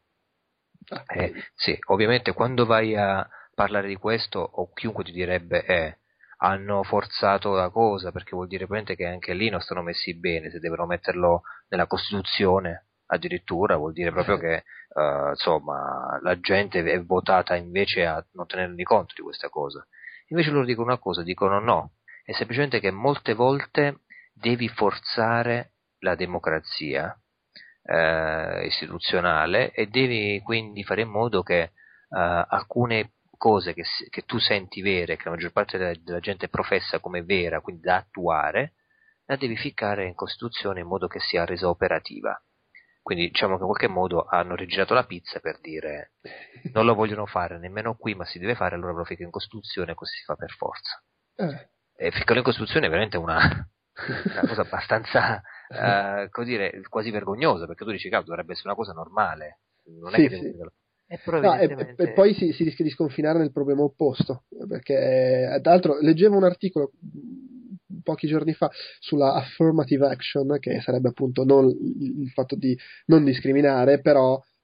Eh, sì, ovviamente quando vai a parlare di questo, o chiunque ti direbbe eh, hanno forzato la cosa, perché vuol dire che anche lì non stanno messi bene, se devono metterlo nella Costituzione addirittura vuol dire proprio che uh, insomma la gente è votata invece a non tenerne conto di questa cosa. Invece loro dicono una cosa, dicono no, è semplicemente che molte volte devi forzare la democrazia eh, istituzionale e devi quindi fare in modo che uh, alcune cose che, che tu senti vere, che la maggior parte della, della gente professa come vera, quindi da attuare, la devi ficcare in Costituzione in modo che sia resa operativa. Quindi diciamo che in qualche modo hanno rigirato la pizza per dire non lo vogliono fare nemmeno qui, ma si deve fare, allora lo ficcano in Costituzione, così si fa per forza. Eh. E ficcarlo in Costituzione è veramente una, una cosa abbastanza uh, come dire, quasi vergognosa, perché tu dici che dovrebbe essere una cosa normale, non è sì, che sì. devo... E, no, e, e poi si, si rischia di sconfinare nel problema opposto, perché tra l'altro leggevo un articolo pochi giorni fa sulla affirmative action, che sarebbe appunto non il fatto di non discriminare, però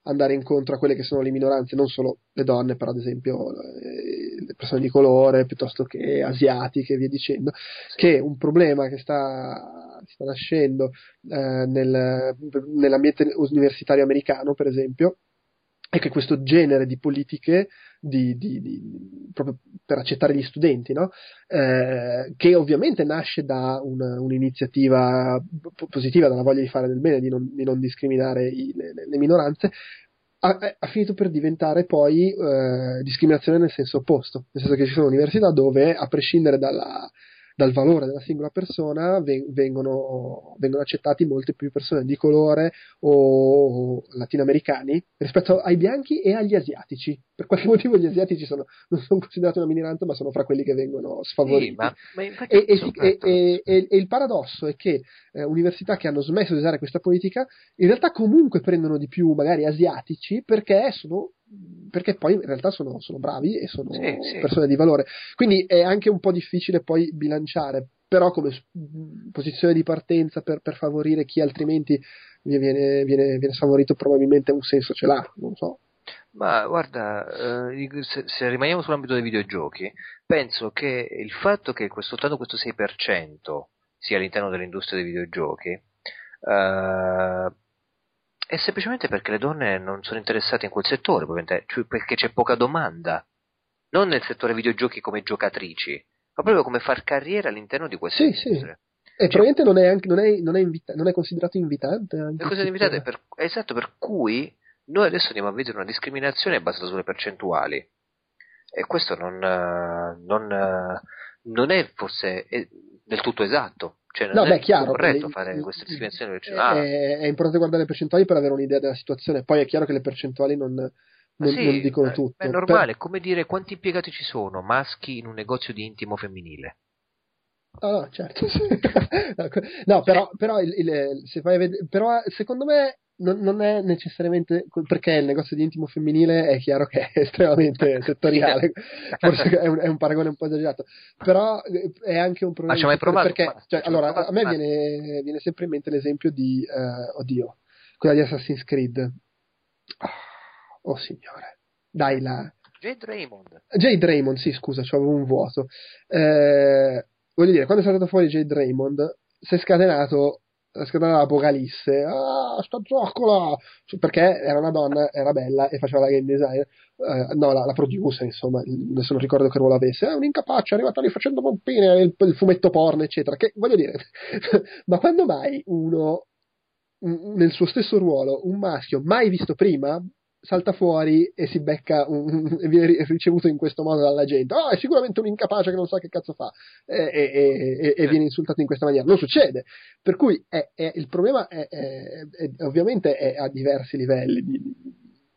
andare incontro a quelle che sono le minoranze, non solo le donne, però ad esempio eh, le persone di colore, piuttosto che asiatiche e via dicendo, Sì. che un problema che sta, sta nascendo eh, nel, nell'ambiente universitario americano, per esempio, è che questo genere di politiche di, di, di, proprio per accettare gli studenti, no? eh, che ovviamente nasce da una, un'iniziativa p- positiva, dalla voglia di fare del bene, di non, di non discriminare i, le, le minoranze, ha, ha finito per diventare poi eh, discriminazione nel senso opposto, nel senso che ci sono università dove, a prescindere dalla, dal valore della singola persona, ven- vengono, vengono accettati molte più persone di colore o latinoamericani rispetto ai bianchi e agli asiatici. Per qualche motivo gli asiatici sono, non sono considerati una minoranza, ma sono fra quelli che vengono sfavoriti. Sì, ma, ma infatti E, e, sono e, certo. e, e- e il paradosso è che eh, università che hanno smesso di usare questa politica in realtà comunque prendono di più magari asiatici perché sono perché poi in realtà sono, sono bravi e sono Sì, sì. persone di valore, quindi è anche un po' difficile poi bilanciare, però come s- posizione di partenza per, per favorire chi altrimenti viene, viene, viene sfavorito, probabilmente un senso ce l'ha, non so. Ma guarda, eh, se, se rimaniamo sull'ambito dei videogiochi, penso che il fatto che questo, soltanto questo sei per cento sia all'interno dell'industria dei videogiochi eh, è semplicemente perché le donne non sono interessate in quel settore, probabilmente, cioè perché c'è poca domanda, non nel settore videogiochi come giocatrici, ma proprio come far carriera all'interno di questa Sì, sì. industria. E Cioè, probabilmente non è, anche, non, è, non, è invita- non è considerato invitante le anche cose il limitate settore. per, esatto, per cui noi adesso andiamo a vedere una discriminazione basata sulle percentuali. E questo non, eh, non, eh, non è forse è del tutto esatto, cioè non No, è beh, del tutto chiaro, corretto le- fare questa discriminazione. è, Perché, ah, è- è importante guardare le percentuali per avere un'idea della situazione, poi è chiaro che le percentuali non, ma non- non sì, dicono eh, è tutto. Per- normale, è come dire quanti impiegati ci sono maschi in un negozio di intimo femminile. Ah, no, certo. Sì. No, però, però, il- il- se vai a vedere, però secondo me non, non è necessariamente perché il negozio di intimo femminile è chiaro che è estremamente settoriale, forse è un, è un paragone un po' esagerato, però eh, è anche un Ma problema ci di hai mai settore provato? perché, Ma cioè, ci hai mai allora, provato? a me Ma- viene, viene sempre in mente l'esempio di, eh, oddio, quella di Assassin's Creed. Ah, oh signore, dai là. Jade Raymond. Jade Raymond, sì, scusa, c'avevo un vuoto. Eh, voglio dire, quando è saltato fuori Jade Raymond, si è scatenato, è scatenata l'apocalisse. Ah, sta zoccola! Perché era una donna, era bella e faceva la game design. Eh, no, la, la producer, insomma, adesso non ricordo che ruolo avesse. È un incapace, è arrivata lì facendo pompine, il, il fumetto porno, eccetera. Che, voglio dire, ma quando mai uno, un- nel suo stesso ruolo, un maschio mai visto prima, salta fuori e si becca un, un- e viene ri- ricevuto in questo modo dalla gente? Oh, è sicuramente un incapace che non sa che cazzo fa e, e- e- e viene insultato in questa maniera. Non succede. Per cui è- è- il problema è, è- è- ovviamente è a diversi livelli di-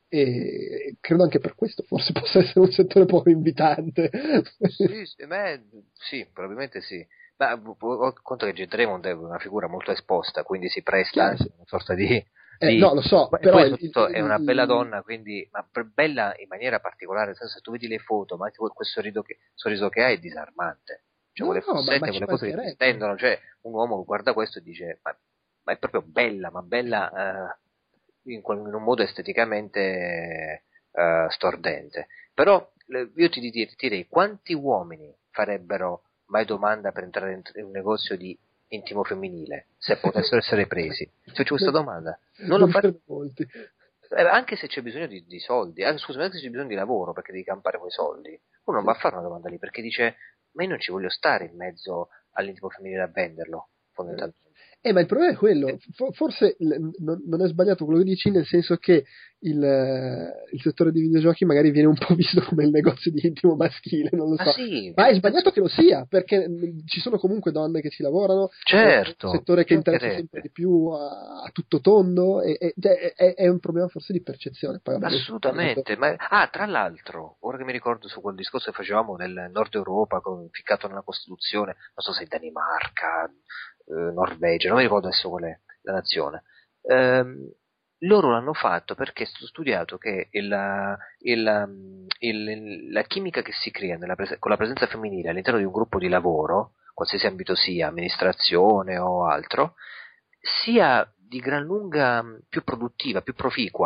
e credo anche per questo forse possa essere un settore poco invitante. Sì, sì, beh, sì, probabilmente sì. Ma ho ho conto che Jade Raymond è una figura molto esposta, quindi si presta Chiaro, anche sì. a una sorta di, Eh, di- no, lo so, E però poi il, soprattutto è una bella il- donna, quindi, ma per- bella in maniera particolare, nel senso se tu vedi le foto, ma anche quel quel sorriso che, sorriso che ha è disarmante. Cioè, no, quelle no, ma, ma fossette, ci quelle cose che ti mancherebbe. stendono, cioè un uomo guarda questo e dice, ma, ma è proprio bella, ma bella eh, in, quel- in un modo esteticamente eh, stordente. Però le- io ti, di- ti direi quanti uomini farebbero mai domanda per entrare in, in un negozio di intimo femminile se potessero essere presi? Ti faccio questa domanda. Non lo Non fa- credo molti. eh, anche se c'è bisogno di, di soldi, anche, scusami, anche se c'è bisogno di lavoro perché devi campare quei soldi, uno non va a fare una domanda lì perché dice: ma io non ci voglio stare in mezzo all'intimo femminile a venderlo, fondamentalmente. Eh, ma il problema è quello, For- forse l- non, non è sbagliato quello che dici, nel senso che il, eh, il settore dei videogiochi magari viene un po' visto come il negozio di intimo maschile, non lo Ma so. sì, Ma è penso- sbagliato che lo sia, perché mh, ci sono comunque donne che ci lavorano, certo, è un settore che ci interessa mancherebbe. sempre di più a, a tutto tondo, e, e- cioè, è, è un problema forse di percezione. Poi, vabbè, Assolutamente, ma ah, tra l'altro, ora che mi ricordo su quel discorso che facevamo nel Nord Europa, con, ficcato nella Costituzione, non so se Danimarca, eh, Norvegia, non mi ricordo adesso qual è la nazione, ehm, loro l'hanno fatto perché è stato studiato che il, il, il, la chimica che si crea nella pres- con la presenza femminile all'interno di un gruppo di lavoro, qualsiasi ambito sia, amministrazione o altro, sia di gran lunga più produttiva, più proficua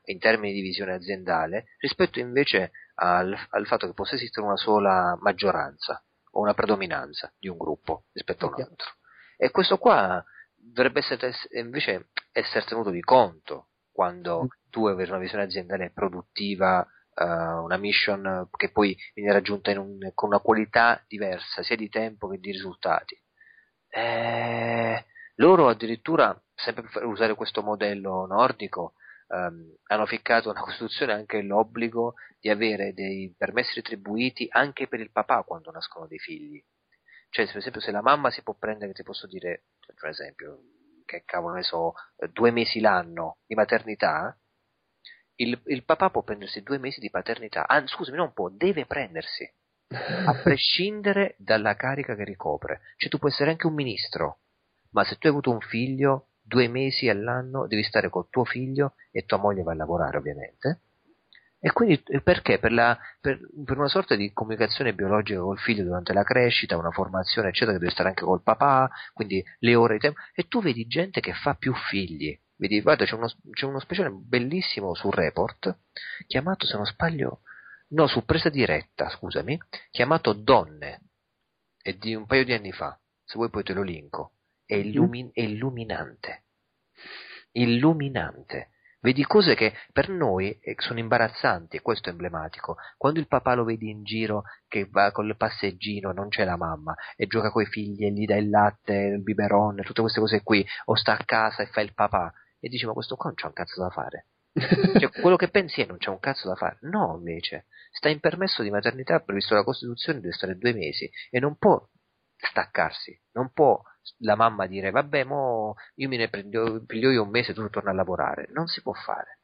in termini di visione aziendale rispetto invece al, al fatto che possa esistere una sola maggioranza o una predominanza di un gruppo rispetto a un altro. E questo qua dovrebbe essere invece essere tenuto di conto quando tu avere una visione aziendale produttiva, uh, una mission che poi viene raggiunta in un, con una qualità diversa sia di tempo che di risultati. Eh, loro addirittura, sempre per usare questo modello nordico, um, hanno ficcato una Costituzione anche l'obbligo di avere dei permessi retribuiti anche per il papà quando nascono dei figli. Cioè, per esempio, se la mamma si può prendere, ti posso dire, per esempio, che cavolo ne so, due mesi l'anno di maternità, il, il papà può prendersi due mesi di paternità, ah, scusami, non può, deve prendersi, a prescindere dalla carica che ricopre. Cioè, tu puoi essere anche un ministro, ma se tu hai avuto un figlio, due mesi all'anno devi stare col tuo figlio e tua moglie va a lavorare, ovviamente. E quindi perché? Per, la, per, per una sorta di comunicazione biologica col figlio durante la crescita, una formazione eccetera, che deve stare anche col papà, quindi le ore di tempo. E tu vedi gente che fa più figli. Vedi, guarda, c'è uno, c'è uno speciale bellissimo su Report, chiamato, se non sbaglio, no, su Presa Diretta, scusami, chiamato Donne, è di un paio di anni fa, se vuoi poi te lo linko. È, illumi- è illuminante. Illuminante. Vedi cose che per noi sono imbarazzanti, e questo è emblematico. Quando il papà lo vedi in giro che va con il passeggino, non c'è la mamma, e gioca coi figli e gli dà il latte, il biberon, tutte queste cose qui, o sta a casa e fa il papà, e dici ma questo qua non c'ha un cazzo da fare. Cioè, quello che pensi è non c'è un cazzo da fare. No, invece, sta in permesso di maternità previsto dalla Costituzione, deve stare due mesi, e non può staccarsi, non può la mamma dire vabbè mo io me ne prendo, piglio io un mese, tu torni a lavorare. Non si può fare.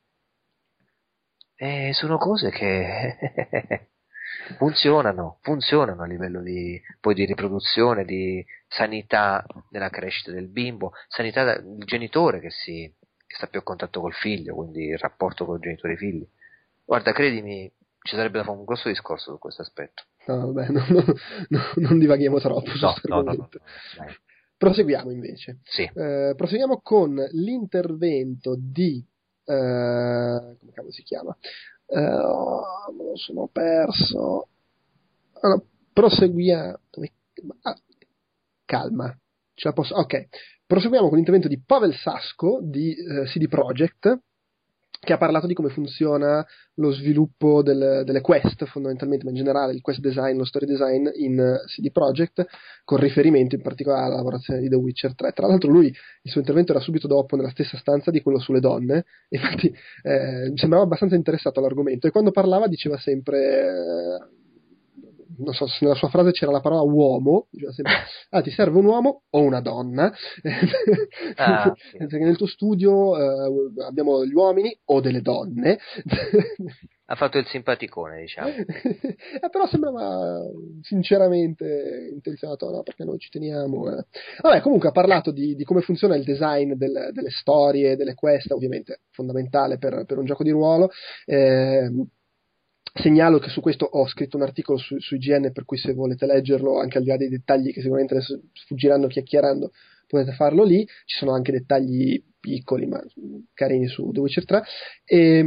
E sono cose che funzionano funzionano a livello di poi di riproduzione, di sanità della crescita del bimbo, sanità del genitore che si che sta più a contatto col figlio, quindi il rapporto con i genitori e i figli. Guarda, credimi, ci sarebbe da fare un grosso discorso su questo aspetto. No, vabbè, no, no, no, non divaghiamo troppo su no, questo no, argomento. no, no, no. Proseguiamo invece. Sì. Eh, proseguiamo con l'intervento di eh, come cavolo si chiama? Eh, oh, me lo sono perso. Allora, proseguiamo. Ah, calma. Ce la posso... Ok. Proseguiamo con l'intervento di Pavel Sasko di eh, C D Projekt, che ha parlato di come funziona lo sviluppo del, delle quest, fondamentalmente, ma in generale il quest design, lo story design in C D Projekt, con riferimento in particolare alla lavorazione di The Witcher tre. Tra l'altro lui, il suo intervento era subito dopo, nella stessa stanza di quello sulle donne, infatti eh, sembrava abbastanza interessato all'argomento, e quando parlava diceva sempre... Eh, non so se nella sua frase c'era la parola uomo, diceva sempre, ah, ti serve un uomo o una donna? Ah, sì. Perché nel tuo studio eh, abbiamo gli uomini o delle donne. Ha fatto il simpaticone, diciamo. eh, però sembrava sinceramente intenzionato, no, perché noi ci teniamo. Eh. Vabbè, comunque ha parlato di, di come funziona il design del, delle storie, delle quest, ovviamente fondamentale per, per un gioco di ruolo. Eh, Segnalo che su questo ho scritto un articolo su, su I G N, per cui se volete leggerlo, anche al di là dei dettagli che sicuramente adesso sfuggiranno chiacchierando, potete farlo lì. Ci sono anche dettagli piccoli ma carini su The Witcher tre. E,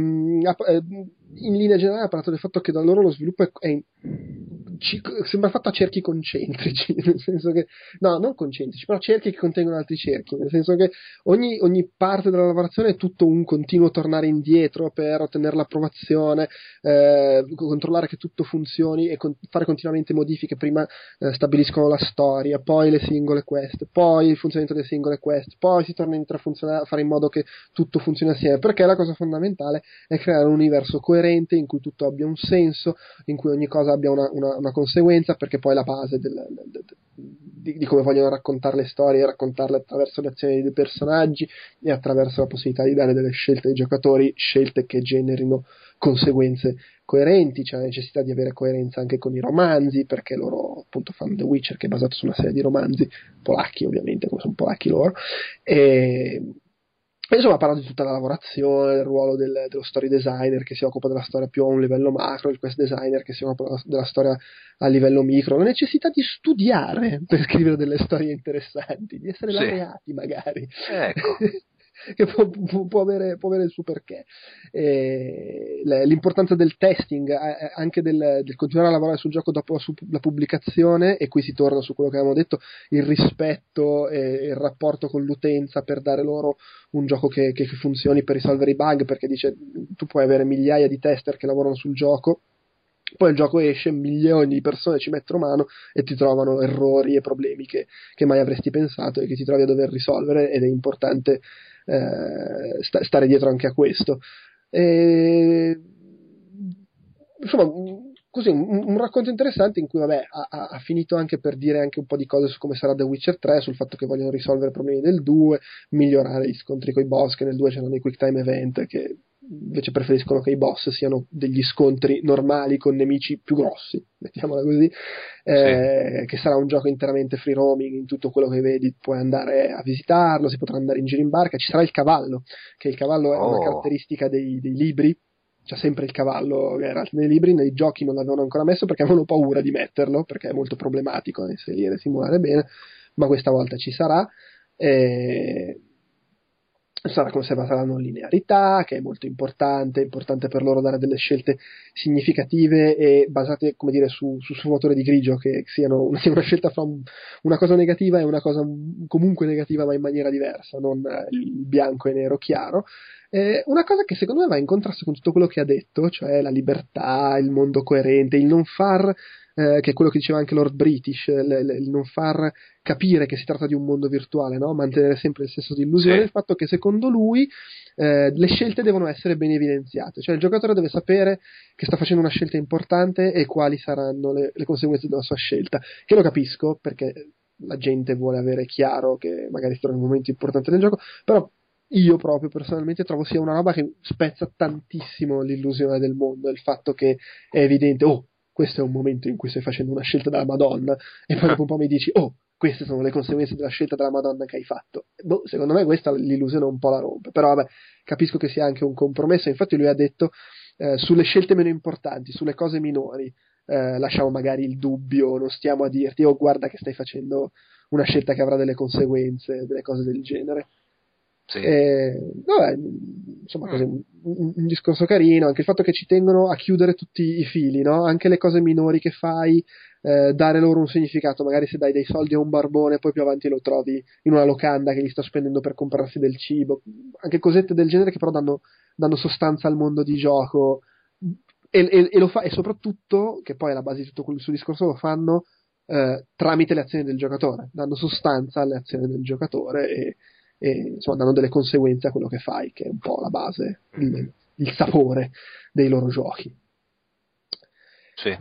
in linea generale ha parlato del fatto che da loro lo sviluppo è, è ci, sembra fatto a cerchi concentrici, nel senso che no, non concentrici, però cerchi che contengono altri cerchi, nel senso che ogni, ogni parte della lavorazione è tutto un continuo tornare indietro per ottenere l'approvazione, eh, controllare che tutto funzioni e con, fare continuamente modifiche. Prima eh, stabiliscono la storia, poi le singole quest, poi il funzionamento delle singole quest, poi si torna a funzionare, a fare in modo che tutto funzioni assieme, perché la cosa fondamentale è creare un universo coerente in cui tutto abbia un senso, in cui ogni cosa abbia una, una, una conseguenza, perché poi la base del, del, del, di, di come vogliono raccontare le storie è raccontarle attraverso le azioni dei personaggi e attraverso la possibilità di dare delle scelte ai giocatori, scelte che generino conseguenze coerenti. C'è la necessità di avere coerenza anche con i romanzi, perché loro appunto fanno The Witcher, che è basato su una serie di romanzi polacchi, ovviamente, come sono polacchi loro, e insomma ha parlato di tutta la lavorazione, del ruolo del, dello story designer che si occupa della storia più a un livello macro, il quest designer che si occupa della storia a livello micro, la necessità di studiare per scrivere delle storie interessanti, di essere sì. laureati magari. Ecco. che può, può, può, avere, può avere il suo perché. E l'importanza del testing, anche del, del continuare a lavorare sul gioco dopo la, la pubblicazione, e qui si torna su quello che avevamo detto, il rispetto e il rapporto con l'utenza per dare loro un gioco che, che funzioni, per risolvere i bug, perché dice tu puoi avere migliaia di tester che lavorano sul gioco, poi il gioco esce, milioni di persone ci mettono mano e ti trovano errori e problemi che, che mai avresti pensato e che ti trovi a dover risolvere, ed è importante eh, sta, stare dietro anche a questo. E, insomma, così un, un racconto interessante in cui vabbè ha, ha finito anche per dire anche un po' di cose su come sarà The Witcher tre, sul fatto che vogliono risolvere i problemi del due, migliorare gli scontri con i boss, che nel due c'erano i quick time event che invece preferiscono che i boss siano degli scontri normali con nemici più grossi, mettiamola così, eh, sì. Che sarà un gioco interamente free roaming, in tutto quello che vedi puoi andare a visitarlo, si potrà andare in giro in barca, ci sarà il cavallo, che il cavallo è oh. una caratteristica dei, dei libri, c'è sempre il cavallo che era nei libri, nei giochi non l'avevano ancora messo perché avevano paura di metterlo, perché è molto problematico da inserire, simulare bene, ma questa volta ci sarà. eh, sarà conservata la non linearità, che è molto importante, è importante per loro dare delle scelte significative e basate, come dire, su, su sfumature di grigio, che siano una, una scelta fra un, una cosa negativa e una cosa comunque negativa ma in maniera diversa, non il bianco e nero chiaro. Eh, una cosa che secondo me va in contrasto con tutto quello che ha detto, cioè la libertà, il mondo coerente, il non far, eh, che è quello che diceva anche Lord British, l- l- il non far capire che si tratta di un mondo virtuale, no? Mantenere sempre il senso di illusione, sì. Il fatto che secondo lui eh, le scelte devono essere ben evidenziate, cioè il giocatore deve sapere che sta facendo una scelta importante e quali saranno le, le conseguenze della sua scelta, che lo capisco perché la gente vuole avere chiaro che magari si trova in un momento importante del gioco, però io proprio personalmente trovo sia una roba che spezza tantissimo l'illusione del mondo, il fatto che è evidente, oh, questo è un momento in cui stai facendo una scelta della Madonna, e poi dopo un po' mi dici, oh, queste sono le conseguenze della scelta della Madonna che hai fatto. Boh, secondo me questa l'illusione un po' la rompe, però vabbè, capisco che sia anche un compromesso. Infatti lui ha detto eh, sulle scelte meno importanti, sulle cose minori, eh, lasciamo magari il dubbio, non stiamo a dirti, oh, guarda che stai facendo una scelta che avrà delle conseguenze, delle cose del genere. Sì. Eh, vabbè, insomma, mm. così, un, un discorso carino, anche il fatto che ci tengono a chiudere tutti i fili, no? Anche le cose minori che fai, eh, dare loro un significato, magari se dai dei soldi a un barbone poi più avanti lo trovi in una locanda che gli sta spendendo per comprarsi del cibo, anche cosette del genere che però danno, danno sostanza al mondo di gioco, e, e, e lo fa, e soprattutto, che poi alla base di tutto quel suo discorso lo fanno eh, tramite le azioni del giocatore, danno sostanza alle azioni del giocatore e e insomma danno delle conseguenze a quello che fai, che è un po' la base, il, il sapore dei loro giochi. Sì.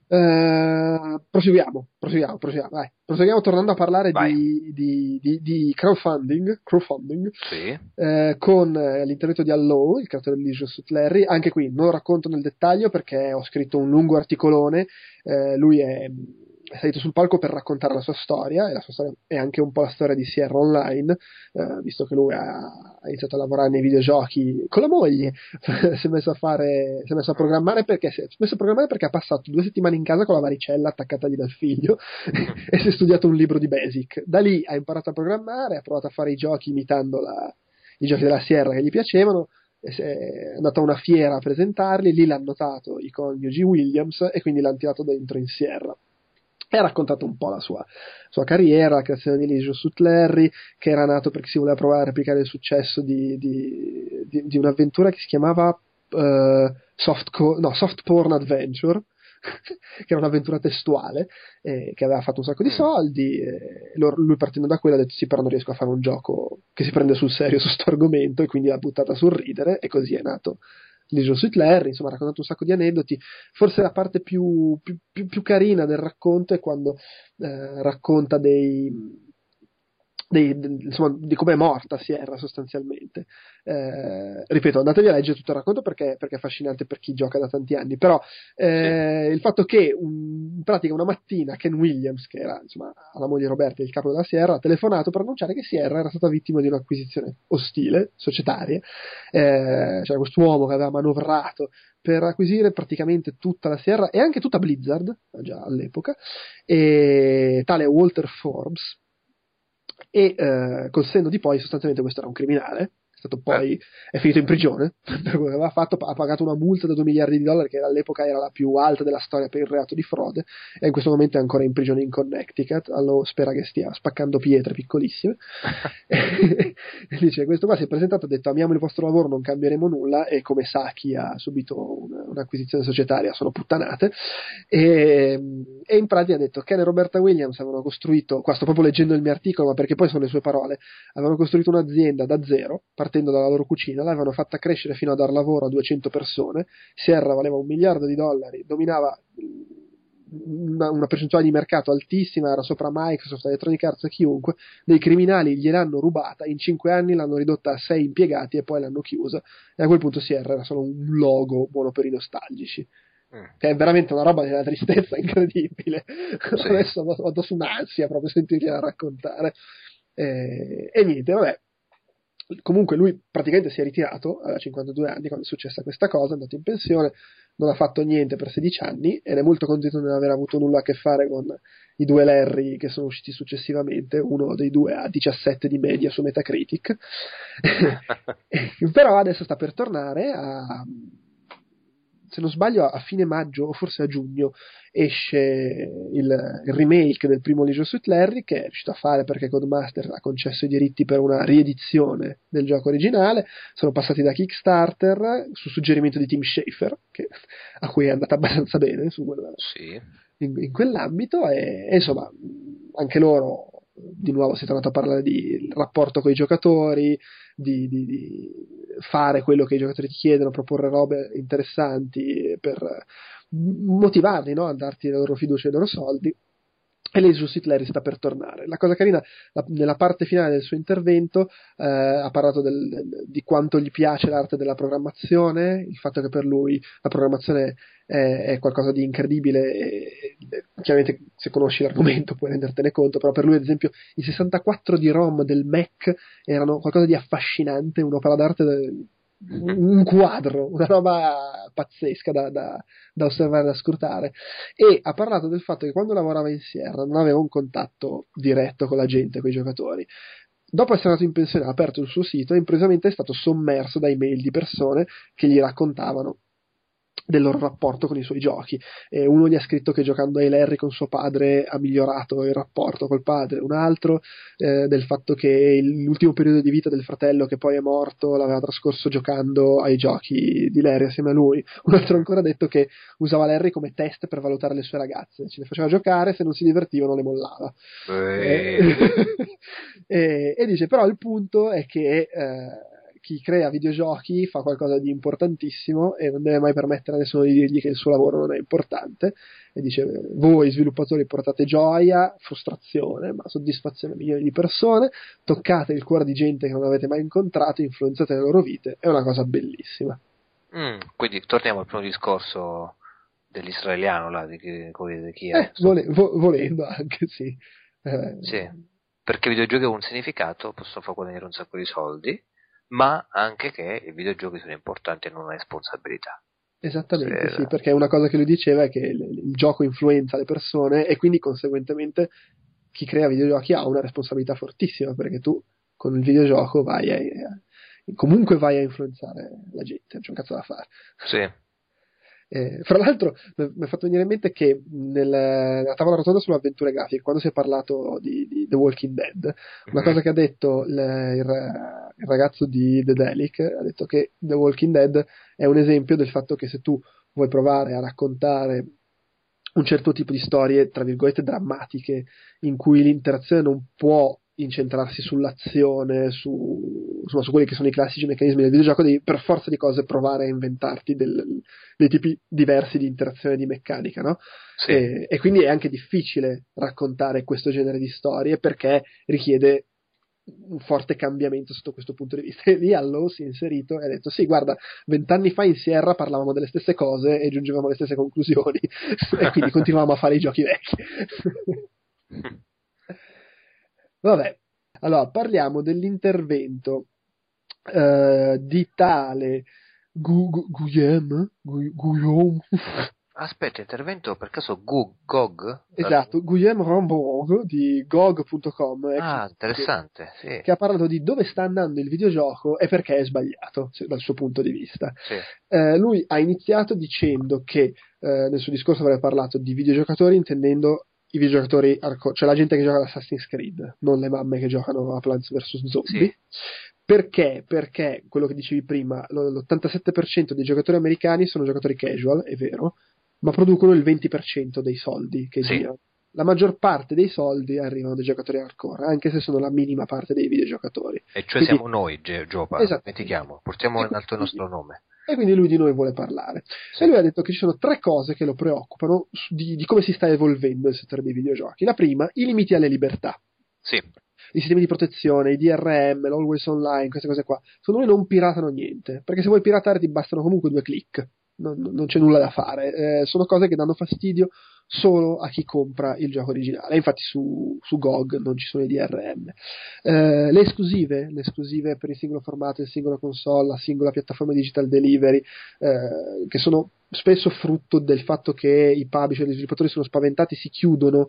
Uh, proseguiamo, proseguiamo, proseguiamo, vai. Proseguiamo tornando a parlare di, di, di, di crowdfunding, crowdfunding sì. eh, con eh, l'intervento di Allow, il creatore di Leisure Suit Larry. Anche qui non lo racconto nel dettaglio perché ho scritto un lungo articolone, eh, lui è è salito sul palco per raccontare la sua storia, e la sua storia è anche un po' la storia di Sierra Online, eh, visto che lui ha, ha iniziato a lavorare nei videogiochi con la moglie, si è messo a fare, si è messo a programmare perché si è messo a programmare perché ha passato due settimane in casa con la varicella attaccatagli dal figlio e si è studiato un libro di Basic. Da lì ha imparato a programmare, ha provato a fare i giochi imitando la, i giochi della Sierra che gli piacevano, è andato a una fiera a presentarli, lì l'hanno notato i coniugi Williams e quindi l'hanno tirato dentro in Sierra. E ha raccontato un po' la sua, sua carriera, la creazione di Leisure Suit Larry, che era nato perché si voleva provare a replicare il successo di, di, di, di un'avventura che si chiamava uh, soft, co- no, soft Porn Adventure, che era un'avventura testuale, eh, che aveva fatto un sacco di soldi, eh, lui partendo da quella ha detto sì, però non riesco a fare un gioco che si prende sul serio su sto argomento, e quindi l'ha buttata sul ridere, e così è nato Leisure Suit Larry. Insomma, ha raccontato un sacco di aneddoti. Forse la parte più, più, più, più carina del racconto è quando eh, racconta dei, dei, de, insomma, di come è morta Sierra sostanzialmente. Eh, ripeto, andatevi a leggere tutto il racconto perché, perché è affascinante per chi gioca da tanti anni, però eh, sì. Il fatto che un, in pratica una mattina Ken Williams, che era insomma la moglie Roberta, il capo della Sierra, ha telefonato per annunciare che Sierra era stata vittima di un'acquisizione ostile, societaria, eh, cioè quest'uomo che aveva manovrato per acquisire praticamente tutta la Sierra e anche tutta Blizzard, già all'epoca, e tale Walter Forbes. E eh, col senno di poi sostanzialmente questo era un criminale, stato poi è finito in prigione per quello che aveva fatto, ha pagato una multa da due miliardi di dollari che all'epoca era la più alta della storia per il reato di frode, e in questo momento è ancora in prigione in Connecticut. Allora spera che stia spaccando pietre piccolissime. E dice, questo qua si è presentato, ha detto amiamo il vostro lavoro, non cambieremo nulla, e come sa chi ha subito una, un'acquisizione societaria sono puttanate, e, e in pratica ha detto Ken e Roberta Williams avevano costruito, qua sto proprio leggendo il mio articolo ma perché poi sono le sue parole, avevano costruito un'azienda da zero partendo dalla loro cucina, l'avevano fatta crescere fino a dar lavoro a duecento persone, Sierra valeva un miliardo di dollari, dominava una, una percentuale di mercato altissima, era sopra Microsoft, Electronic Arts e chiunque, dei criminali gliel'hanno rubata, in cinque anni l'hanno ridotta a sei impiegati e poi l'hanno chiusa, e a quel punto Sierra era solo un logo buono per i nostalgici. Mm. Che è veramente una roba di una tristezza incredibile. Sì. Adesso vado su un'ansia proprio sentirgliela raccontare. E, e niente, vabbè. Comunque lui praticamente si è ritirato, aveva cinquantadue anni quando è successa questa cosa, è andato in pensione, non ha fatto niente per sedici anni ed è molto contento di non aver avuto nulla a che fare con i due Larry che sono usciti successivamente. Uno dei due ha diciassette di media su Metacritic. Però adesso sta per tornare a... se non sbaglio a fine maggio o forse a giugno esce il, il remake del primo Leisure Suit Larry, che è riuscito a fare perché Codemaster ha concesso i diritti per una riedizione del gioco originale. Sono passati da Kickstarter su suggerimento di Tim Schafer, che, a cui è andata abbastanza bene su quella, sì. in, in quell'ambito, e, e insomma anche loro di nuovo si è tornato a parlare di rapporto con i giocatori, di, di, di fare quello che i giocatori ti chiedono, proporre robe interessanti per motivarli, no? A darti la loro fiducia e i loro soldi. E Leisure Suit Larry sta per tornare. La cosa carina, la, nella parte finale del suo intervento eh, ha parlato del, del, di quanto gli piace l'arte della programmazione, il fatto che per lui la programmazione è, è qualcosa di incredibile, e, e, chiaramente se conosci l'argomento puoi rendertene conto, però per lui ad esempio i sessantaquattro di ROM del Mac erano qualcosa di affascinante, un'opera d'arte del, un quadro, una roba pazzesca da, da, da osservare, da scrutare. E ha parlato del fatto che quando lavorava in Sierra non aveva un contatto diretto con la gente, con i giocatori. Dopo essere andato in pensione ha aperto il suo sito e improvvisamente è stato sommerso da email di persone che gli raccontavano del loro rapporto con i suoi giochi. E uno gli ha scritto che giocando ai Larry con suo padre ha migliorato il rapporto col padre, un altro eh, del fatto che l'ultimo periodo di vita del fratello che poi è morto l'aveva trascorso giocando ai giochi di Larry assieme a lui, un altro ancora ha detto che usava Larry come test per valutare le sue ragazze, ce le faceva giocare, se non si divertivano le mollava. E, e, e dice però il punto è che eh, chi crea videogiochi fa qualcosa di importantissimo e non deve mai permettere a nessuno di dirgli che il suo lavoro non è importante, e dice voi sviluppatori portate gioia, frustrazione ma soddisfazione a milioni di persone, toccate il cuore di gente che non avete mai incontrato, influenzate le loro vite, è una cosa bellissima. Mm, quindi torniamo al primo discorso dell'israeliano là, di chi, di chi è eh, vole, vo, volendo anche sì. Eh, sì perché i videogiochi hanno un significato, possono far guadagnare un sacco di soldi, ma anche che i videogiochi sono importanti e non una responsabilità. Esattamente, Se... sì, perché una cosa che lui diceva è che il, il gioco influenza le persone e quindi conseguentemente chi crea videogiochi ha una responsabilità fortissima, perché tu con il videogioco vai a, a, comunque vai a influenzare la gente, non c'è un cazzo da fare. Sì. Eh, fra l'altro mi è fatto venire in mente che nel, nella tavola rotonda sulle avventure grafiche, quando si è parlato di, di The Walking Dead, una mm-hmm. cosa che ha detto il, il, il ragazzo di The Delic ha detto che The Walking Dead è un esempio del fatto che se tu vuoi provare a raccontare un certo tipo di storie tra virgolette drammatiche in cui l'interazione non può incentrarsi sull'azione, su, insomma, su quelli che sono i classici meccanismi del videogioco, devi per forza di cose provare a inventarti del, dei tipi diversi di interazione di meccanica, no? Sì. E, e quindi è anche difficile raccontare questo genere di storie perché richiede un forte cambiamento sotto questo punto di vista. E lì Allo si è inserito e ha detto sì, guarda, vent'anni fa in Sierra parlavamo delle stesse cose e giungevamo alle stesse conclusioni e quindi continuavamo a fare i giochi vecchi. Vabbè, allora parliamo dell'intervento uh, di tale Gu- Gu- Guillaume, Gu- Guillaume Aspetta, intervento per caso Gu- Gog? Esatto, Guillaume Rambourg di Gog punto com, Ah, interessante, sì. che ha parlato di dove sta andando il videogioco e perché è sbagliato, se- dal suo punto di vista. Sì. Eh, lui ha iniziato dicendo che eh, nel suo discorso aveva parlato di videogiocatori intendendo i videogiocatori hardcore, cioè la gente che gioca ad Assassin's Creed, non le mamme che giocano a Plants versus. Zombie. Sì. Perché? Perché quello che dicevi prima, lo- l'ottantasette per cento dei giocatori americani sono giocatori casual, è vero, ma producono il venti per cento dei soldi che Sì. girano. La maggior parte dei soldi arrivano dai giocatori hardcore, anche se sono la minima parte dei videogiocatori. E cioè Quindi- siamo noi, Ge- Giopa, Esatto. dimentichiamo, portiamo E in alto il quindi- nostro nome. E quindi lui di noi vuole parlare. Sì. E lui ha detto che ci sono tre cose che lo preoccupano su- di, di come si sta evolvendo il settore dei videogiochi. La prima, i limiti alle libertà. Sì, I sistemi di protezione, i D R M, l'Always Online, queste cose qua. Secondo lui non piratano niente, perché se vuoi piratare ti bastano comunque due click. Non, non c'è nulla da fare. Eh, sono cose che danno fastidio solo a chi compra il gioco originale. Infatti su, su G O G non ci sono i D R M. Eh, le esclusive, le esclusive per il singolo formato, il singolo console, la singola piattaforma digital delivery, eh, che sono spesso frutto del fatto che i publisher e gli sviluppatori sono spaventati, si chiudono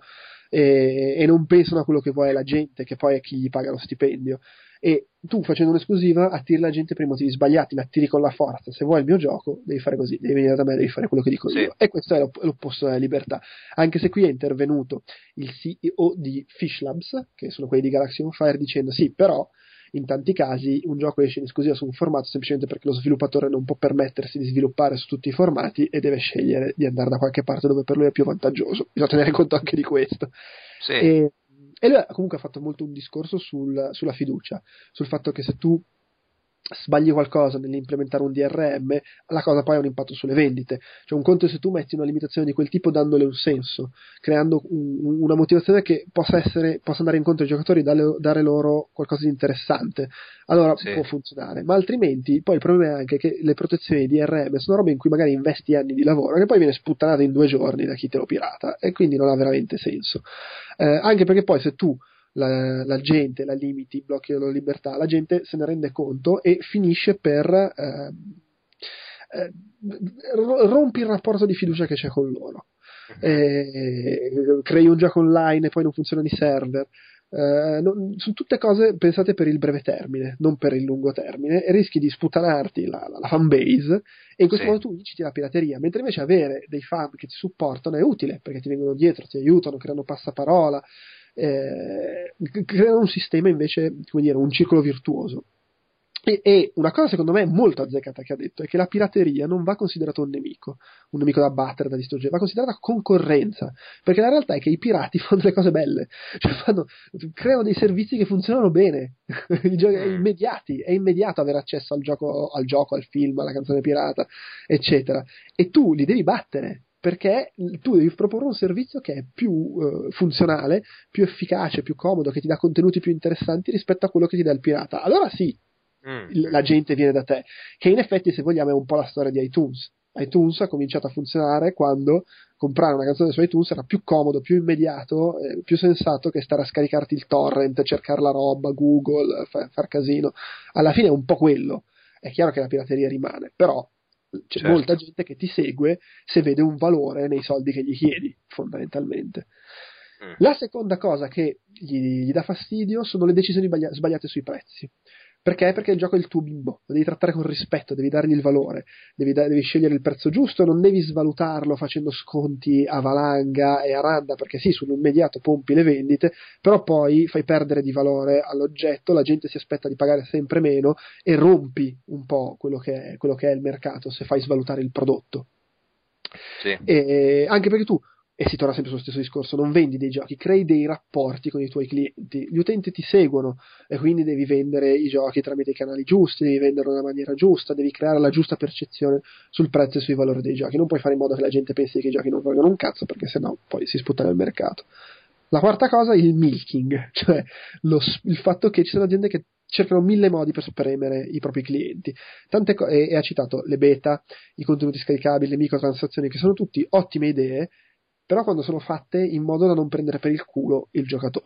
e, e non pensano a quello che vuole la gente, che poi è chi gli paga lo stipendio. E tu, facendo un'esclusiva, attiri la gente per i motivi sbagliati, la attiri con la forza. Se vuoi il mio gioco, devi fare così, devi venire da me, devi fare quello che dico Sì. io. E questo è l'opp- l'opposto della libertà. Anche se qui è intervenuto il C E O di Fish Labs, che sono quelli di Galaxy on Fire, dicendo sì, però in tanti casi un gioco esce in esclusiva su un formato semplicemente perché lo sviluppatore non può permettersi di sviluppare su tutti i formati e deve scegliere di andare da qualche parte dove per lui è più vantaggioso. Bisogna tenere conto anche di questo. sì. E, e lui ha comunque ha fatto molto un discorso sul- sulla fiducia, sul fatto che se tu sbagli qualcosa nell'implementare un D R M, la cosa poi ha un impatto sulle vendite. Cioè un conto è se tu metti una limitazione di quel tipo dandole un senso, creando un- una motivazione che possa essere, possa andare incontro ai giocatori e dare, dare loro qualcosa di interessante, allora Sì. può funzionare. Ma altrimenti poi il problema è anche che le protezioni di D R M sono robe in cui magari investi anni di lavoro che poi viene sputtanato in due giorni da chi te lo pirata, e quindi non ha veramente senso. Eh, anche perché poi se tu La, la gente la limiti, blocchi la loro libertà, la gente se ne rende conto e finisce per eh, eh, rompi il rapporto di fiducia che c'è con loro. Eh, crei un gioco online e poi non funzionano i server. Eh, non, sono tutte cose pensate per il breve termine, non per il lungo termine, e rischi di sputtanarti la, la, la fanbase, e in questo Sì. modo tu inciti la pirateria, mentre invece avere dei fan che ti supportano è utile perché ti vengono dietro, ti aiutano, creano passaparola. Eh, creano un sistema invece, come dire, un circolo virtuoso. E, e una cosa secondo me molto azzeccata che ha detto è che la pirateria non va considerata un nemico, un nemico da battere, da distruggere, va considerata concorrenza, perché la realtà è che i pirati fanno delle cose belle, cioè fanno, creano dei servizi che funzionano bene. I giochi, è immediati, è immediato avere accesso al gioco, al gioco, al film, alla canzone pirata, eccetera, e tu li devi battere, perché tu devi proporre un servizio che è più uh, funzionale, più efficace, più comodo, che ti dà contenuti più interessanti rispetto a quello che ti dà il pirata. Allora sì, Mm. la gente viene da te, che in effetti, se vogliamo, è un po' la storia di iTunes. iTunes ha cominciato a funzionare quando comprare una canzone su iTunes era più comodo, più immediato, eh, più sensato che stare a scaricarti il torrent, cercare la roba, Google, fa- far casino. Alla fine è un po' quello. È chiaro che la pirateria rimane, però c'è Certo. molta gente che ti segue se vede un valore nei soldi che gli chiedi, fondamentalmente. Mm. La seconda cosa che gli, gli dà fastidio sono le decisioni sbaglia- sbagliate sui prezzi. Perché? Perché il gioco è il tuo bimbo, lo devi trattare con rispetto, devi dargli il valore, devi, da- devi scegliere il prezzo giusto, non devi svalutarlo facendo sconti a valanga e a randa, perché sì, sull'immediato pompi le vendite, però poi fai perdere di valore all'oggetto, la gente si aspetta di pagare sempre meno e rompi un po' quello che è, quello che è il mercato se fai svalutare il prodotto. Sì. E anche perché tu, e si torna sempre sullo stesso discorso, non vendi dei giochi, crei dei rapporti con i tuoi clienti, gli utenti ti seguono e quindi devi vendere i giochi tramite i canali giusti, devi venderlo nella maniera giusta, devi creare la giusta percezione sul prezzo e sui valori dei giochi, non puoi fare in modo che la gente pensi che i giochi non valgono un cazzo, perché sennò poi si sputta nel mercato. La quarta cosa è il milking, cioè lo, il fatto che ci sono aziende che cercano mille modi per spremere i propri clienti. Tante co- e, e ha citato le beta, i contenuti scaricabili, le microtransazioni, che sono tutti ottime idee, però quando sono fatte in modo da non prendere per il culo il giocatore.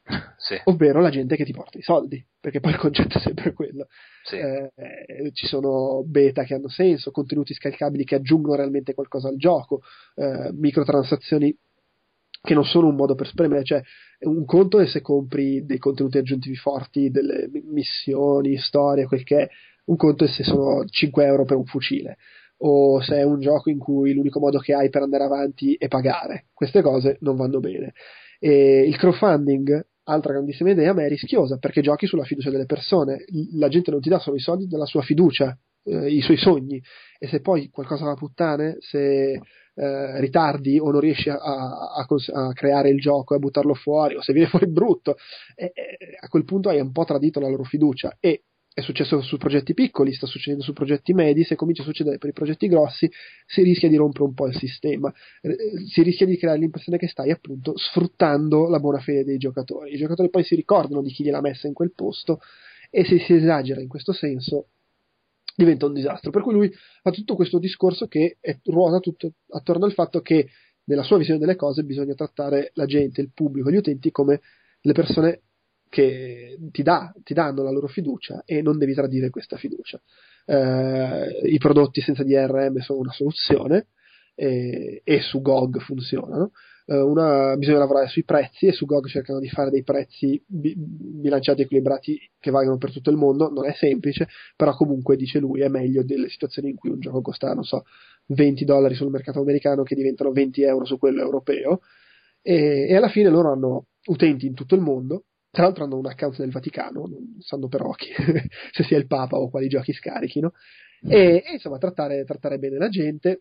sì. ovvero la gente che ti porta i soldi, perché poi il concetto è sempre quello. Sì. Eh, eh, ci sono beta che hanno senso, contenuti scaricabili che aggiungono realmente qualcosa al gioco, eh, microtransazioni che non sono un modo per spremere, cioè un conto è se compri dei contenuti aggiuntivi forti, delle missioni, storie, quel che è, un conto è se sono cinque euro per un fucile, o se è un gioco in cui l'unico modo che hai per andare avanti è pagare. Queste cose non vanno bene. E il crowdfunding, altra grandissima idea, ma è rischiosa perché giochi sulla fiducia delle persone. La gente non ti dà solo i soldi della sua fiducia, eh, i suoi sogni, e se poi qualcosa va a puttane, se eh, ritardi o non riesci a, a, a creare il gioco e a buttarlo fuori, o se viene fuori brutto, eh, eh, a quel punto hai un po' tradito la loro fiducia. E è successo su progetti piccoli, sta succedendo su progetti medi, se comincia a succedere per i progetti grossi si rischia di rompere un po' il sistema, eh, si rischia di creare l'impressione che stai appunto sfruttando la buona fede dei giocatori. I giocatori poi si ricordano di chi gliel'ha messa in quel posto, e se si esagera in questo senso diventa un disastro. Per cui lui fa tutto questo discorso che è, ruota tutto attorno al fatto che nella sua visione delle cose bisogna trattare la gente, il pubblico, gli utenti come le persone che ti, dà, ti danno la loro fiducia, e non devi tradire questa fiducia. Eh, i prodotti senza D R M sono una soluzione, e, e su G O G funzionano. Eh, una, bisogna lavorare sui prezzi, e su G O G cercano di fare dei prezzi bi- bilanciati e equilibrati che valgono per tutto il mondo. Non è semplice, però comunque, dice lui, è meglio delle situazioni in cui un gioco costa, non so, venti dollari sul mercato americano che diventano venti euro su quello europeo, e, e alla fine loro hanno utenti in tutto il mondo. Tra l'altro hanno un account nel Vaticano, non sanno però chi, se sia il Papa o quali giochi scarichino, e, e insomma trattare, trattare bene la gente,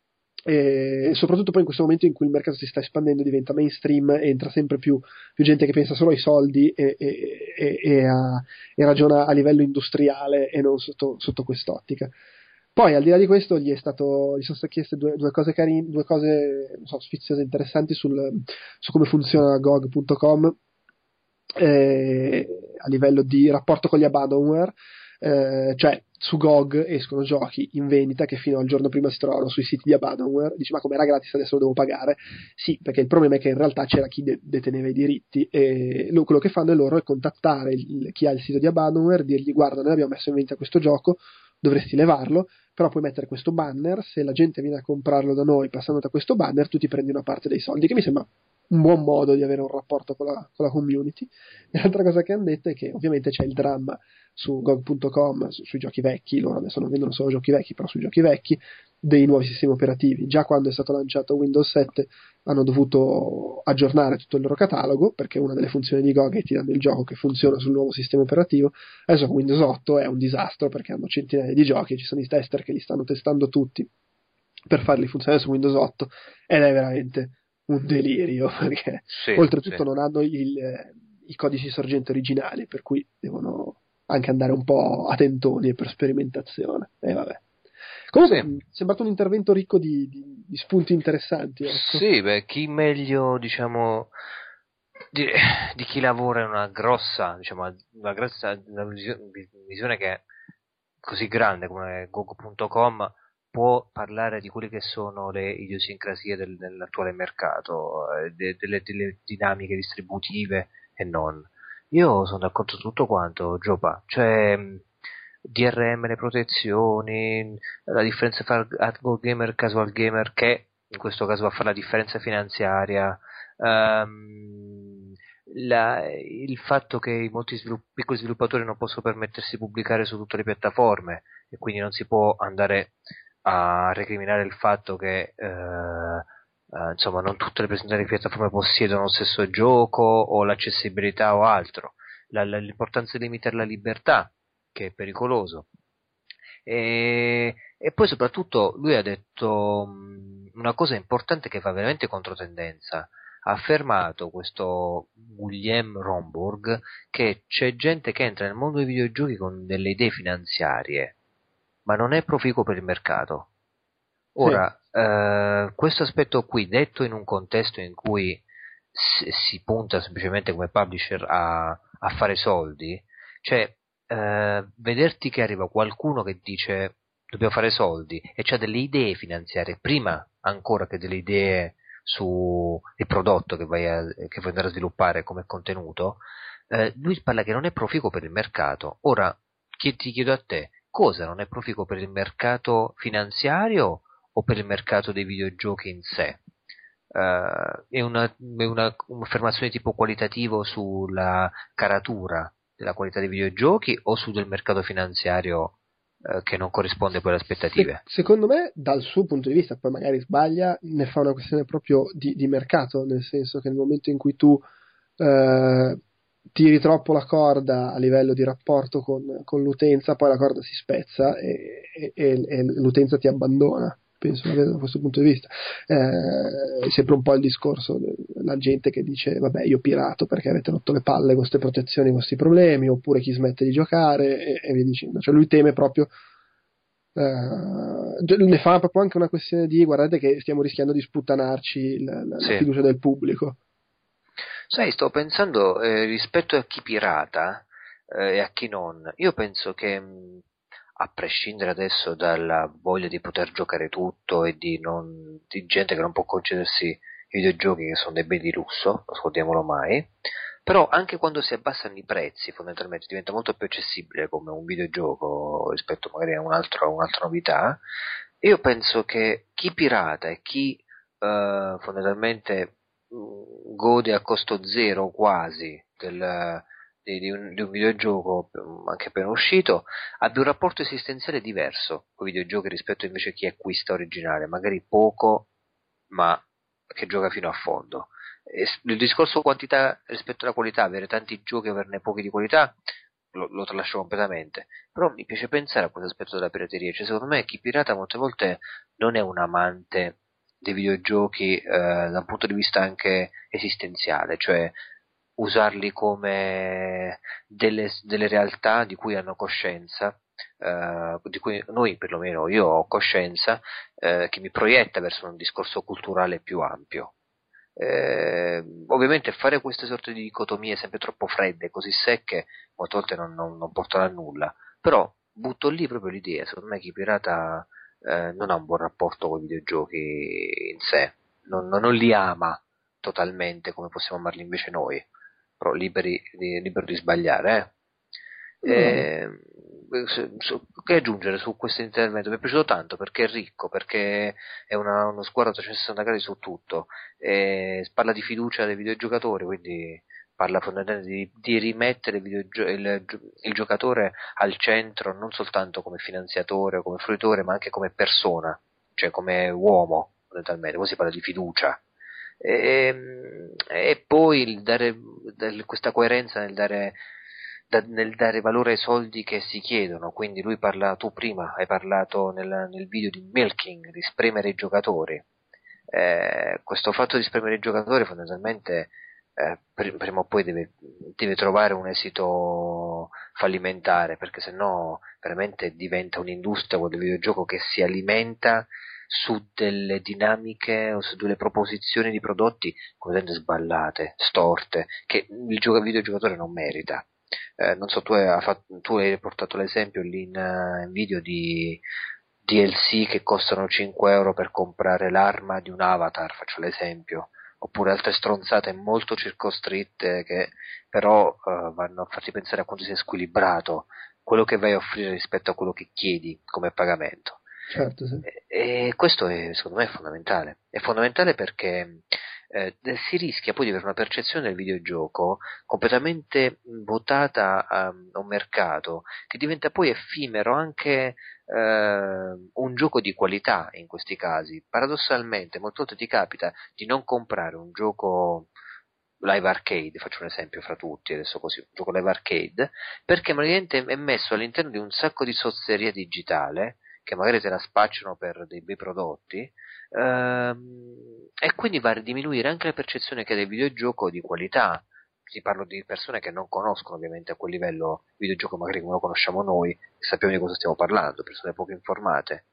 e soprattutto poi in questo momento in cui il mercato si sta espandendo, diventa mainstream, e entra sempre più, più gente che pensa solo ai soldi e, e, e, e, a, e ragiona a livello industriale e non sotto, sotto quest'ottica. Poi al di là di questo gli, è stato, gli sono state chieste due, due cose carine, due cose non so, sfiziose, interessanti sul, su come funziona G O G punto com. Eh, a livello di rapporto con gli abandonware, eh, cioè su G O G escono giochi in vendita che fino al giorno prima si trovavano sui siti di abandonware. Dici, ma come era gratis adesso lo devo pagare? Sì, perché il problema è che in realtà c'era chi de- deteneva i diritti, e lo, quello che fanno è loro è contattare il, chi ha il sito di abandonware, dirgli: guarda, noi abbiamo messo in vendita questo gioco, dovresti levarlo, però puoi mettere questo banner, se la gente viene a comprarlo da noi passando da questo banner tu ti prendi una parte dei soldi, che mi sembra un buon modo di avere un rapporto con la, con la community. E l'altra cosa che hanno detto è che ovviamente c'è il dramma su G O G punto com, su, sui giochi vecchi, loro adesso non vendono solo giochi vecchi, però sui giochi vecchi, dei nuovi sistemi operativi. Già quando è stato lanciato Windows sette hanno dovuto aggiornare tutto il loro catalogo, perché una delle funzioni di G O G è ti danno il gioco che funziona sul nuovo sistema operativo. Adesso con Windows otto è un disastro, perché hanno centinaia di giochi, ci sono i tester che li stanno testando tutti per farli funzionare su Windows otto, ed è veramente un delirio, perché sì, oltretutto sì. non hanno il, eh, i codici sorgente originali, per cui devono anche andare un po' a tentoni per sperimentazione. E vabbè. Comunque, Sì. mi è sembrato un intervento ricco di, di, di spunti interessanti. Ecco. Sì, beh, chi meglio, diciamo, di, di chi lavora in una grossa, diciamo, una grossa una visione che è così grande come G O G punto com, può parlare di quelle che sono le idiosincrasie del, dell'attuale mercato, eh, de, delle, delle dinamiche distributive e non. Io sono d'accordo su tutto quanto, Giopa, cioè D R M, le protezioni, la differenza tra hardcore gamer e casual gamer, che in questo caso va a fare la differenza finanziaria, um, la, il fatto che molti svilupp- piccoli sviluppatori non possono permettersi di pubblicare su tutte le piattaforme, e quindi non si può andare a recriminare il fatto che eh, eh, insomma non tutte le presentazioni di piattaforme possiedono lo stesso gioco o l'accessibilità o altro, la, la, l'importanza di limitare la libertà, che è pericoloso, e, e poi soprattutto lui ha detto mh, una cosa importante che va veramente controtendenza. Ha affermato questo Guillaume Romburg che c'è gente che entra nel mondo dei videogiochi con delle idee finanziarie, ma non è proficuo per il mercato. Ora, sì. eh, questo aspetto qui, detto in un contesto in cui si, si punta semplicemente come publisher a, a fare soldi, cioè eh, vederti che arriva qualcuno che dice dobbiamo fare soldi e c'ha delle idee finanziarie prima ancora che delle idee su il prodotto che vai, a, che vuoi andare a sviluppare come contenuto, eh, lui parla che non è proficuo per il mercato. Ora ti chiedo a te, cosa non è proficuo per il mercato finanziario o per il mercato dei videogiochi in sé? Uh, è, una, è una un'affermazione tipo qualitativo sulla caratura della qualità dei videogiochi o su del mercato finanziario uh, che non corrisponde poi alle aspettative? Se, secondo me, dal suo punto di vista, poi magari sbaglia, ne fa una questione proprio di, di mercato, nel senso che nel momento in cui tu uh, tiri troppo la corda a livello di rapporto con, con l'utenza, poi la corda si spezza e, e, e, e l'utenza ti abbandona. Penso la vedo da questo punto di vista. Eh, è sempre un po' il discorso della gente che dice vabbè, io pirato perché avete rotto le palle con queste protezioni, con questi problemi, oppure chi smette di giocare e, e via dicendo. Cioè lui teme proprio eh, ne fa proprio anche una questione di guardate che stiamo rischiando di sputtanarci la, la, sì. la fiducia del pubblico. Sai, sto pensando eh, rispetto a chi pirata eh, e a chi non, io penso che mh, a prescindere adesso dalla voglia di poter giocare tutto e di, non, di gente che non può concedersi i videogiochi che sono dei beni di lusso, non scordiamolo mai, però anche quando si abbassano i prezzi fondamentalmente diventa molto più accessibile come un videogioco rispetto magari a, un altro, a un'altra novità. Io penso che chi pirata e chi eh, fondamentalmente mh, gode a costo zero quasi del Di, di, un, di un videogioco anche appena uscito abbia un rapporto esistenziale diverso con i videogiochi rispetto invece a chi acquista originale, magari poco ma che gioca fino a fondo. E il discorso quantità rispetto alla qualità, avere tanti giochi e averne pochi di qualità lo, lo tralascio completamente, però mi piace pensare a questo aspetto della pirateria, cioè secondo me chi pirata molte volte non è un amante dei videogiochi eh, da un punto di vista anche esistenziale, cioè usarli come delle, delle realtà di cui hanno coscienza, eh, di cui noi perlomeno io ho coscienza, eh, che mi proietta verso un discorso culturale più ampio. Eh, ovviamente fare queste sorte di dicotomie sempre troppo fredde, così secche, molte volte non, non, non portano a nulla, però butto lì proprio l'idea, secondo me chi pirata eh, non ha un buon rapporto con i videogiochi in sé, non, non li ama totalmente come possiamo amarli invece noi, però liberi di, libero di sbagliare. Eh. No, E, su, su, che aggiungere su questo intervento? Mi è piaciuto tanto perché è ricco, perché è una, uno sguardo a trecentosessanta gradi su tutto, e parla di fiducia dei videogiocatori, quindi parla fondamentalmente di, di rimettere il, videogio- il, il giocatore al centro non soltanto come finanziatore o come fruitore, ma anche come persona, cioè come uomo fondamentalmente. Poi si parla di fiducia. E, e poi il dare questa coerenza nel dare, da, nel dare valore ai soldi che si chiedono, quindi lui parla, tu prima hai parlato nel, nel video di milking, di spremere i giocatori, eh, questo fatto di spremere i giocatori fondamentalmente eh, prima o poi deve, deve trovare un esito fallimentare, perché sennò veramente diventa un'industria quel videogioco che si alimenta su delle dinamiche o su delle proposizioni di prodotti completamente sballate, storte, che il gioco- videogiocatore non merita. Eh, non so, tu hai, fatto, tu hai portato l'esempio lì in, uh, in video di D L C che costano cinque euro per comprare l'arma di un avatar, faccio l'esempio, oppure altre stronzate molto circoscritte che però uh, vanno a farti pensare a quanto sia squilibrato quello che vai a offrire rispetto a quello che chiedi come pagamento. certo, sì. E, e questo è, secondo me è fondamentale. È fondamentale perché eh, si rischia poi di avere una percezione del videogioco completamente votata a, a un mercato che diventa poi effimero anche eh, un gioco di qualità in questi casi. Paradossalmente, molte volte ti capita di non comprare un gioco live arcade, faccio un esempio fra tutti, adesso così, un gioco live arcade, perché magari è messo all'interno di un sacco di sozzeria digitale che magari te la spacciano per dei bei prodotti, ehm, e quindi va a diminuire anche la percezione che ha del videogioco di qualità. Ti parlo di persone che non conoscono ovviamente a quel livello il videogioco magari come lo conosciamo noi, che sappiamo di cosa stiamo parlando, persone poco informate.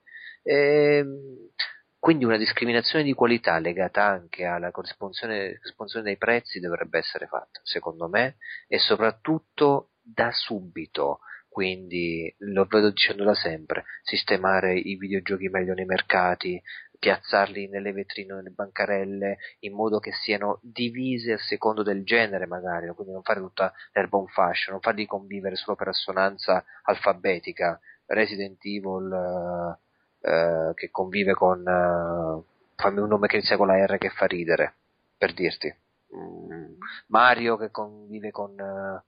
Ehm, quindi una discriminazione di qualità legata anche alla corrispondenza, corrispondenza dei prezzi dovrebbe essere fatta, secondo me, e soprattutto da subito. Quindi lo vedo dicendo da sempre, sistemare i videogiochi meglio nei mercati, piazzarli nelle vetrine o nelle bancarelle in modo che siano divise a secondo del genere magari, quindi non fare tutta l'erba un fascio, non farli convivere solo per assonanza alfabetica. Resident Evil eh, eh, che convive con eh, fammi un nome che inizia con la R che fa ridere, per dirti. mm, Mario che convive con eh,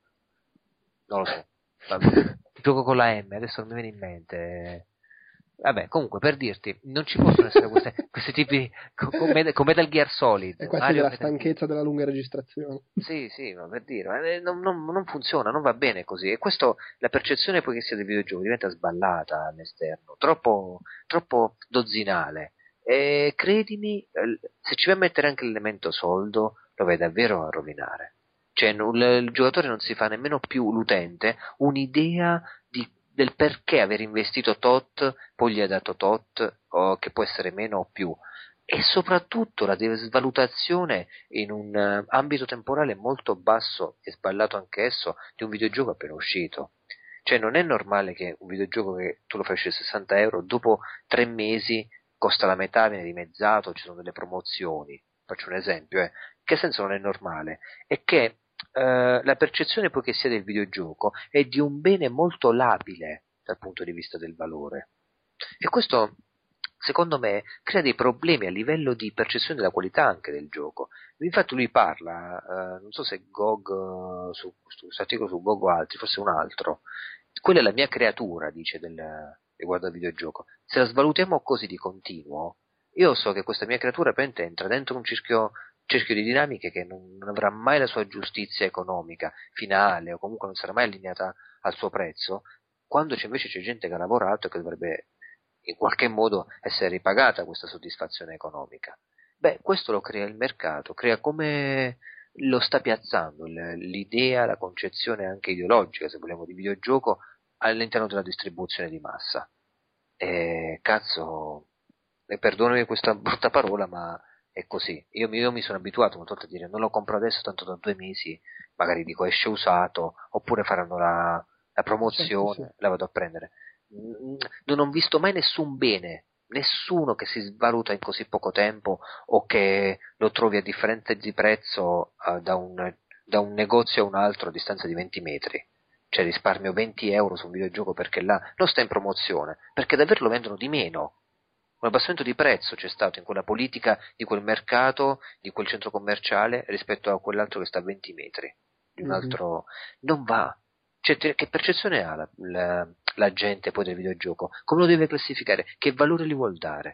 non lo so, vabbè, gioco con la M, adesso non mi viene in mente. Vabbè, comunque, per dirti, non ci possono essere queste, questi tipi come, come Metal Gear Solid. E questa è la stanchezza della lunga registrazione. Sì, sì, ma per dire, eh, non, non, non funziona, non va bene così. E questo, la percezione poi che sia del videogioco diventa sballata all'esterno, troppo, troppo dozzinale. E credimi, se ci vai a mettere anche l'elemento soldo, lo vai davvero a rovinare. Cioè, il, il giocatore non si fa nemmeno più, l'utente, un'idea di del perché aver investito tot, poi gli ha dato tot, o che può essere meno o più, e soprattutto la svalutazione in un uh, ambito temporale molto basso e sballato anch'esso di un videogioco appena uscito. Cioè non è normale che un videogioco che tu lo fai uscire sessanta euro, dopo tre mesi costa la metà, viene dimezzato, ci sono delle promozioni. Faccio un esempio, eh. Che senso non è normale? È che Uh, la percezione poi che sia del videogioco è di un bene molto labile dal punto di vista del valore, e questo secondo me crea dei problemi a livello di percezione della qualità anche del gioco. Infatti lui parla, uh, non so se G O G uh, su questo articolo su G O G o altri, forse un altro, quella è la mia creatura, dice, del, riguardo al videogioco. Se la svalutiamo così di continuo, io so che questa mia creatura entra dentro un cerchio cerchio di dinamiche che non, non avrà mai la sua giustizia economica finale, o comunque non sarà mai allineata al suo prezzo, quando c'è invece c'è gente che ha lavorato e che dovrebbe in qualche modo essere ripagata questa soddisfazione economica. Beh, questo lo crea il mercato, crea come lo sta piazzando l'idea, la concezione anche ideologica, se vogliamo, di videogioco all'interno della distribuzione di massa. E cazzo, e perdonami questa brutta parola, ma è così. Io, io mi sono abituato una volta a dire non lo compro adesso, tanto da due mesi magari dico esce usato, oppure faranno la, la promozione, certo, sì, la vado a prendere. Non ho visto mai nessun bene, nessuno che si svaluta in così poco tempo o che lo trovi a differenza di prezzo uh, da, un, da un negozio a un altro a distanza di venti metri. Cioè risparmio venti euro su un videogioco perché là non sta in promozione, perché davvero lo vendono di meno. Un abbassamento di prezzo c'è stato in quella politica di quel mercato, di quel centro commerciale rispetto a quell'altro che sta a venti metri di un altro. Mm-hmm. Non va. Cioè, che percezione ha la, la, la gente poi del videogioco? Come lo deve classificare? Che valore gli vuol dare?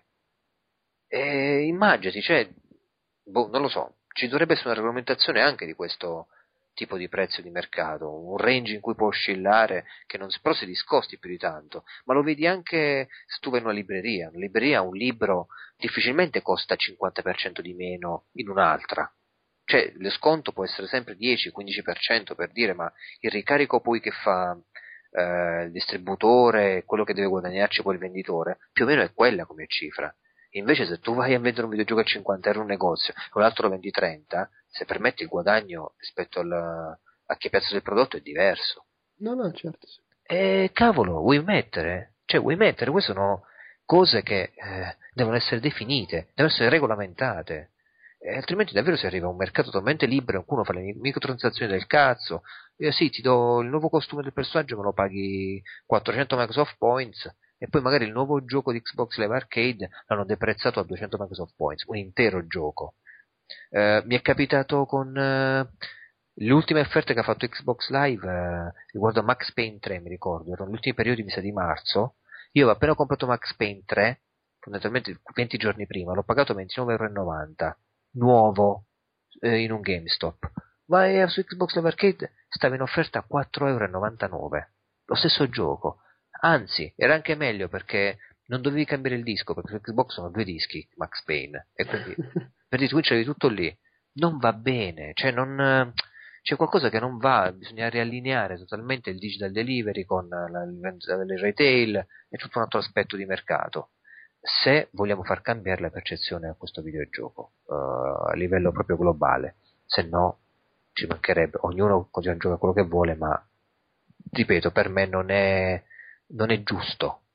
E immaginati, cioè, boh, non lo so, ci dovrebbe essere una regolamentazione anche di questo tipo di prezzo di mercato, un range in cui può oscillare, che non si, però si discosti più di tanto, ma lo vedi anche se tu vai in una libreria. Una libreria, un libro difficilmente costa cinquanta per cento di meno in un'altra, cioè lo sconto può essere sempre dieci quindici per cento per dire, ma il ricarico poi che fa eh, il distributore, quello che deve guadagnarci poi il venditore, più o meno è quella come cifra. Invece se tu vai a vendere un videogioco a cinquanta euro in un negozio e l'altro lo vendi trenta, se permetti il guadagno rispetto al, a chi piazza il prodotto è diverso. No, no, certo. Sì. E cavolo, vuoi mettere? Cioè vuoi mettere? Queste sono cose che eh, devono essere definite, devono essere regolamentate. E altrimenti davvero si arriva a un mercato totalmente libero in cui uno fa le microtransazioni del cazzo. Io sì, ti do il nuovo costume del personaggio, me lo paghi quattrocento Microsoft Points, e poi magari il nuovo gioco di Xbox Live Arcade l'hanno deprezzato a duecento Microsoft Points, un intero gioco. Uh, mi è capitato con uh, le ultime offerte che ha fatto Xbox Live uh, riguardo a Max Payne tre, mi ricordo, erano gli ultimi periodi, mi sa di marzo. Io avevo appena comprato Max Payne tre, fondamentalmente venti giorni prima, l'ho pagato ventinove euro e novanta, nuovo, eh, in un GameStop, ma eh, su Xbox Live Arcade stava in offerta a quattro euro e novantanove, lo stesso gioco. Anzi, era anche meglio perché non dovevi cambiare il disco, perché su Xbox sono due dischi Max Payne, e quindi per dire, qui c'avevi tutto lì. Non va bene, cioè non, c'è qualcosa che non va, bisogna riallineare totalmente il digital delivery con la, il retail, è tutto un altro aspetto di mercato, se vogliamo far cambiare la percezione a questo videogioco uh, a livello proprio globale. Se no ci mancherebbe, ognuno continua a giocare quello che vuole, ma ripeto, per me non è non è giusto,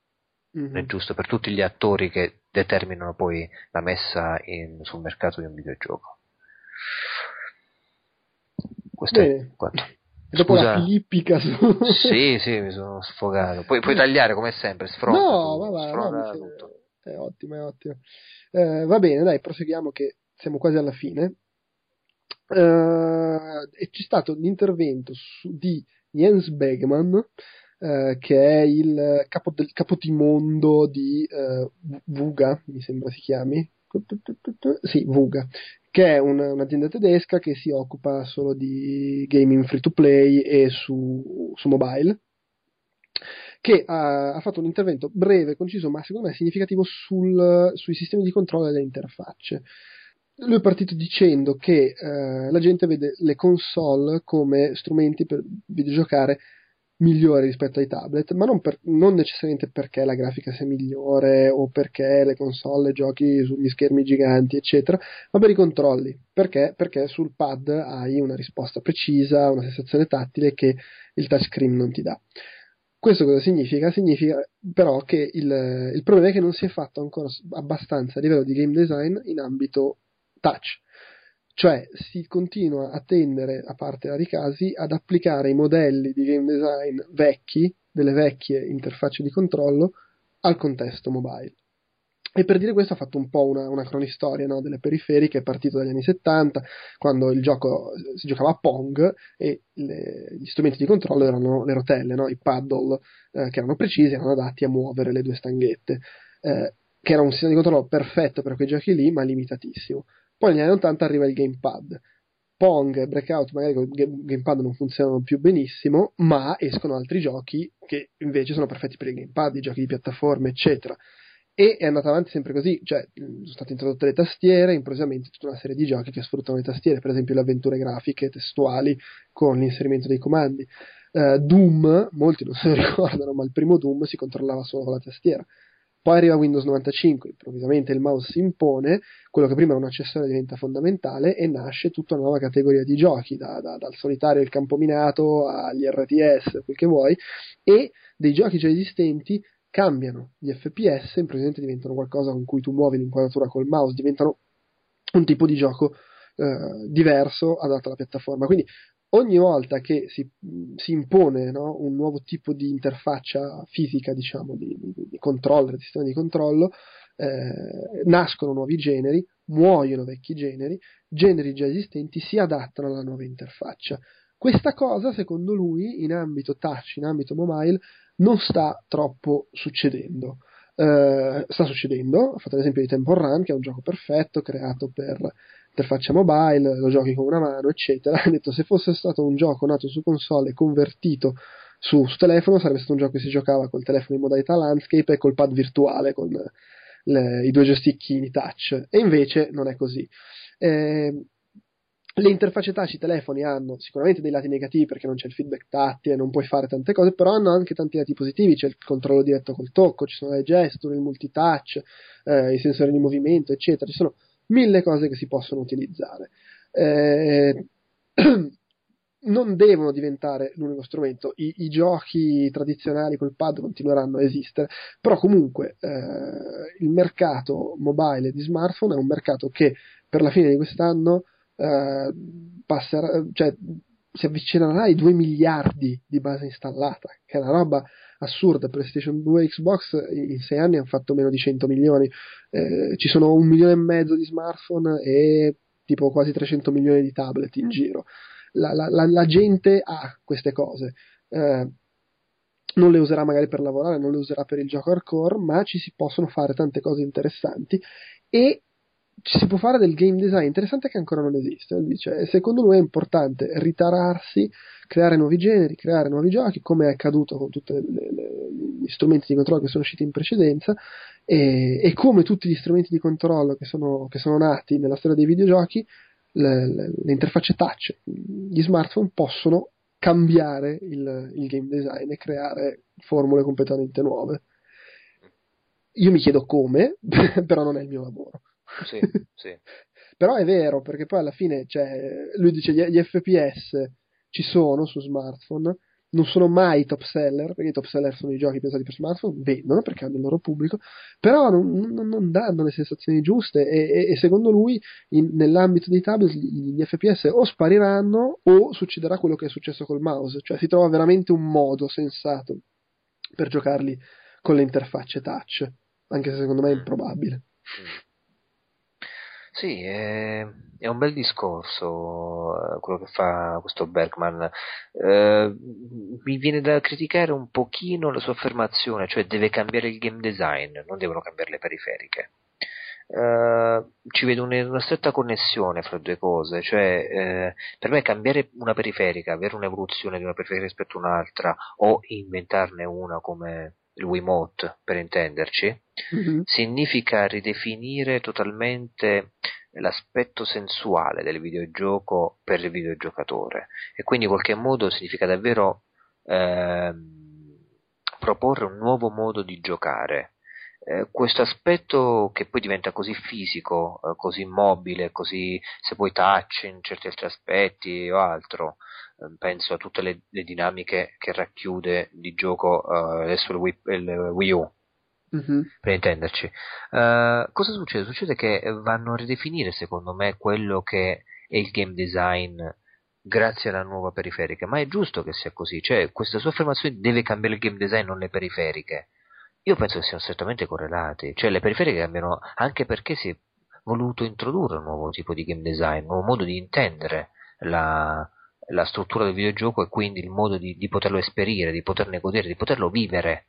mm-hmm. è giusto per tutti gli attori che determinano poi la messa in, sul mercato di un videogioco. Questo Bene. è quanto. Dopo Scusa. la filippica su... sì, sì, mi sono sfogato. Puoi, puoi tagliare come sempre, sfronda. No, tu, va, va, sfronda no, tutto. È ottimo, è ottimo. Eh, va bene, dai, proseguiamo che siamo quasi alla fine. Uh, e c'è stato l'intervento su, di Jens Bergman, uh, che è il capo del capotimondo di uh, Vuga, mi sembra si chiami. Sì, Vuga, che è un, un'azienda tedesca che si occupa solo di gaming free to play e su, su mobile, che ha, ha fatto un intervento breve, conciso, ma secondo me significativo sul, sui sistemi di controllo delle interfacce. Lui è partito dicendo che eh, la gente vede le console come strumenti per videgiocare migliori rispetto ai tablet, ma non, per, non necessariamente perché la grafica sia migliore o perché le console giochi sugli schermi giganti, eccetera, ma per i controlli. Perché? Perché sul pad hai una risposta precisa, una sensazione tattile che il touchscreen non ti dà. Questo cosa significa? Significa però che il, il problema è che non si è fatto ancora abbastanza a livello di game design in ambito touch, cioè si continua a tendere, a parte rari casi, ad applicare i modelli di game design vecchi, delle vecchie interfacce di controllo, al contesto mobile. E per dire questo ha fatto un po' una, una cronistoria, no, delle periferiche, è partito dagli anni settanta, quando il gioco si giocava a Pong e le, gli strumenti di controllo erano le rotelle, no, i paddle, eh, che erano precisi, erano adatti a muovere le due stanghette, eh, che era un sistema di controllo perfetto per quei giochi lì, ma limitatissimo. Poi negli anni ottanta arriva il gamepad. Pong e Breakout magari con il gamepad non funzionano più benissimo, ma escono altri giochi che invece sono perfetti per il gamepad, i giochi di piattaforme, eccetera. E è andata avanti sempre così, cioè sono state introdotte le tastiere, improvvisamente tutta una serie di giochi che sfruttano le tastiere, per esempio le avventure grafiche, testuali, con l'inserimento dei comandi. Uh, Doom, molti non se lo ricordano, ma il primo Doom si controllava solo con la tastiera. Poi arriva Windows novantacinque, improvvisamente il mouse si impone, quello che prima era un accessorio diventa fondamentale e nasce tutta una nuova categoria di giochi, da, da, dal solitario, il campo minato, agli R T S, quel che vuoi, e dei giochi già esistenti cambiano. Gli F P S improvvisamente diventano qualcosa con cui tu muovi l'inquadratura col mouse, diventano un tipo di gioco eh, diverso adatto alla piattaforma. Quindi ogni volta che si, si impone, no, un nuovo tipo di interfaccia fisica, diciamo, di, di, di controller, di sistema di controllo, eh, nascono nuovi generi, muoiono vecchi generi, generi già esistenti si adattano alla nuova interfaccia. Questa cosa, secondo lui, in ambito touch, in ambito mobile, non sta troppo succedendo. Uh, sta succedendo, ha fatto l'esempio di Temple Run, che è un gioco perfetto, creato per interfaccia mobile, lo giochi con una mano, eccetera. Ha detto, se fosse stato un gioco nato su console e convertito su, su telefono, sarebbe stato un gioco che si giocava col telefono in modalità landscape e col pad virtuale, con le, i due joystickini touch, e invece non è così. Eh, Le interfacce touch i telefoni hanno sicuramente dei lati negativi perché non c'è il feedback tattile, non puoi fare tante cose, però hanno anche tanti lati positivi, c'è il controllo diretto col tocco, ci sono le gesture, il multitouch, eh, i sensori di movimento, eccetera, ci sono mille cose che si possono utilizzare. Eh, non devono diventare l'unico strumento, I, i giochi tradizionali col pad continueranno a esistere, però comunque eh, il mercato mobile di smartphone è un mercato che per la fine di quest'anno Uh, passerà, cioè, si avvicinerà ai due miliardi di base installata, che è una roba assurda. PlayStation due e Xbox in sei anni hanno fatto meno di cento milioni, eh, ci sono un milione e mezzo di smartphone e tipo quasi trecento milioni di tablet in giro. La, la, la, la gente ha queste cose, eh, non le userà magari per lavorare, non le userà per il gioco hardcore, ma ci si possono fare tante cose interessanti e ci si può fare del game design interessante che ancora non esiste. Dice, secondo lui è importante ritararsi, creare nuovi generi, creare nuovi giochi, come è accaduto con tutti gli strumenti di controllo che sono usciti in precedenza, e, e come tutti gli strumenti di controllo che sono, che sono nati nella storia dei videogiochi, le, le, le interfacce touch, gli smartphone possono cambiare il, il game design e creare formule completamente nuove. Io mi chiedo come, però non è il mio lavoro. Sì, sì. Però è vero, perché poi alla fine, cioè, lui dice gli, gli F P S ci sono su smartphone, non sono mai top seller, perché i top seller sono i giochi pensati per smartphone, vendono perché hanno il loro pubblico, però non, non- non danno le sensazioni giuste e, e- e secondo lui in- nell'ambito dei tablet gli, gli F P S o spariranno o succederà quello che è successo col mouse, cioè si trova veramente un modo sensato per giocarli con le interfacce touch, anche se secondo me è improbabile. Mm. Sì, è, è un bel discorso eh, quello che fa questo Bergman. Eh, mi viene da criticare un pochino la sua affermazione, cioè deve cambiare il game design, non devono cambiare le periferiche. Eh, ci vedo una, una stretta connessione fra le due cose, cioè eh, per me cambiare una periferica, avere un'evoluzione di una periferica rispetto a un'altra o inventarne una come il Wiimote per intenderci, Mhm. significa ridefinire totalmente l'aspetto sensuale del videogioco per il videogiocatore e quindi in qualche modo significa davvero ehm, proporre un nuovo modo di giocare. Eh, questo aspetto che poi diventa così fisico, eh, così mobile, così se poi touch in certi altri aspetti o altro, eh, penso a tutte le, le dinamiche che racchiude di gioco eh, adesso il Wii, il Wii U, Mhm. per intenderci. Eh, cosa succede? Succede che vanno a ridefinire, secondo me, quello che è il game design grazie alla nuova periferica, ma è giusto che sia così, cioè questa sua affermazione deve cambiare il game design, non le periferiche. Io penso che siano strettamente correlati, cioè le periferiche cambiano anche perché si è voluto introdurre un nuovo tipo di game design, un nuovo modo di intendere la, la struttura del videogioco e quindi il modo di, di poterlo esperire, di poterne godere, di poterlo vivere.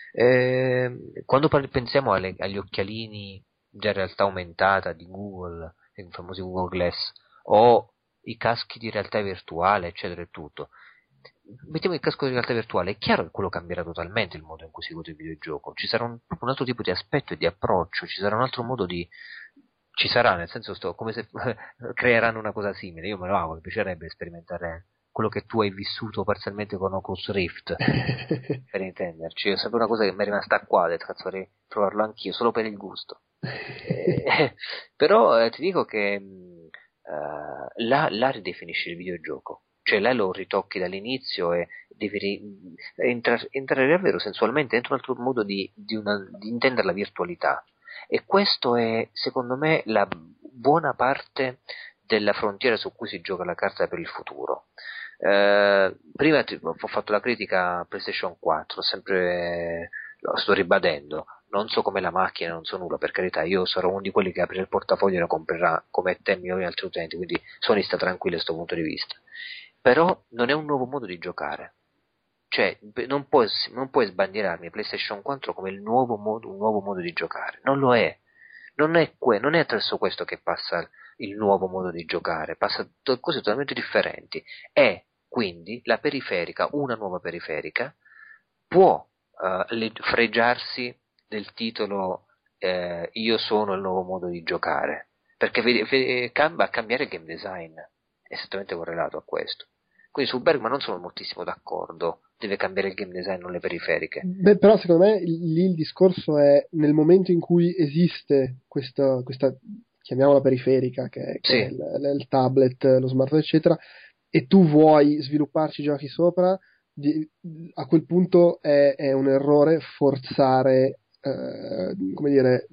Eh, quando par- pensiamo alle- agli occhialini di realtà aumentata di Google, i famosi Google Glass, o i caschi di realtà virtuale, eccetera e tutto, mettiamo il casco di realtà virtuale, è chiaro che quello cambierà totalmente il modo in cui si gode il videogioco, ci sarà un, proprio un altro tipo di aspetto e di approccio, ci sarà un altro modo di... ci sarà, nel senso, sto, come se creeranno una cosa simile, io me lo auguro, mi piacerebbe sperimentare quello che tu hai vissuto parzialmente con Oculus Rift, per intenderci, è sempre una cosa che mi è rimasta qua, ho detto, cazzo, vorrei provarlo anch'io, solo per il gusto. Eh, però eh, ti dico che mh, eh, là, là ridefinisci il videogioco, cioè là lo ritocchi dall'inizio e devi ri- entra- entrare davvero sensualmente dentro un altro modo di, di, una, di intendere la virtualità. E questo è, secondo me, la buona parte della frontiera su cui si gioca la carta per il futuro. Eh, prima ti- ho fatto la critica a PlayStation quattro, sempre lo sto ribadendo. Non so come la macchina, non so nulla, per carità, io sarò uno di quelli che aprirà il portafoglio e la comprerà come te e milioni di altri utenti, quindi Sony sta tranquillo da questo punto di vista. Però non è un nuovo modo di giocare. Cioè, non puoi, non puoi sbandierarmi PlayStation quattro come il nuovo modo, un nuovo modo di giocare. Non lo è. Non è, que- non è attraverso questo che passa il nuovo modo di giocare, passa da cose totalmente differenti. È quindi la periferica, una nuova periferica, può eh, le- fregiarsi del titolo eh, io sono il nuovo modo di giocare, perché vede- vede- cam- va a cambiare il game design, è esattamente correlato a questo. Quindi su Bergman non sono moltissimo d'accordo, deve cambiare il game design, non le periferiche. Beh, però secondo me lì il discorso è nel momento in cui esiste questa, questa chiamiamola periferica, che, è- che è Sì, il, il tablet, lo smartphone, eccetera, e tu vuoi svilupparci giochi sopra, di- a quel punto è, è un errore forzare, eh, come dire,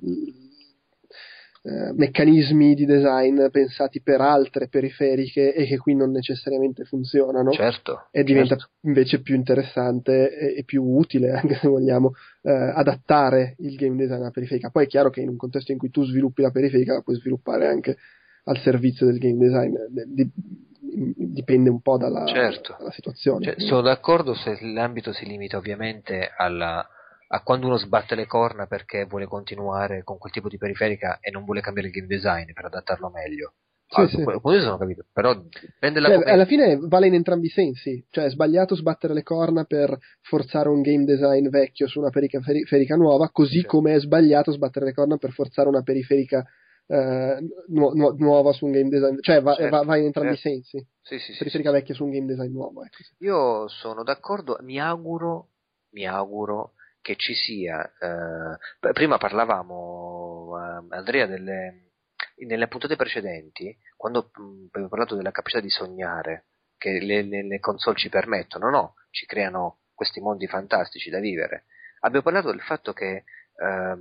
eh, meccanismi di design pensati per altre periferiche e che qui non necessariamente funzionano, certo, e diventa certo. invece più interessante e, e più utile, anche se vogliamo, eh, adattare il game design alla periferica. Poi è chiaro che in un contesto in cui tu sviluppi la periferica la puoi sviluppare anche al servizio del game design, di- dipende un po' dalla, Certo, dalla situazione. cioè, sono d'accordo se l'ambito si limita ovviamente alla, a quando uno sbatte le corna perché vuole continuare con quel tipo di periferica e non vuole cambiare il game design per adattarlo meglio. Sì, Ah, sì. questo sono capito, però prenderla Cioè, alla come... fine vale in entrambi i sensi, cioè è sbagliato sbattere le corna per forzare un game design vecchio su una perica- periferica nuova, così Certo. come è sbagliato sbattere le corna per forzare una periferica eh, nu- nu- nuova su un game design, cioè va, Certo, va- va in entrambi certo. i sensi, Sì, sì, sì, sì, periferica sì. vecchia su un game design nuovo, ecco. Sì. Io sono d'accordo, mi auguro, mi auguro che ci sia. Eh, p- prima parlavamo, eh, Andrea, delle, nelle puntate precedenti, quando mh, abbiamo parlato della capacità di sognare che le, le- le console ci permettono, no? ci creano questi mondi fantastici da vivere. Abbiamo parlato del fatto che ehm,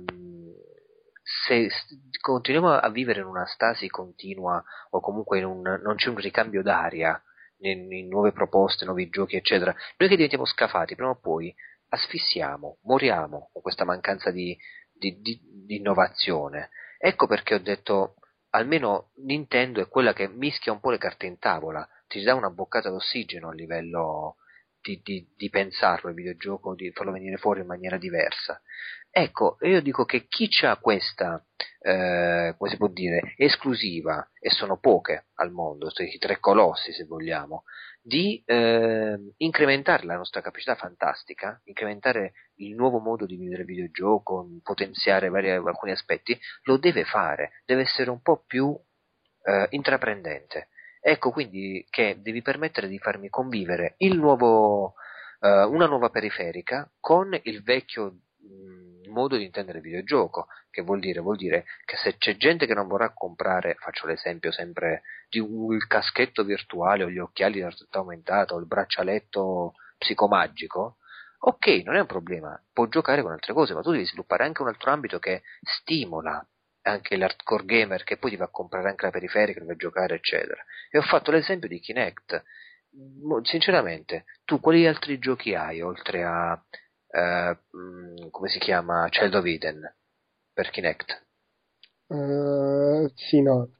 se continuiamo a vivere in una stasi continua o comunque in un, non c'è un ricambio d'aria in, in nuove proposte, nuovi giochi eccetera, noi che diventiamo scafati prima o poi asfissiamo, moriamo con questa mancanza di, di, di, di innovazione. Ecco perché ho detto almeno Nintendo è quella che mischia un po' le carte in tavola, ti dà una boccata d'ossigeno a livello di, di, di pensarlo il videogioco, di farlo venire fuori in maniera diversa. Ecco, io dico che chi c'ha questa, eh, come si può dire, esclusiva, e sono poche al mondo, i tre colossi se vogliamo, di eh, incrementare la nostra capacità fantastica, incrementare il nuovo modo di vivere il videogioco, potenziare vari, alcuni aspetti, lo deve fare, deve essere un po' più eh, intraprendente. Ecco quindi che devi permettere di farmi convivere il nuovo, eh, una nuova periferica con il vecchio mh, modo di intendere il videogioco, che vuol dire? Vuol dire che se c'è gente che non vorrà comprare, faccio l'esempio sempre di un, il caschetto virtuale o gli occhiali di realtà aumentata o il braccialetto psicomagico, ok, non è un problema, può giocare con altre cose, ma tu devi sviluppare anche un altro ambito che stimola anche l'hardcore gamer, che poi ti va a comprare anche la periferica dove giocare eccetera. E ho fatto l'esempio di Kinect. Sinceramente, tu quali altri giochi hai oltre a eh, come si chiama, Child of Eden per Kinect? Uh, sì, no.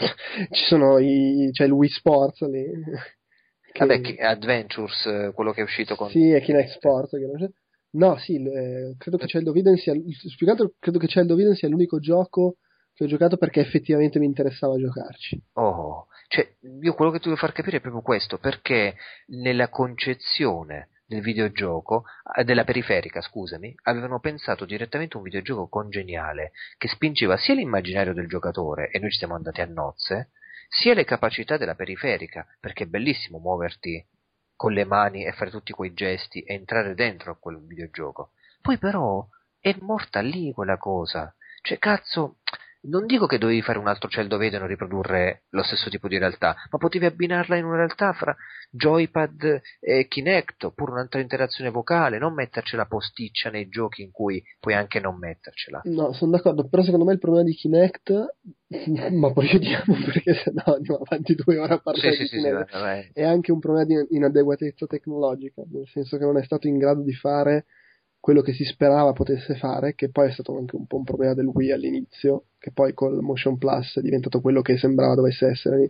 Ci sono i, c'è il Wii Sports lì. Che... Vabbè, Adventures, quello che è uscito con... Sì, è Kinect Sports. Che non c'è. No, sì, eh, credo che Child of Eden sia, spiegato, credo che Child of Eden sia l'unico gioco che ho giocato perché effettivamente mi interessava giocarci. Oh, cioè, io quello che ti devo far capire è proprio questo, perché nella concezione del videogioco, della periferica, scusami, avevano pensato direttamente un videogioco congeniale che spingeva sia l'immaginario del giocatore, e noi ci siamo andati a nozze, sia le capacità della periferica, perché è bellissimo muoverti con le mani e fare tutti quei gesti e entrare dentro a quel videogioco. Poi però è morta lì quella cosa. Cioè, cazzo, non dico che dovevi fare un altro Child of Eden o riprodurre lo stesso tipo di realtà, ma potevi abbinarla in una realtà fra joypad e Kinect, oppure un'altra interazione vocale, non metterci la posticcia nei giochi in cui puoi anche non mettercela. No, sono d'accordo, però secondo me il problema di Kinect, ma poi vediamo perché se no andiamo avanti due ore a parlare sì, di sì, Kinect, sì, sì, vai. è anche un problema di inadeguatezza tecnologica, nel senso che non è stato in grado di fare quello che si sperava potesse fare, che poi è stato anche un po' un problema del Wii all'inizio, che poi col Motion Plus è diventato quello che sembrava dovesse essere.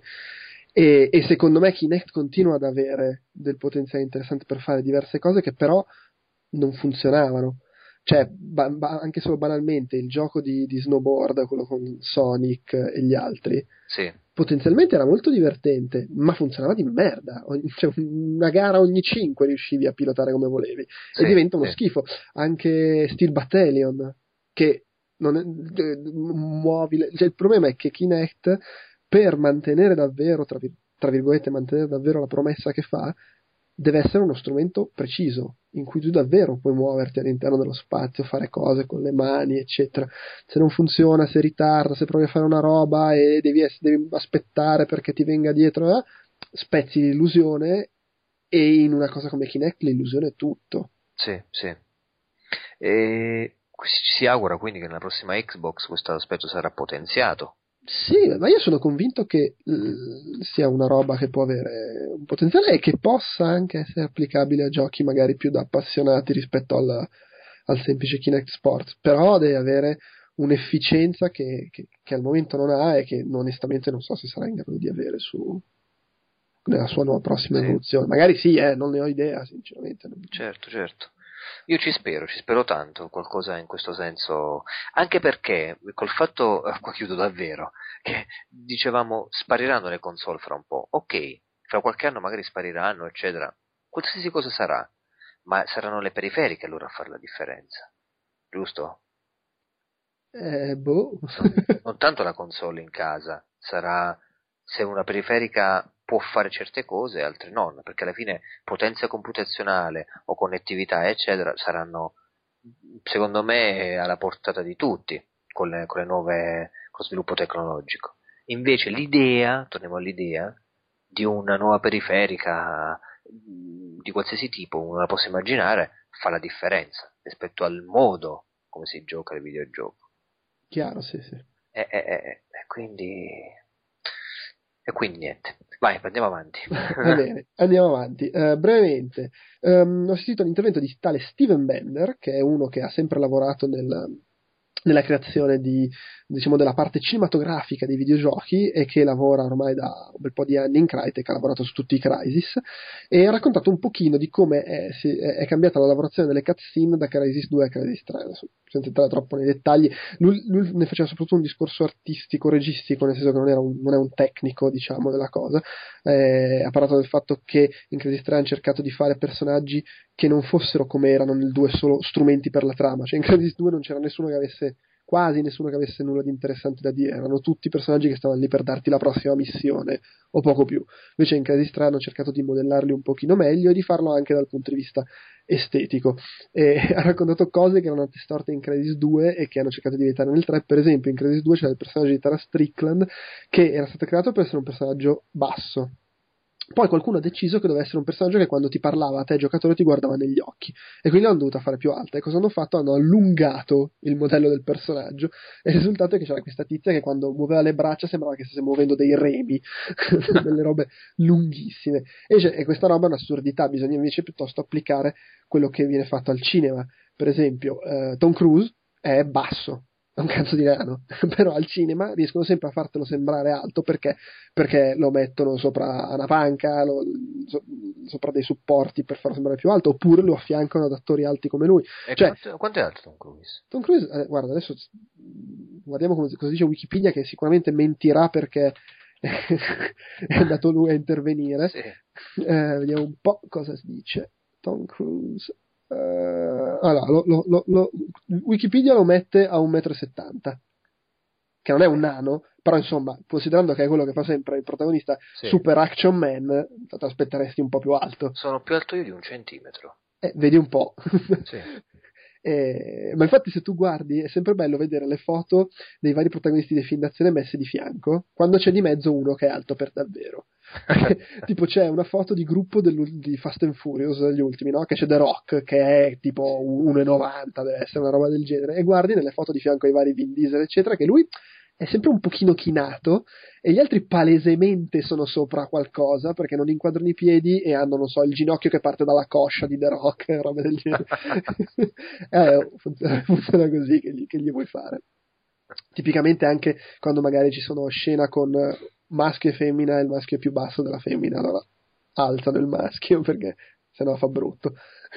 E, e secondo me Kinect continua ad avere del potenziale interessante per fare diverse cose che però non funzionavano. Cioè, ba- ba- anche solo banalmente il gioco di, di snowboard, quello con Sonic e gli altri, Sì. potenzialmente era molto divertente, ma funzionava di merda. Ogni, cioè, una gara ogni cinque riuscivi a pilotare come volevi, Sì, e diventa uno sì. schifo. Anche Steel Battalion, che non è, de- muovi le- cioè, il problema è che Kinect, per mantenere davvero, tra, vir- tra virgolette, mantenere davvero la promessa che fa, deve essere uno strumento preciso, in cui tu davvero puoi muoverti all'interno dello spazio, fare cose con le mani, eccetera. Se non funziona, se ritarda, se provi a fare una roba e devi, ess- devi aspettare perché ti venga dietro, eh, spezzi l'illusione, e in una cosa come Kinect l'illusione è tutto. Sì, sì. E ci si augura quindi che nella prossima Xbox questo aspetto sarà potenziato. Sì, ma io sono convinto che eh, sia una roba che può avere un potenziale e che possa anche essere applicabile a giochi magari più da appassionati rispetto al, al semplice Kinect Sports, però deve avere un'efficienza che, che, che al momento non ha e che onestamente non so se sarà in grado di avere su, nella sua nuova prossima Sì. evoluzione. Magari sì, eh, non ne ho idea, sinceramente. Certo, certo. Io ci spero, ci spero tanto, qualcosa in questo senso, anche perché col fatto, eh, qua chiudo davvero, che dicevamo spariranno le console fra un po', ok, fra qualche anno magari spariranno, eccetera, qualsiasi cosa sarà, ma saranno le periferiche allora a fare la differenza, giusto? Eh, boh. Non, non tanto la console in casa, sarà se una periferica può fare certe cose, altre non, perché alla fine potenza computazionale o connettività, eccetera, saranno, secondo me, alla portata di tutti con le, con le nuove, con lo sviluppo tecnologico. Invece l'idea, torniamo all'idea, di una nuova periferica di qualsiasi tipo uno la possa immaginare fa la differenza rispetto al modo come si gioca il videogioco. Chiaro, sì, sì. E, e, e, e quindi e quindi niente, vai, andiamo avanti. Va bene, andiamo avanti. Uh, brevemente, um, ho sentito l'intervento di tale Steven Bender, che è uno che ha sempre lavorato nel, nella creazione di, diciamo, della parte cinematografica dei videogiochi e che lavora ormai da un bel po' di anni in Crytek, ha lavorato su tutti i Crysis, e ha raccontato un pochino di come è, si, è cambiata la lavorazione delle cutscene da Crysis due a Crysis tre, adesso, senza entrare troppo nei dettagli. Lui, lui ne faceva soprattutto un discorso artistico, registico, nel senso che non, era un, non è un tecnico, diciamo, della cosa. Eh, ha parlato del fatto che in Crysis tre hanno cercato di fare personaggi che non fossero come erano nel due solo strumenti per la trama, cioè in Crysis due non c'era nessuno che avesse quasi nessuno che avesse nulla di interessante da dire, erano tutti personaggi che stavano lì per darti la prossima missione o poco più. Invece in Crysis tre hanno cercato di modellarli un pochino meglio e di farlo anche dal punto di vista estetico, e ha raccontato cose che erano storte in Crysis due e che hanno cercato di evitare nel tre. Per esempio in Crysis due c'era il personaggio di Tara Strickland che era stato creato per essere un personaggio basso. Poi qualcuno ha deciso che doveva essere un personaggio che quando ti parlava a te giocatore ti guardava negli occhi, e quindi l'hanno dovuta fare più alta. E cosa hanno fatto? Hanno allungato il modello del personaggio, e il risultato è che c'era questa tizia che quando muoveva le braccia sembrava che stesse muovendo dei remi, delle robe lunghissime, e, cioè, e questa roba è un'assurdità. Bisogna invece piuttosto applicare quello che viene fatto al cinema. Per esempio eh, Tom Cruise è basso, è un cazzo di nano, però al cinema riescono sempre a fartelo sembrare alto perché, perché lo mettono sopra una panca, lo, so, sopra dei supporti per farlo sembrare più alto, oppure lo affiancano ad attori alti come lui. E cioè, quanto, quanto è alto Tom Cruise? Tom Cruise, eh, guarda, adesso guardiamo come, cosa dice Wikipedia, che sicuramente mentirà perché è andato lui a intervenire. Sì. Eh, vediamo un po' cosa si dice. Tom Cruise. Uh, allora, lo, lo, lo, lo, Wikipedia lo mette a un metro e settanta, che non è un nano, però insomma, considerando che è quello che fa sempre il protagonista, sì, super action man, ti aspetteresti un po' più alto. Sono più alto io di un centimetro. Eh, vedi un po'. Sì. Eh, ma infatti se tu guardi è sempre bello vedere le foto dei vari protagonisti dei film d'azione messe di fianco, quando c'è di mezzo uno che è alto per davvero. Tipo c'è una foto di gruppo di Fast and Furious, gli ultimi, no? Che c'è The Rock che è tipo uno e novanta, deve essere una roba del genere, e guardi nelle foto di fianco ai vari Vin Diesel eccetera che lui è sempre un pochino chinato e gli altri palesemente sono sopra qualcosa perché non inquadrano i piedi e hanno, non so, il ginocchio che parte dalla coscia di The Rock, roba del genere. eh, funziona, funziona così che gli, che gli vuoi fare. Tipicamente anche quando magari ci sono scena con maschio e femmina e il maschio è più basso della femmina, allora alzano il maschio perché sennò fa brutto.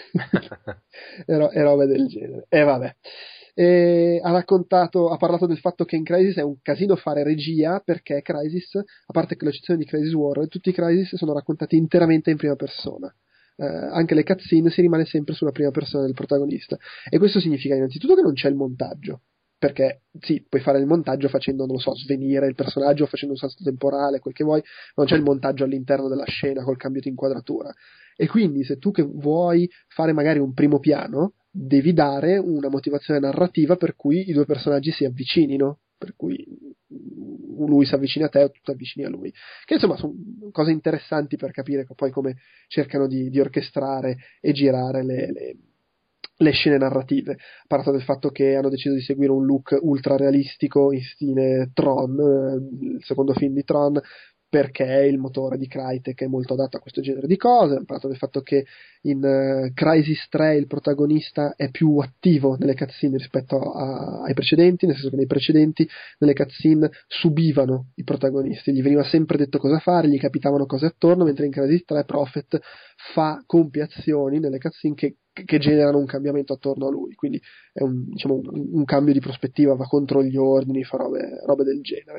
e, ro- e robe del genere. E vabbè. E ha raccontato, ha parlato del fatto che in Crysis è un casino fare regia perché Crysis, a parte che l'eccezione di Crysis War, tutti i Crysis sono raccontati interamente in prima persona. Eh, anche le cutscene si rimane sempre sulla prima persona del protagonista, e questo significa innanzitutto che non c'è il montaggio, perché sì, puoi fare il montaggio facendo, non lo so, svenire il personaggio, facendo un salto temporale, quel che vuoi, ma non c'è il montaggio all'interno della scena col cambio di inquadratura. E quindi se tu che vuoi fare magari un primo piano, devi dare una motivazione narrativa per cui i due personaggi si avvicinino, per cui lui si avvicina a te o tu ti avvicini a lui, che insomma sono cose interessanti per capire poi come cercano di, di orchestrare e girare le, le, le scene narrative. Ha parlato del fatto che hanno deciso di seguire un look ultra realistico in stile Tron, eh, il secondo film di Tron, perché il motore di Crytek è molto adatto a questo genere di cose. Ha parlato del fatto che in uh, Crysis tre il protagonista è più attivo nelle cutscene rispetto a, ai precedenti, nel senso che nei precedenti nelle cutscene subivano i protagonisti, gli veniva sempre detto cosa fare, gli capitavano cose attorno, mentre in Crysis tre Prophet fa compie azioni nelle cutscene che che generano un cambiamento attorno a lui, quindi è un, diciamo, un, un cambio di prospettiva, va contro gli ordini, fa robe, robe del genere.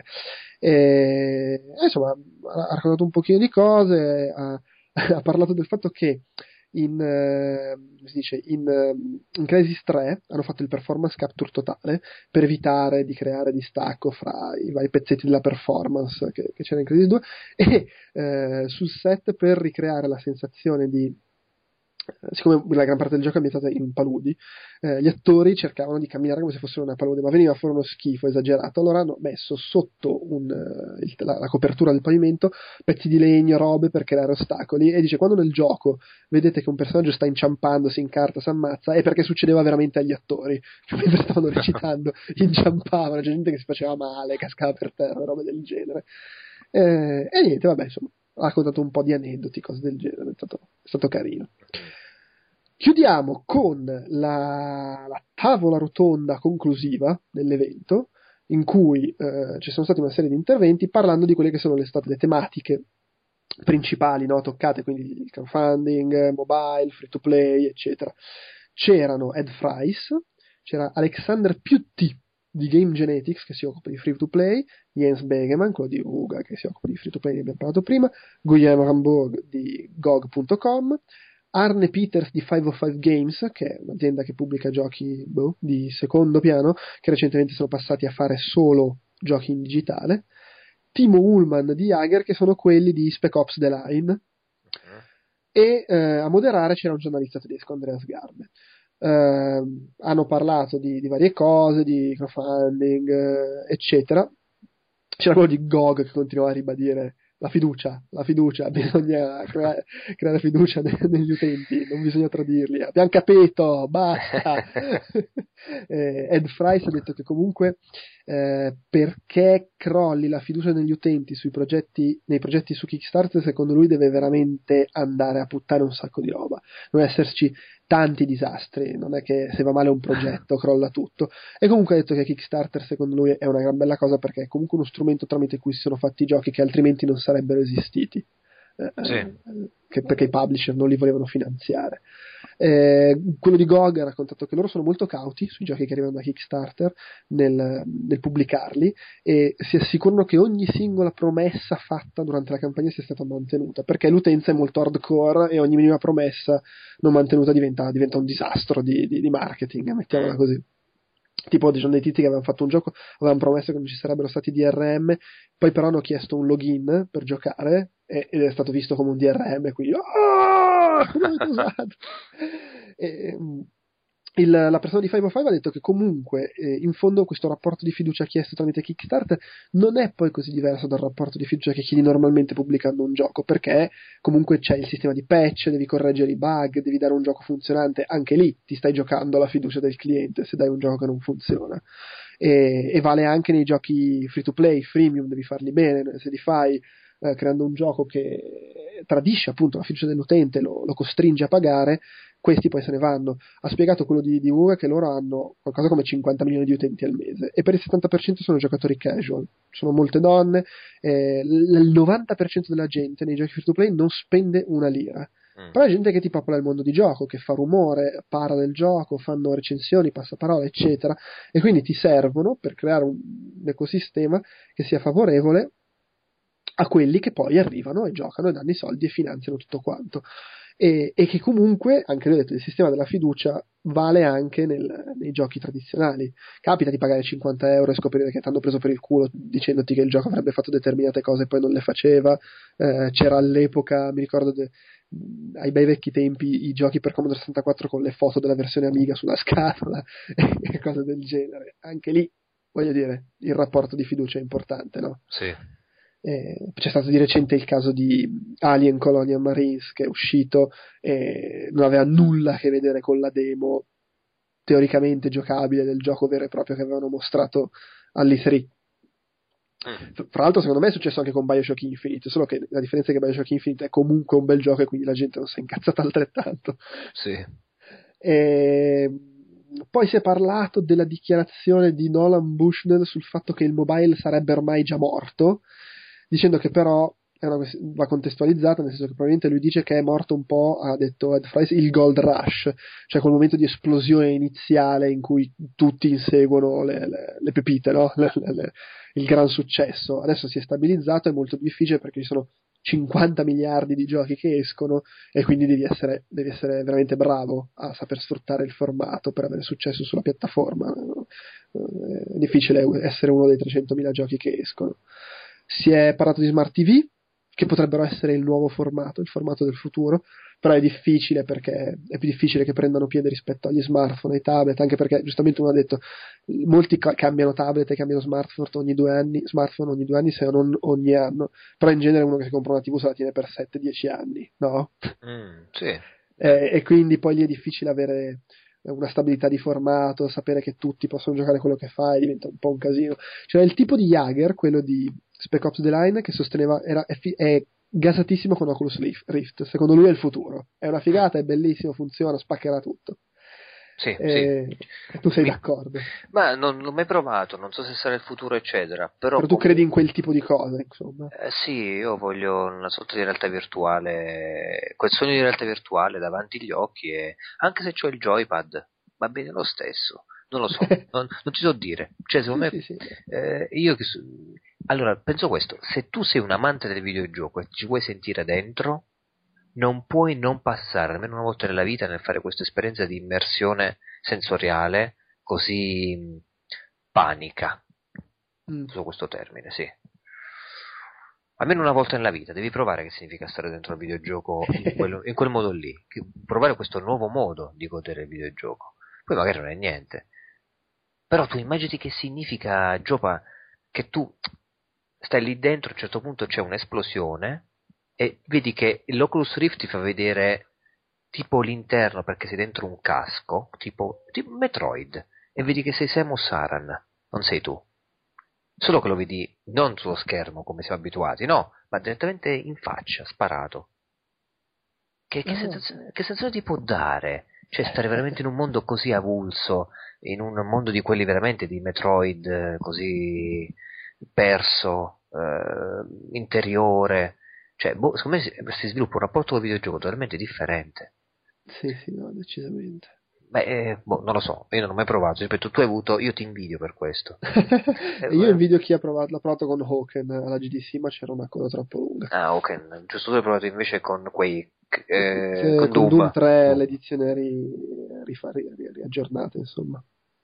E, insomma, ha raccontato un pochino di cose, ha, ha parlato del fatto che in, eh, come si dice, in, in Crysis tre hanno fatto il performance capture totale per evitare di creare distacco fra i vari pezzetti della performance che, che c'era in Crysis due, e eh, sul set, per ricreare la sensazione di siccome la gran parte del gioco è ambientata in paludi, eh, gli attori cercavano di camminare come se fossero una palude, ma veniva fuori uno schifo esagerato. Allora hanno messo sotto un, uh, il, la, la copertura del pavimento pezzi di legno, robe per creare ostacoli, e dice: quando nel gioco vedete che un personaggio sta inciampando, si incarta, si ammazza, è perché succedeva veramente agli attori, cioè mentre stavano recitando inciampavano, c'è gente che si faceva male, cascava per terra, robe del genere. Eh, e niente, vabbè, insomma, ha raccontato un po' di aneddoti, cose del genere, è stato, è stato carino. Chiudiamo con la, la tavola rotonda conclusiva dell'evento, in cui eh, ci sono stati una serie di interventi parlando di quelle che sono le state le tematiche principali, no, toccate, quindi il crowdfunding, mobile, free to play, eccetera. C'erano Ed Fries, c'era Alexander Piutti di Game Genetics, che si occupa di free to play, Jens Begemann, quello di Uga, che si occupa di free to play, ne abbiamo parlato prima, Guillaume Rambourg di G O G punto com, Arne Peters di cinquecentocinque Games, che è un'azienda che pubblica giochi boh, di secondo piano, che recentemente sono passati a fare solo giochi in digitale, Timo Ullman di Jager, che sono quelli di Spec Ops The Line, e eh, a moderare c'era un giornalista tedesco, Andreas Garbe. Eh, hanno parlato di, di varie cose, di crowdfunding, eh, eccetera. C'era quello di G O G che continuava a ribadire la fiducia, la fiducia, bisogna creare, creare fiducia ne, negli utenti, non bisogna tradirli, abbiamo capito, basta. eh, Ed Fries ha detto che comunque eh, perché crolli la fiducia negli utenti sui progetti, nei progetti su Kickstarter, secondo lui deve veramente andare a puttane un sacco di roba, non esserci tanti disastri, non è che se va male un progetto crolla tutto. E comunque ha detto che Kickstarter secondo lui è una gran bella cosa, perché è comunque uno strumento tramite cui si sono fatti i giochi che altrimenti non sarebbero esistiti, eh, sì. che, perché i publisher non li volevano finanziare. Eh, quello di G O G ha raccontato che loro sono molto cauti sui giochi che arrivano da Kickstarter nel, nel pubblicarli, e si assicurano che ogni singola promessa fatta durante la campagna sia stata mantenuta, perché l'utenza è molto hardcore e ogni minima promessa non mantenuta diventa, diventa un disastro di, di, di marketing, mettiamola così. Tipo, ci sono dei tizi che avevano fatto un gioco, avevano promesso che non ci sarebbero stati D R M, poi però hanno chiesto un login per giocare e, ed è stato visto come un D R M, quindi oh, come avete usato? E, il, la persona di cinquecentocinque ha detto che comunque eh, in fondo questo rapporto di fiducia chiesto tramite Kickstarter non è poi così diverso dal rapporto di fiducia che chiedi normalmente pubblicando un gioco, perché comunque c'è il sistema di patch, devi correggere i bug, devi dare un gioco funzionante, anche lì ti stai giocando alla fiducia del cliente se dai un gioco che non funziona. E, e vale anche nei giochi free to play, freemium, devi farli bene, se li fai eh, creando un gioco che tradisce appunto la fiducia dell'utente, lo, lo costringe a pagare, questi poi se ne vanno. Ha spiegato quello di, di Uga che loro hanno qualcosa come cinquanta milioni di utenti al mese e per il settanta per cento sono giocatori casual, sono molte donne, eh, il novanta per cento della gente nei giochi free to play non spende una lira, mm. però è gente che ti popola il mondo di gioco, che fa rumore, parla del gioco, fanno recensioni, passaparola eccetera, e quindi ti servono per creare un, un ecosistema che sia favorevole a quelli che poi arrivano e giocano e danno i soldi e finanziano tutto quanto. E, e che comunque, anche lui ha detto, il sistema della fiducia vale anche nel, nei giochi tradizionali. Capita di pagare cinquanta euro e scoprire che ti hanno preso per il culo dicendoti che il gioco avrebbe fatto determinate cose e poi non le faceva. Eh, c'era all'epoca, mi ricordo de, ai bei vecchi tempi, i giochi per Commodore sessantaquattro con le foto della versione Amiga sulla scatola e cose del genere. Anche lì, voglio dire, il rapporto di fiducia è importante, no? Sì. Eh, c'è stato di recente il caso di Alien Colonial Marines che è uscito e non aveva nulla a che vedere con la demo teoricamente giocabile del gioco vero e proprio che avevano mostrato all'E tre. Fra l'altro secondo me è successo anche con Bioshock Infinite, solo che la differenza è che Bioshock Infinite è comunque un bel gioco e quindi la gente non si è incazzata altrettanto. Sì. E poi si è parlato della dichiarazione di Nolan Bushnell sul fatto che il mobile sarebbe ormai già morto, dicendo che però è una, va contestualizzata, nel senso che probabilmente lui dice che è morto un po', ha detto Ed Fries, il gold rush, cioè quel momento di esplosione iniziale in cui tutti inseguono le, le, le pepite, no? le, le, le, il gran successo. Adesso si è stabilizzato, è molto difficile perché ci sono cinquanta miliardi di giochi che escono e quindi devi essere, devi essere veramente bravo a saper sfruttare il formato per avere successo sulla piattaforma. È difficile essere uno dei trecentomila giochi che escono. Si è parlato di Smart T V, che potrebbero essere il nuovo formato, il formato del futuro, però è difficile perché è più difficile che prendano piede rispetto agli smartphone, ai tablet, anche perché giustamente uno ha detto molti ca- cambiano tablet e cambiano smartphone ogni due anni, smartphone ogni due anni se non ogni anno, però in genere uno che si compra una tivù se la tiene per sette dieci anni, no? Mm, sì. Eh, e quindi poi lì è difficile avere una stabilità di formato, sapere che tutti possono giocare quello che fai, diventa un po' un casino. Cioè il tipo di Jaeger, quello di Spec Ops The Line, che sosteneva, era, è, fi- è gasatissimo con Oculus Rift, secondo lui è il futuro, è una figata, è bellissimo, funziona, spaccherà tutto. Sì, E, sì. e tu sei Mi- d'accordo? Ma non l'ho mai provato, non so se sarà il futuro, eccetera. Però Però tu credi in comunque, quel tipo di cose, insomma. eh, sì, io voglio una sorta di realtà virtuale, quel sogno di realtà virtuale davanti agli occhi, e anche se ho il joypad, va bene lo stesso. Non lo so, non, non ti so dire. Cioè, secondo Sì, me, sì, sì. eh, io che so- allora penso questo: se tu sei un amante del videogioco e ci vuoi sentire dentro, non puoi non passare almeno una volta nella vita nel fare questa esperienza di immersione sensoriale così mh, panica. Mm. Uso questo termine, sì. Almeno una volta nella vita devi provare che significa stare dentro al videogioco in quel, in quel modo lì, che- provare questo nuovo modo di godere il videogioco. Poi magari non è niente, però tu immagini che significa, Giopa, che tu stai lì dentro, a un certo punto c'è un'esplosione e vedi che l'Oculus Rift ti fa vedere tipo l'interno perché sei dentro un casco, tipo, tipo Metroid, e vedi che sei Samus Aran, non sei tu. Solo che lo vedi non sullo schermo come siamo abituati, no, ma direttamente in faccia, sparato. Che, che, Ah. sensazione, che sensazione ti può dare? Cioè, stare veramente in un mondo così avulso, in un mondo di quelli veramente di Metroid, eh, così perso, eh, interiore. Cioè, boh, secondo me si, si sviluppa un rapporto con il videogioco totalmente differente. Sì, sì, no, decisamente. Beh, eh, boh, non lo so, io non ho mai provato, ripeto, tu hai avuto, io ti invidio per questo. Eh, E io eh, invidio chi ha provato, l'ha provato con Hawken alla G D C, ma c'era una coda troppo lunga. ah, ok, giusto tu hai provato invece con quei, eh, Se- con con Doom Doom. tre Doom. l'edizione ri, rifa- ri- ri- riaggiornata, insomma.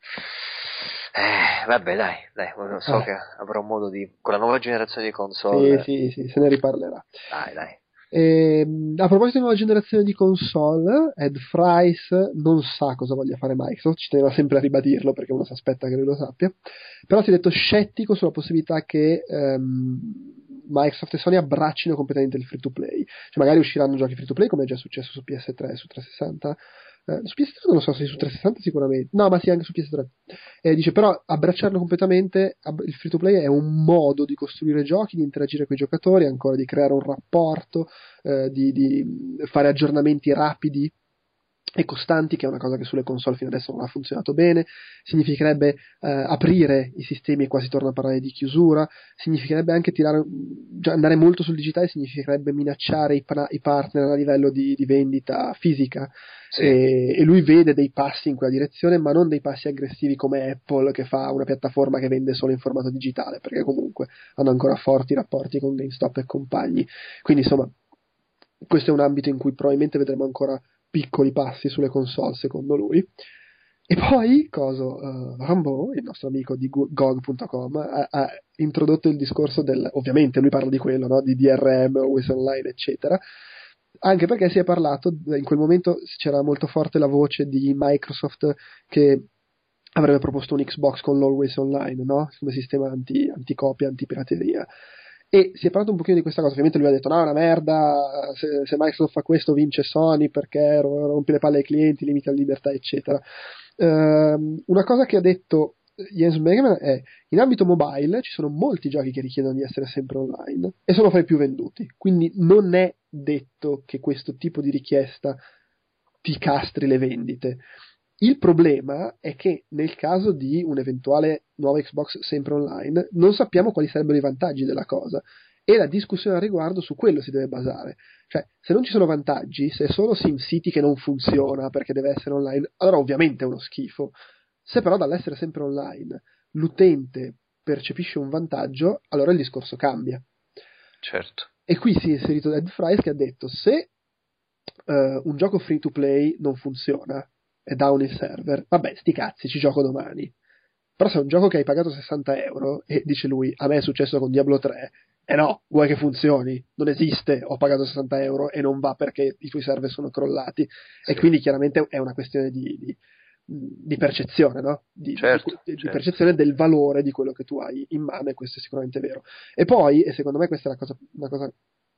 Eh, vabbè, dai, dai, so Eh, che avrò modo di, con la nuova generazione di sì, console, sì, sì, se ne riparlerà. dai, dai. E, a proposito di nuova generazione di console, Ed Fries non sa cosa voglia fare Microsoft, ci teneva sempre a ribadirlo perché uno si aspetta che lui lo sappia, però si è detto scettico sulla possibilità che ehm, Microsoft e Sony abbraccino completamente il free to play, cioè magari usciranno giochi free to play come è già successo su P S tre e su trecentosessanta. Eh, su P S tre non lo so se su trecentosessanta sicuramente, no, ma sì, anche su P S tre. Eh, dice però abbracciarlo completamente, ab- il free to play è un modo di costruire giochi, di interagire con i giocatori, ancora di creare un rapporto, eh, di, di fare aggiornamenti rapidi e costanti, che è una cosa che sulle console fino adesso non ha funzionato bene. Significherebbe eh, aprire i sistemi, e qua si torna a parlare di chiusura. Significherebbe anche tirare, già andare molto sul digitale, significherebbe minacciare i, pa- i partner a livello di, di vendita fisica. Sì. E, e lui vede dei passi in quella direzione, ma non dei passi aggressivi come Apple, che fa una piattaforma che vende solo in formato digitale, perché comunque hanno ancora forti rapporti con GameStop e compagni. Quindi insomma, questo è un ambito in cui probabilmente vedremo ancora piccoli passi sulle console, secondo lui. E poi, coso, uh, Rambo, il nostro amico di Go G punto com, ha, ha introdotto il discorso del, ovviamente lui parla di quello, no? Di D R M, Always Online, eccetera, anche perché si è parlato, in quel momento c'era molto forte la voce di Microsoft che avrebbe proposto un Xbox con l'Always Online, no? Come sistema anti, anticopia, antipirateria. E si è parlato un pochino di questa cosa, ovviamente lui ha detto no è una merda, se, se Microsoft fa questo vince Sony perché rompe le palle ai clienti, limita la libertà eccetera. Uh, una cosa che ha detto Jens Megeman è in ambito mobile ci sono molti giochi che richiedono di essere sempre online e sono fra i più venduti, quindi non è detto che questo tipo di richiesta ti castri le vendite. Il problema è che nel caso di un'eventuale nuova Xbox sempre online non sappiamo quali sarebbero i vantaggi della cosa e la discussione al riguardo su quello si deve basare. Cioè, se non ci sono vantaggi, se è solo SimCity che non funziona perché deve essere online, allora ovviamente è uno schifo. Se però dall'essere sempre online l'utente percepisce un vantaggio, allora il discorso cambia. Certo. E qui si è inserito Ed Fries che ha detto se uh, un gioco free to play non funziona, è down il server, vabbè sti cazzi, ci gioco domani. Però se è un gioco che hai pagato sessanta euro e dice lui, a me è successo con Diablo tre, eh no, vuoi che funzioni? Non esiste, ho pagato sessanta euro e non va perché i tuoi server sono crollati. Sì. E quindi chiaramente è una questione di, di, di percezione, no? Di, certo, di, di certo. percezione del valore di quello che tu hai in mano, e questo è sicuramente vero. E poi, e secondo me questa è la cosa, una cosa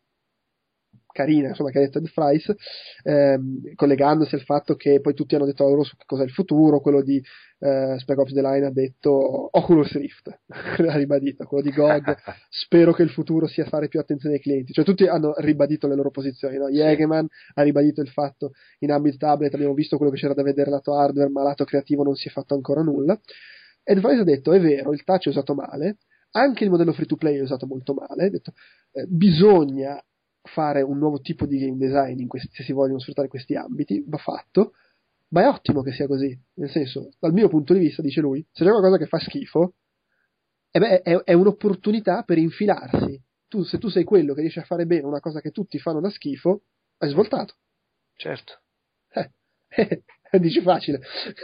carina, insomma, che ha detto Ed Fries, ehm, collegandosi al fatto che poi tutti hanno detto loro su che cos'è il futuro. Quello di eh, Spec Ops The Line ha detto Oculus Rift, ha ribadito. Quello di G O G, spero che il futuro sia fare più attenzione ai clienti. Cioè tutti hanno ribadito le loro posizioni, no? Yegeman sì. ha ribadito il fatto, in ambito tablet abbiamo visto quello che c'era da vedere lato hardware, ma lato creativo non si è fatto ancora nulla. Ed Fries ha detto, è vero, il touch è usato male, anche il modello free to play è usato molto male, ha detto, eh, bisogna fare un nuovo tipo di game design in questi, se si vogliono sfruttare questi ambiti, va fatto, ma è ottimo che sia così, nel senso, dal mio punto di vista, dice lui, se c'è qualcosa che fa schifo, eh beh, è, è un'opportunità per infilarsi. Tu, se tu sei quello che riesce a fare bene una cosa che tutti fanno da schifo, hai svoltato. Certo. Eh, eh, dici facile.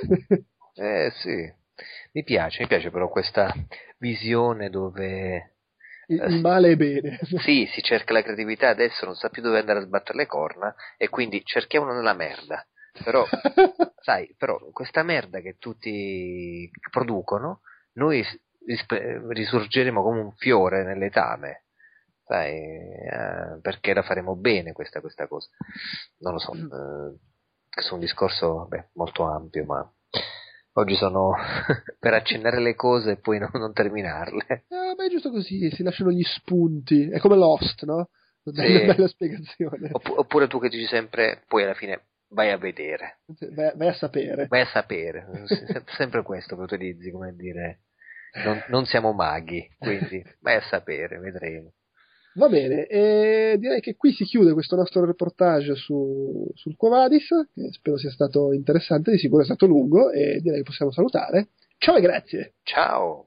eh sì, mi piace, mi piace però questa visione dove il, il male è bene. Sì, si cerca la creatività, adesso non sa più dove andare a sbattere le corna e quindi cerchiamolo nella merda. Però, sai, però questa merda che tutti producono, noi risorgeremo come un fiore nell'etame, sai, eh, perché la faremo bene questa, questa cosa. Non lo so, eh, è un discorso beh, molto ampio, ma oggi sono per accennare le cose e poi non, non terminarle. Ah, beh, è giusto così, si lasciano gli spunti, è come Lost, no? Bella, sì. bella spiegazione. Opp- oppure tu che dici sempre, poi alla fine vai a vedere. Vai, vai a sapere. Vai a sapere, sempre questo che utilizzi, come dire, non, non siamo maghi, quindi vai a sapere, vedremo. Va bene, e direi che qui si chiude questo nostro reportage su, sul Quo Vadis, che spero sia stato interessante, di sicuro è stato lungo, e direi che possiamo salutare. Ciao e grazie! Ciao!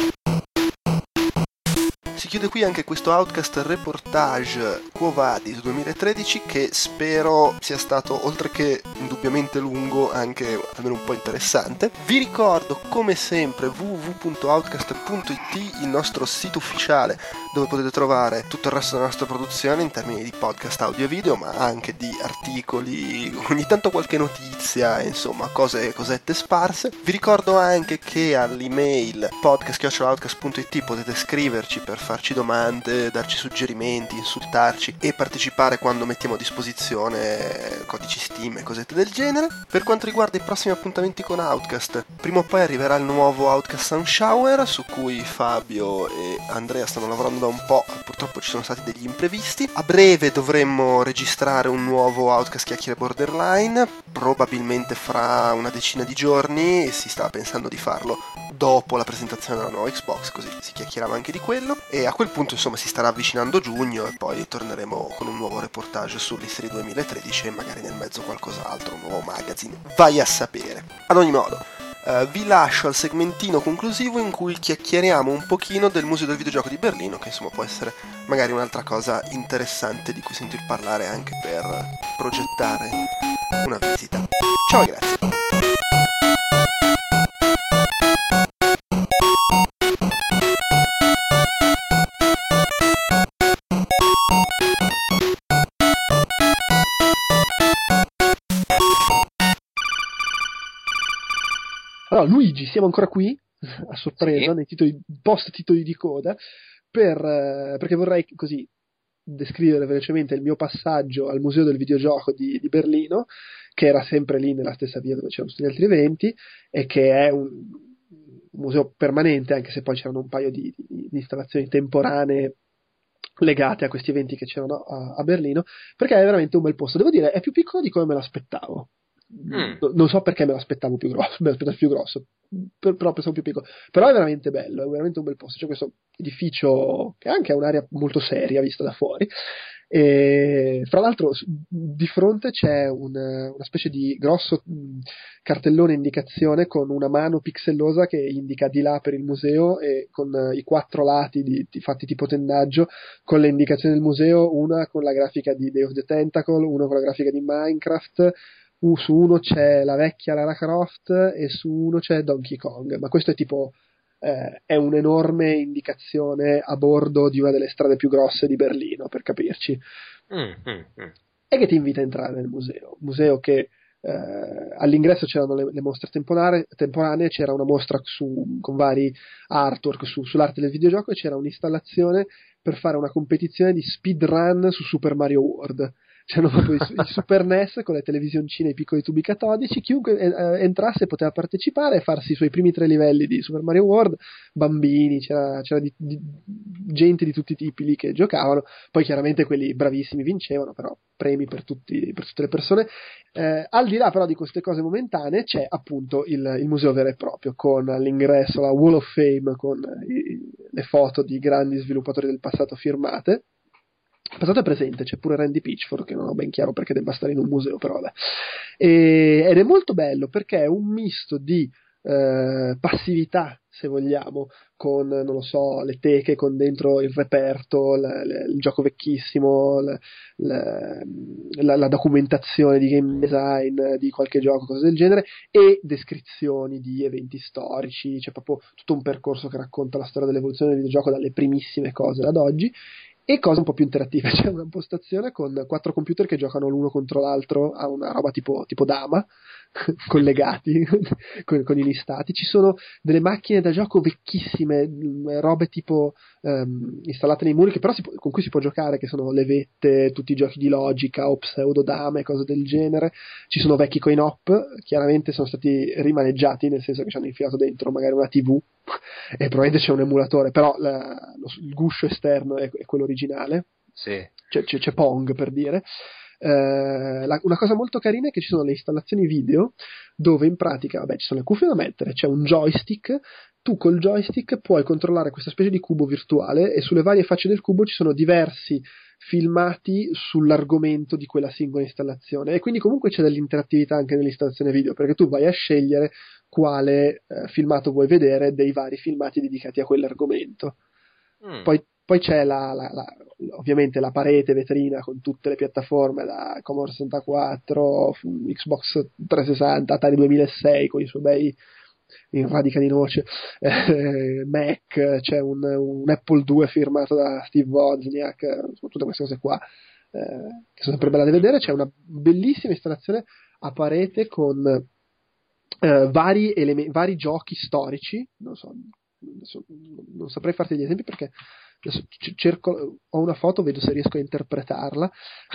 Si chiude qui anche questo Outcast Reportage Quo Vadis duemilatredici, che spero sia stato, oltre che indubbiamente lungo, anche almeno un po' interessante. Vi ricordo come sempre w w w punto outcast punto i t, il nostro sito ufficiale dove potete trovare tutto il resto della nostra produzione in termini di podcast audio e video, ma anche di articoli, ogni tanto qualche notizia, insomma cose, cosette sparse. Vi ricordo anche che all'email podcast chiocciola outcast punto i t potete scriverci per farci domande, darci suggerimenti, insultarci e partecipare quando mettiamo a disposizione codici Steam e cosette del genere. Per quanto riguarda i prossimi appuntamenti con Outcast, prima o poi arriverà il nuovo Outcast Sunshower, su cui Fabio e Andrea stanno lavorando da un po', purtroppo ci sono stati degli imprevisti. A breve dovremmo registrare un nuovo Outcast Chiacchiere Borderline, probabilmente fra una decina di giorni, si stava pensando di farlo dopo la presentazione della nuova Xbox, così si chiacchierava anche di quello, e a quel punto insomma si starà avvicinando giugno e poi torneremo con un nuovo reportage sull'E tre duemilatredici e magari nel mezzo qualcos'altro, un nuovo magazine, vai a sapere. Ad ogni modo, Uh, vi lascio al segmentino conclusivo in cui chiacchieriamo un pochino del Museo del Videogioco di Berlino, che insomma può essere magari un'altra cosa interessante di cui sentir parlare anche per progettare una visita. Ciao e grazie! Allora, Luigi, siamo ancora qui, a sorpresa, sì. nei titoli, post titoli di coda, per, eh, perché vorrei così descrivere velocemente il mio passaggio al Museo del Videogioco di, di Berlino, che era sempre lì nella stessa via dove c'erano tutti gli altri eventi, e che è un, un museo permanente, anche se poi c'erano un paio di, di, di installazioni temporanee legate a questi eventi che c'erano a, a Berlino, perché è veramente un bel posto. Devo dire, è più piccolo di come me l'aspettavo. Mm. Non so perché me l'aspettavo più grosso, me l'aspettavo più grosso, per, però pensavo più piccolo. Però è veramente bello, è veramente un bel posto. C'è questo edificio che anche ha un'area molto seria vista da fuori. E fra l'altro di fronte c'è un, una specie di grosso cartellone indicazione con una mano pixellosa che indica di là per il museo, e con i quattro lati di, di fatti tipo tendaggio con le indicazioni del museo, una con la grafica di Day of the Tentacle, una con la grafica di Minecraft. Uh, su uno c'è la vecchia Lara Croft e su uno c'è Donkey Kong, ma questo è tipo eh, è un'enorme indicazione a bordo di una delle strade più grosse di Berlino, per capirci, Mm, mm, mm. e che ti invita a entrare nel museo. Museo che eh, all'ingresso c'erano le, le mostre temporanee, temporanee, c'era una mostra su, con vari artwork su, sull'arte del videogioco, e c'era un'installazione per fare una competizione di speedrun su Super Mario World. C'erano proprio i, i Super N E S con le televisioncine e i piccoli tubi catodici, chiunque eh, entrasse poteva partecipare e farsi i suoi primi tre livelli di Super Mario World, bambini, c'era, c'era di, di, gente di tutti i tipi lì che giocavano, poi chiaramente quelli bravissimi vincevano, però premi per, tutti, per tutte le persone. Eh, al di là però di queste cose momentanee c'è appunto il, il museo vero e proprio, con all'ingresso la Wall of Fame con i, le foto di grandi sviluppatori del passato firmate. Passato e presente, c'è pure Randy Pitchford, che non ho ben chiaro perché debba stare in un museo, però vabbè. E, ed è molto bello perché è un misto di eh, passività, se vogliamo, con, non lo so, le teche con dentro il reperto, la, la, il gioco vecchissimo, la, la, la, la documentazione di game design di qualche gioco, cose del genere, e descrizioni di eventi storici. C'è proprio tutto un percorso che racconta la storia dell'evoluzione del videogioco dalle primissime cose ad oggi, e cose un po' più interattive. C'è una postazione con quattro computer che giocano l'uno contro l'altro a una roba tipo, tipo dama, collegati con, con i listati. Ci sono delle macchine da gioco vecchissime, robe tipo um, installate nei muri, che però si può, con cui si può giocare, che sono le vette, tutti i giochi di logica o pseudodame, cose del genere. Ci sono vecchi coin-op, chiaramente sono stati rimaneggiati, nel senso che ci hanno infilato dentro magari una tivù e probabilmente c'è un emulatore, però la, lo, il guscio esterno è, è quello originale. Sì. C'è, c'è, c'è Pong, per dire. Eh, la, una cosa molto carina è che ci sono le installazioni video dove in pratica, vabbè, ci sono le cuffie da mettere, c'è un joystick, tu col joystick puoi controllare questa specie di cubo virtuale e sulle varie facce del cubo ci sono diversi filmati sull'argomento di quella singola installazione, e quindi comunque c'è dell'interattività anche nell'installazione video, perché tu vai a scegliere quale eh, filmato vuoi vedere dei vari filmati dedicati a quell'argomento. Mm. Poi, poi c'è la, la, la, ovviamente la parete vetrina con tutte le piattaforme, da Commodore sessantaquattro, Xbox trecentosessanta, Atari duemilasei con i suoi bei in radica di noce, eh, Mac, c'è un, un Apple due firmato da Steve Wozniak, sono tutte queste cose qua eh, che sono sempre belle da vedere. C'è una bellissima installazione a parete con eh, vari, eleme- vari giochi storici, non so, adesso non saprei farti gli esempi perché adesso cerco, ho una foto, vedo se riesco a interpretarla,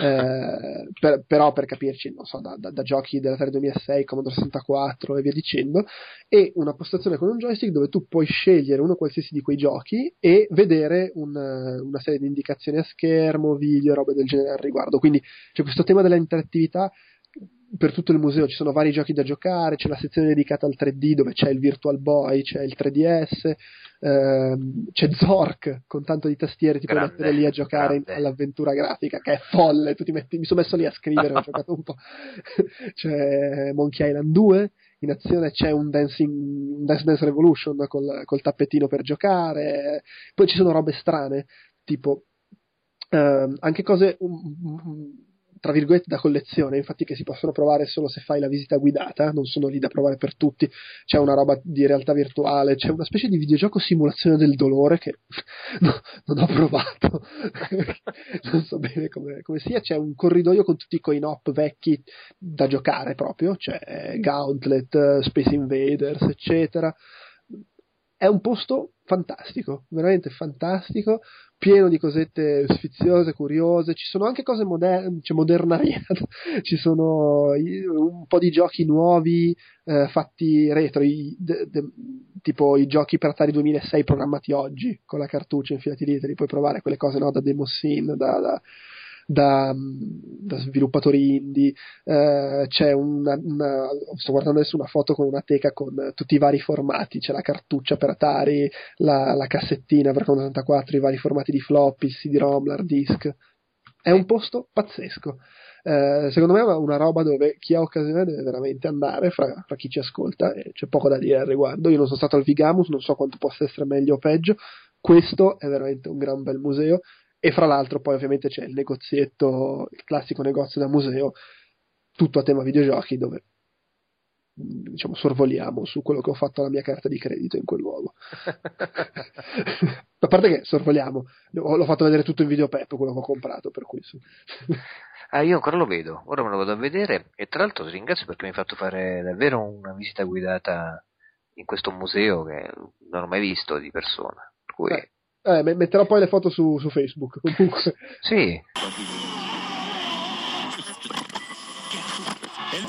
eh, per, però per capirci, non so, da, da, da giochi dell'Atari duemilasei, Commodore sessantaquattro e via dicendo, e una postazione con un joystick dove tu puoi scegliere uno qualsiasi di quei giochi e vedere un, una serie di indicazioni a schermo, video, robe del genere al riguardo. Quindi c'è questo tema della interattività per tutto il museo. Ci sono vari giochi da giocare, c'è la sezione dedicata al tre D dove c'è il Virtual Boy, c'è il tre D S, ehm, c'è Zork con tanto di tastiere, ti Grande, puoi mettere lì a giocare in, all'avventura grafica, che è folle. Tu ti metti, mi sono messo lì a scrivere, ho giocato un po'. C'è Monkey Island due in azione, c'è un Dancing, un Dance Dance Revolution col, col tappetino per giocare. Poi ci sono robe strane, tipo ehm, anche cose um, um, tra virgolette da collezione, infatti, che si possono provare solo se fai la visita guidata, non sono lì da provare per tutti. C'è una roba di realtà virtuale, c'è una specie di videogioco simulazione del dolore che no, non ho provato non so bene come, come sia. C'è un corridoio con tutti i coin-op vecchi da giocare proprio, c'è Gauntlet, Space Invaders, eccetera. È un posto fantastico, veramente fantastico, pieno di cosette sfiziose, curiose. Ci sono anche cose moderne, c'è modernariato, ci sono un po' di giochi nuovi eh, fatti retro, i, de, de, tipo i giochi per Atari duemilasei programmati oggi con la cartuccia infilati lì, te li puoi provare, quelle cose, no, da demo scene, da, da Da, da sviluppatori indie. Eh, c'è una, una sto guardando adesso una foto con una teca con tutti i vari formati, c'è la cartuccia per Atari, la, la cassettina per Commodore sessantaquattro, i vari formati di floppy, il C D-ROM, l'hard disk. È un posto pazzesco. Eh, secondo me è una roba dove chi ha occasione deve veramente andare, fra, fra chi ci ascolta, e c'è poco da dire al riguardo. Io non sono stato al Vigamus, non so quanto possa essere meglio o peggio. Questo è veramente un gran bel museo. E fra l'altro poi ovviamente c'è il negozietto, il classico negozio da museo, tutto a tema videogiochi, dove diciamo, sorvoliamo su quello che ho fatto alla mia carta di credito in quel luogo. A parte che sorvoliamo, l'ho fatto vedere tutto in videopep quello che ho comprato, per cui sì. Ah, io ancora lo vedo, ora me lo vado a vedere, e tra l'altro ti ringrazio perché mi hai fatto fare davvero una visita guidata in questo museo che non ho mai visto di persona. Per cui... eh, eh, metterò poi le foto su, su Facebook comunque. Sì.